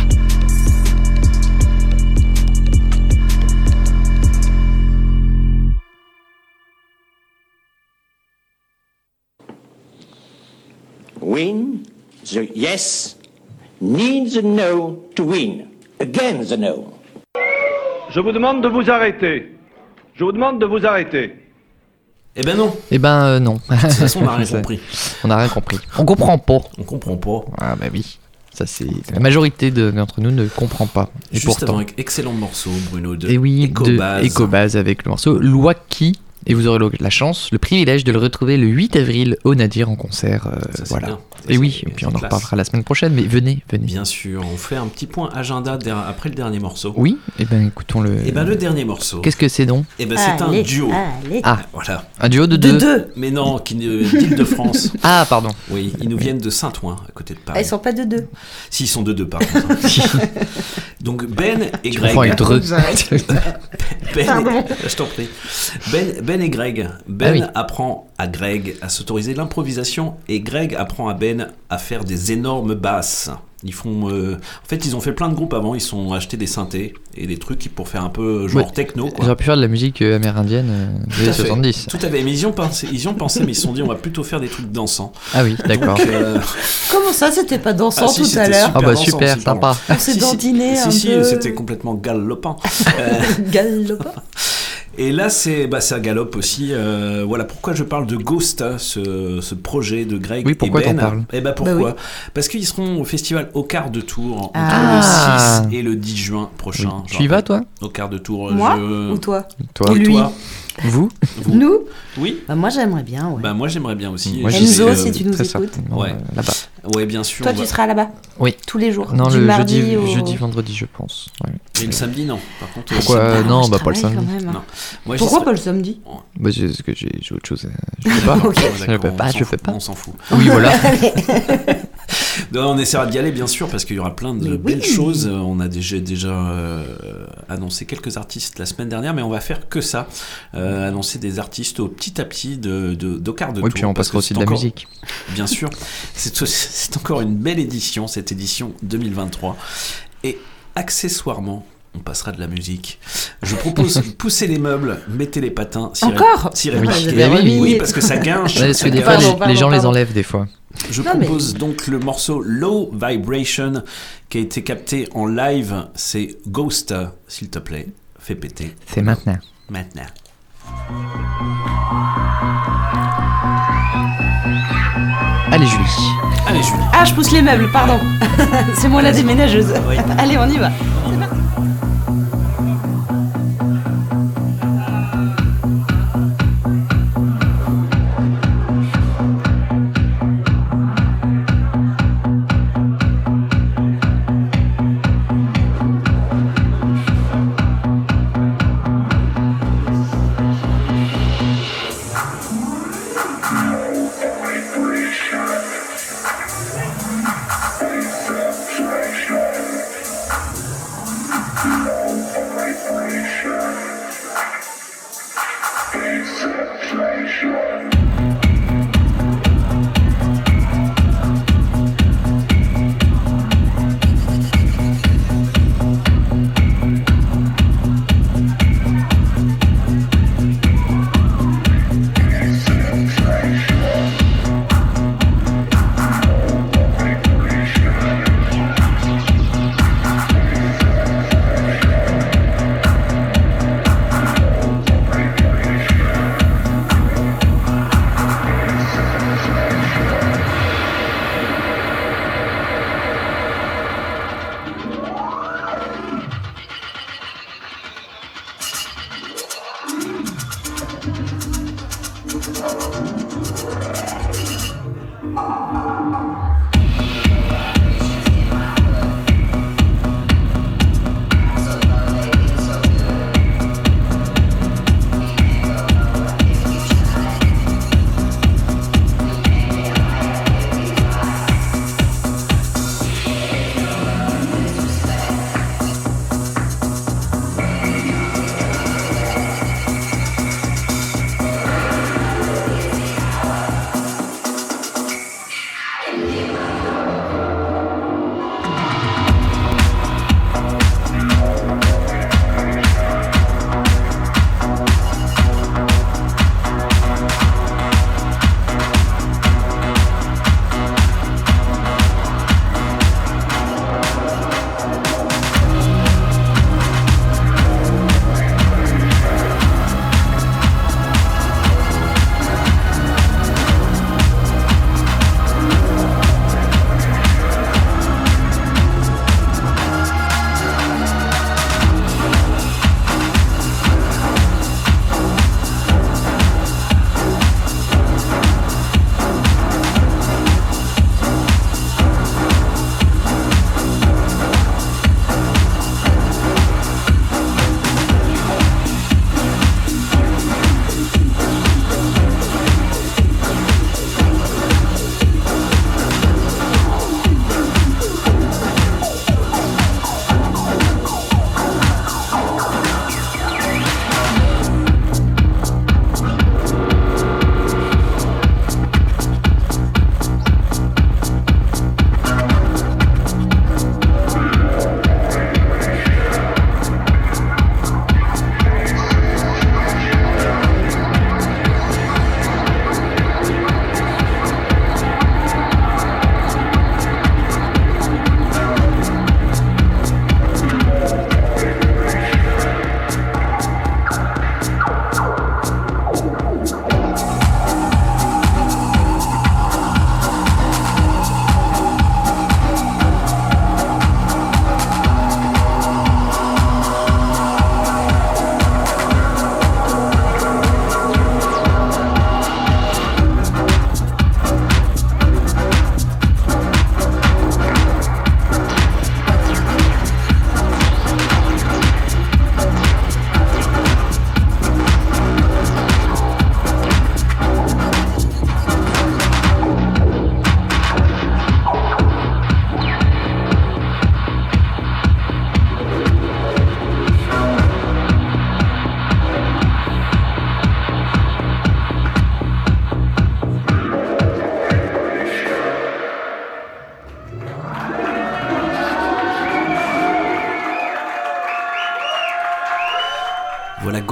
Win the yes, need the no to win. Again the no. Je vous demande de vous arrêter. Je vous demande de vous arrêter. Eh ben non. Eh ben non. De toute façon, on n'a rien compris. On n'a rien compris. On comprend pas. On comprend pas. Ah bah oui. Ça c'est la majorité d'entre nous ne comprend pas. Et juste pourtant. avant, excellent morceau, Bruno, de Ecobase avec le morceau Loaki. Et vous aurez la chance, le privilège de le retrouver le 8 avril au Nadir en concert. Voilà. Et oui, et puis on en reparlera la semaine prochaine, mais venez. Bien sûr, on fait un petit point agenda après le dernier morceau. Oui, et ben écoutons le. Et ben le dernier morceau. Qu'est-ce que c'est donc? Et ben c'est un duo. Ah, voilà. Un duo de deux. Mais non, d'Île-de-France. Ah, pardon. Oui, ils nous viennent de Saint-Ouen, à côté de Paris. Ah, ils sont pas de deux. Si, ils sont de deux, par contre. Donc Ben et Greg. Pardon. Je t'en prie. Ben et Greg. Ben apprend à Greg à s'autoriser l'improvisation et Greg apprend à Ben à faire des énormes basses. Ils font, en fait, ils ont fait plein de groupes avant. Ils sont achetés des synthés et des trucs pour faire un peu genre techno. Quoi. Ils auraient pu faire de la musique amérindienne des années 70. Tout à fait. Mais ils y ont pensé, mais ils se sont dit on va plutôt faire des trucs dansants. Ah oui, d'accord. Donc, comment ça, c'était pas dansant tout à l'heure? Ah bah super, aussi, sympa. On s'est dandiné un peu. Si, c'était complètement galopant. Galopant. Et là, c'est un galop aussi. Voilà pourquoi je parle de Ghost, ce projet de Greg et Ben. Pourquoi t'en parles? Et bah pourquoi? Bah oui. Parce qu'ils seront au festival au quart de tour entre le 6 et le 10 juin prochain. Oui. Tu y vas, toi? Au quart de tour. Moi ou toi? Toi. Ou lui? Toi. Vous? Nous? Oui. Bah moi j'aimerais bien. Ouais. Bah moi j'aimerais bien aussi. Moi, Enzo, si tu nous écoutes. Là-bas. Ouais, bien sûr. Toi, tu seras là-bas? Oui. Tous les jours? Non, du le mardi jeudi, vendredi, je pense. Ouais. Et le samedi, non. Par contre, pourquoi non, bah pas le samedi. Non. Moi, pourquoi pas le samedi? Bah parce que j'ai autre chose. Je peux pas. Je peux pas. On s'en fout. Oui, voilà. On essaiera d'y aller, bien sûr, parce qu'il y aura plein de belles choses. On a déjà annoncé quelques artistes la semaine dernière, mais on va faire que ça. Annoncer des artistes au petit à petit d'au quart de tour. Oui, puis on passera aussi de la musique. Bien sûr. C'est encore une belle édition, cette édition 2023. Et accessoirement, on passera de la musique. Je propose pousser les meubles, mettez les patins. Encore oui, parce que ça guinche. Parce que des fois, les gens les enlèvent des fois. Je propose donc le morceau Low Vibration qui a été capté en live. C'est Ghost, s'il te plaît. Fais péter. C'est maintenant. Maintenant. Allez Julie. Ah, je pousse les meubles, pardon. C'est moi la déménageuse. Oui. Allez, on y va.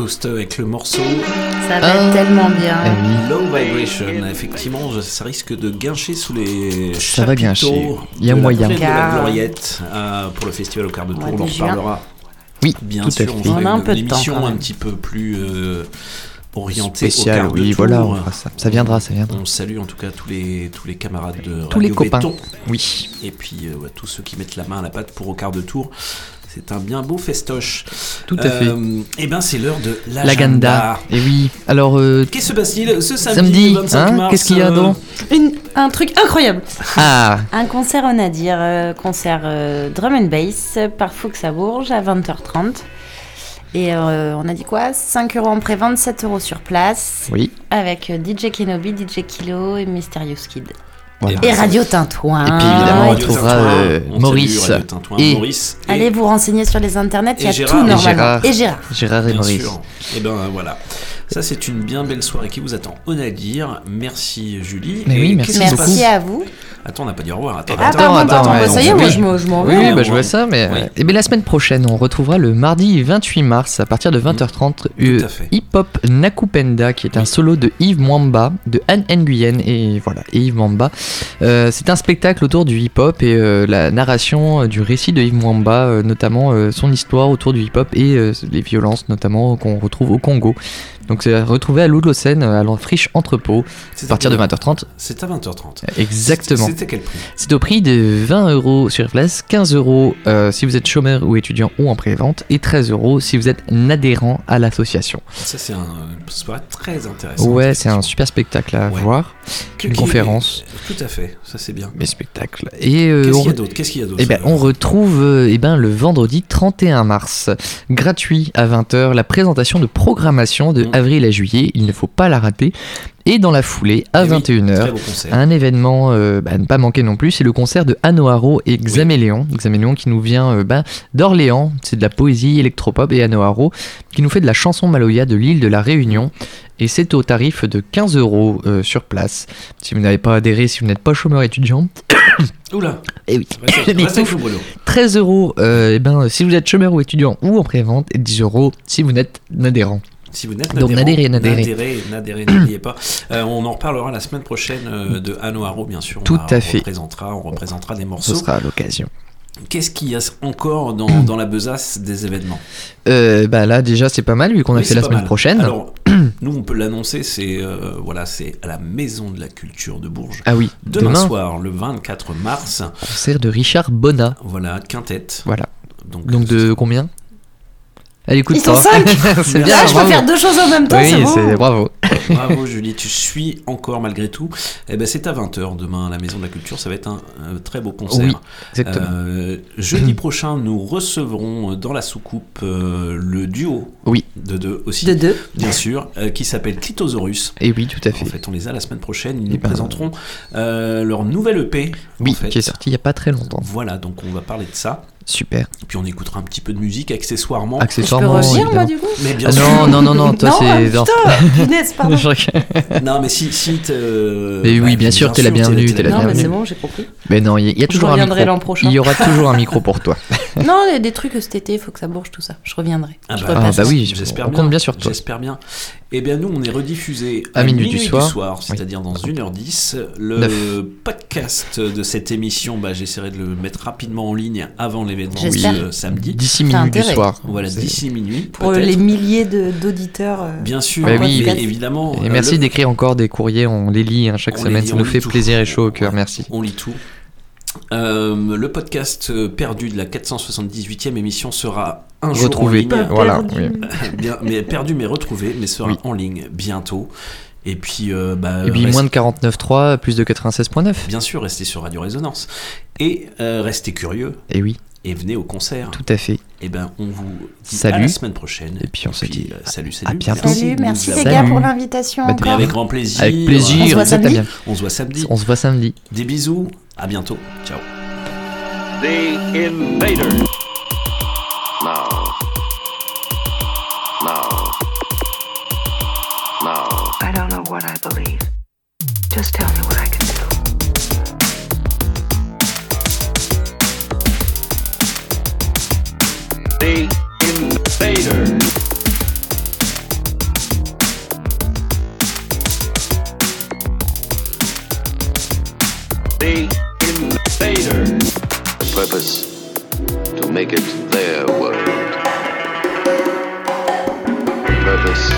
Ghost avec le morceau. Ça va être tellement bien. Low Vibration, effectivement, ça risque de guincher sous les chapiteaux. Ça va guincher. Il y a moyen. De la Gloriette pour le festival au quart de tour. On en reparlera. Oui, bien tout sûr. À fait. On a un peu de émission temps, un petit peu plus orientée spécial, au quart de tour. Voilà, ça viendra. On salue en tout cas tous les camarades de tous Radio les copains. Béton. Oui. Et puis tous ceux qui mettent la main à la pâte pour au quart de tour. C'est un bien beau festoche. Tout à fait. Et ben c'est l'heure de l'agenda. Et oui. Alors. Qu'est-ce qui se passe-t-il ce samedi 25 mars? Qu'est-ce qu'il y a donc un truc incroyable. Ah. Un concert au Nadir, concert drum and bass par Fuchs à Bourges à 20h30. Et on a dit quoi? 5 € en pré-vente, 7 € sur place. Oui. Avec DJ Kenobi, DJ Kilo et Mysterious Kid. Voilà. Et Radio Tintouin. Et puis évidemment, on retrouvera Maurice. Et Maurice. Allez vous renseigner sur les internets, il y a Gérard. tout normalement. Et Gérard. Gérard et bien Maurice. Sûr. Et ben voilà. Ça, c'est une bien belle soirée qui vous attend au Nadir. Merci Julie. Mais oui, merci beaucoup. Merci à vous. Attends, on n'a pas dit au revoir. Attends. Ça y est, moi je m'en vais. Oui, je vois ça, mais et bien la semaine prochaine, on retrouvera le mardi 28 mars à partir de 20h30 Hip Hop Nakupenda, qui est un solo de Yves Mwamba, de Anne Nguyen et voilà, et Yves Mwamba. C'est un spectacle autour du hip hop et la narration du récit de Yves Mwamba, notamment son histoire autour du hip hop et les violences notamment qu'on retrouve au Congo. Donc c'est retrouvé à Loudlocène, à l'Enfriche Entrepôt, à partir de 20h30. C'est à 20h30. Exactement. C'était quel prix? C'est au prix de 20 € sur place, 15 € si vous êtes chômeur ou étudiant ou en pré-vente, et 13 € si vous êtes un adhérent à l'association. Ça, c'est un soirée très intéressant. Ouais, c'est un super spectacle à voir. Une conférence. Tout à fait, ça c'est bien. Mais spectacle. Et Qu'est-ce qu'il y a d'autre? Eh ben, on retrouve le vendredi 31 mars, gratuit à 20h, la présentation de programmation de avril à juillet. Il ne faut pas la rater. Et dans la foulée, à 21h, un événement à ne pas manquer non plus, c'est le concert de Anoharo et Xaméléon. Xaméléon qui nous vient d'Orléans, c'est de la poésie électropop, et Anoharo qui nous fait de la chanson maloya de l'île de la Réunion. Et c'est au tarif de 15 € sur place. Si vous n'avez pas adhéré, si vous n'êtes pas chômeur étudiant. Oula. Et oui. 13 €, si vous êtes chômeur ou étudiant ou en pré-vente, et 10 € si vous n'êtes adhérent. Si vous n'êtes donc n'adhérez n'oubliez pas. On en reparlera la semaine prochaine de Anoharo, bien sûr. Tout à fait. On représentera des morceaux. Ce sera à l'occasion. Qu'est-ce qu'il y a encore dans la besace des événements? Là déjà c'est pas mal vu qu'on a fait la semaine prochaine. Alors nous on peut l'annoncer, c'est à la Maison de la Culture de Bourges. Ah oui. Demain soir, le 24 mars. Concert de Richard Bonnat. Voilà, quintette. Voilà. Donc de combien? Allez, écoute, ils sont 5. C'est bien. Là, je peux faire 2 choses en même temps. Oui, c'est bravo. Bravo Julie, tu suis encore malgré tout. C'est à 20h demain à la Maison de la Culture, ça va être un très beau concert. Oui, exactement. Jeudi prochain, nous recevrons dans la soucoupe le duo de deux aussi. De deux. Bien sûr, qui s'appelle Clitosaurus. Et oui, tout à fait. En fait, on les a la semaine prochaine, ils nous présenteront leur nouvelle EP. Oui, qui est sorti il n'y a pas très longtemps. Voilà, donc on va parler de ça. Super. Et puis on écoutera un petit peu de musique accessoirement. Je peux revenir moi du coup? Mais bien sûr. Non, toi c'est... Putain, punaise, pardon. Non mais si mais oui, bien sûr, t'es la bienvenue. Non mais c'est bon, j'ai compris. Mais non, il y a toujours un micro. L'an prochain. Il y aura toujours un micro pour toi. Non, il y a des trucs cet été, il faut que ça bourge tout ça. Je reviendrai. Oui, j'espère on compte bien sur toi. J'espère bien. Eh bien nous on est rediffusé à minuit du soir, c'est-à-dire dans 1h10. Le podcast de cette émission, j'essaierai de le mettre rapidement en ligne avant l'événement samedi. D'ici minuit du soir. Voilà, d'ici minuit. Pour les milliers d'auditeurs. Bien sûr, oui, évidemment. Et merci d'écrire encore des courriers, on les lit chaque semaine, ça nous fait plaisir et chaud au cœur, merci. On lit tout. Le podcast perdu de la 478e émission sera un jour retrouvé. En ligne. Voilà. Bien, mais perdu mais retrouvé, mais sera en ligne bientôt. Et puis, moins de 49.3, plus de 96.9. Bien sûr, restez sur Radio Résonance. Et restez curieux. Et oui. Et venez au concert. Tout à fait. Et on vous dit salut. À la semaine prochaine. Et puis on se dit salut. À bientôt. Salut, merci les gars pour l'invitation. Mais avec grand plaisir. Avec plaisir. On se voit samedi. On se voit samedi. Des bisous. À bientôt. Ciao. The Invaders. No. I don't know what I believe. Just tell me what I can do. The Invaders. The invader. The purpose, to make it their world. The purpose,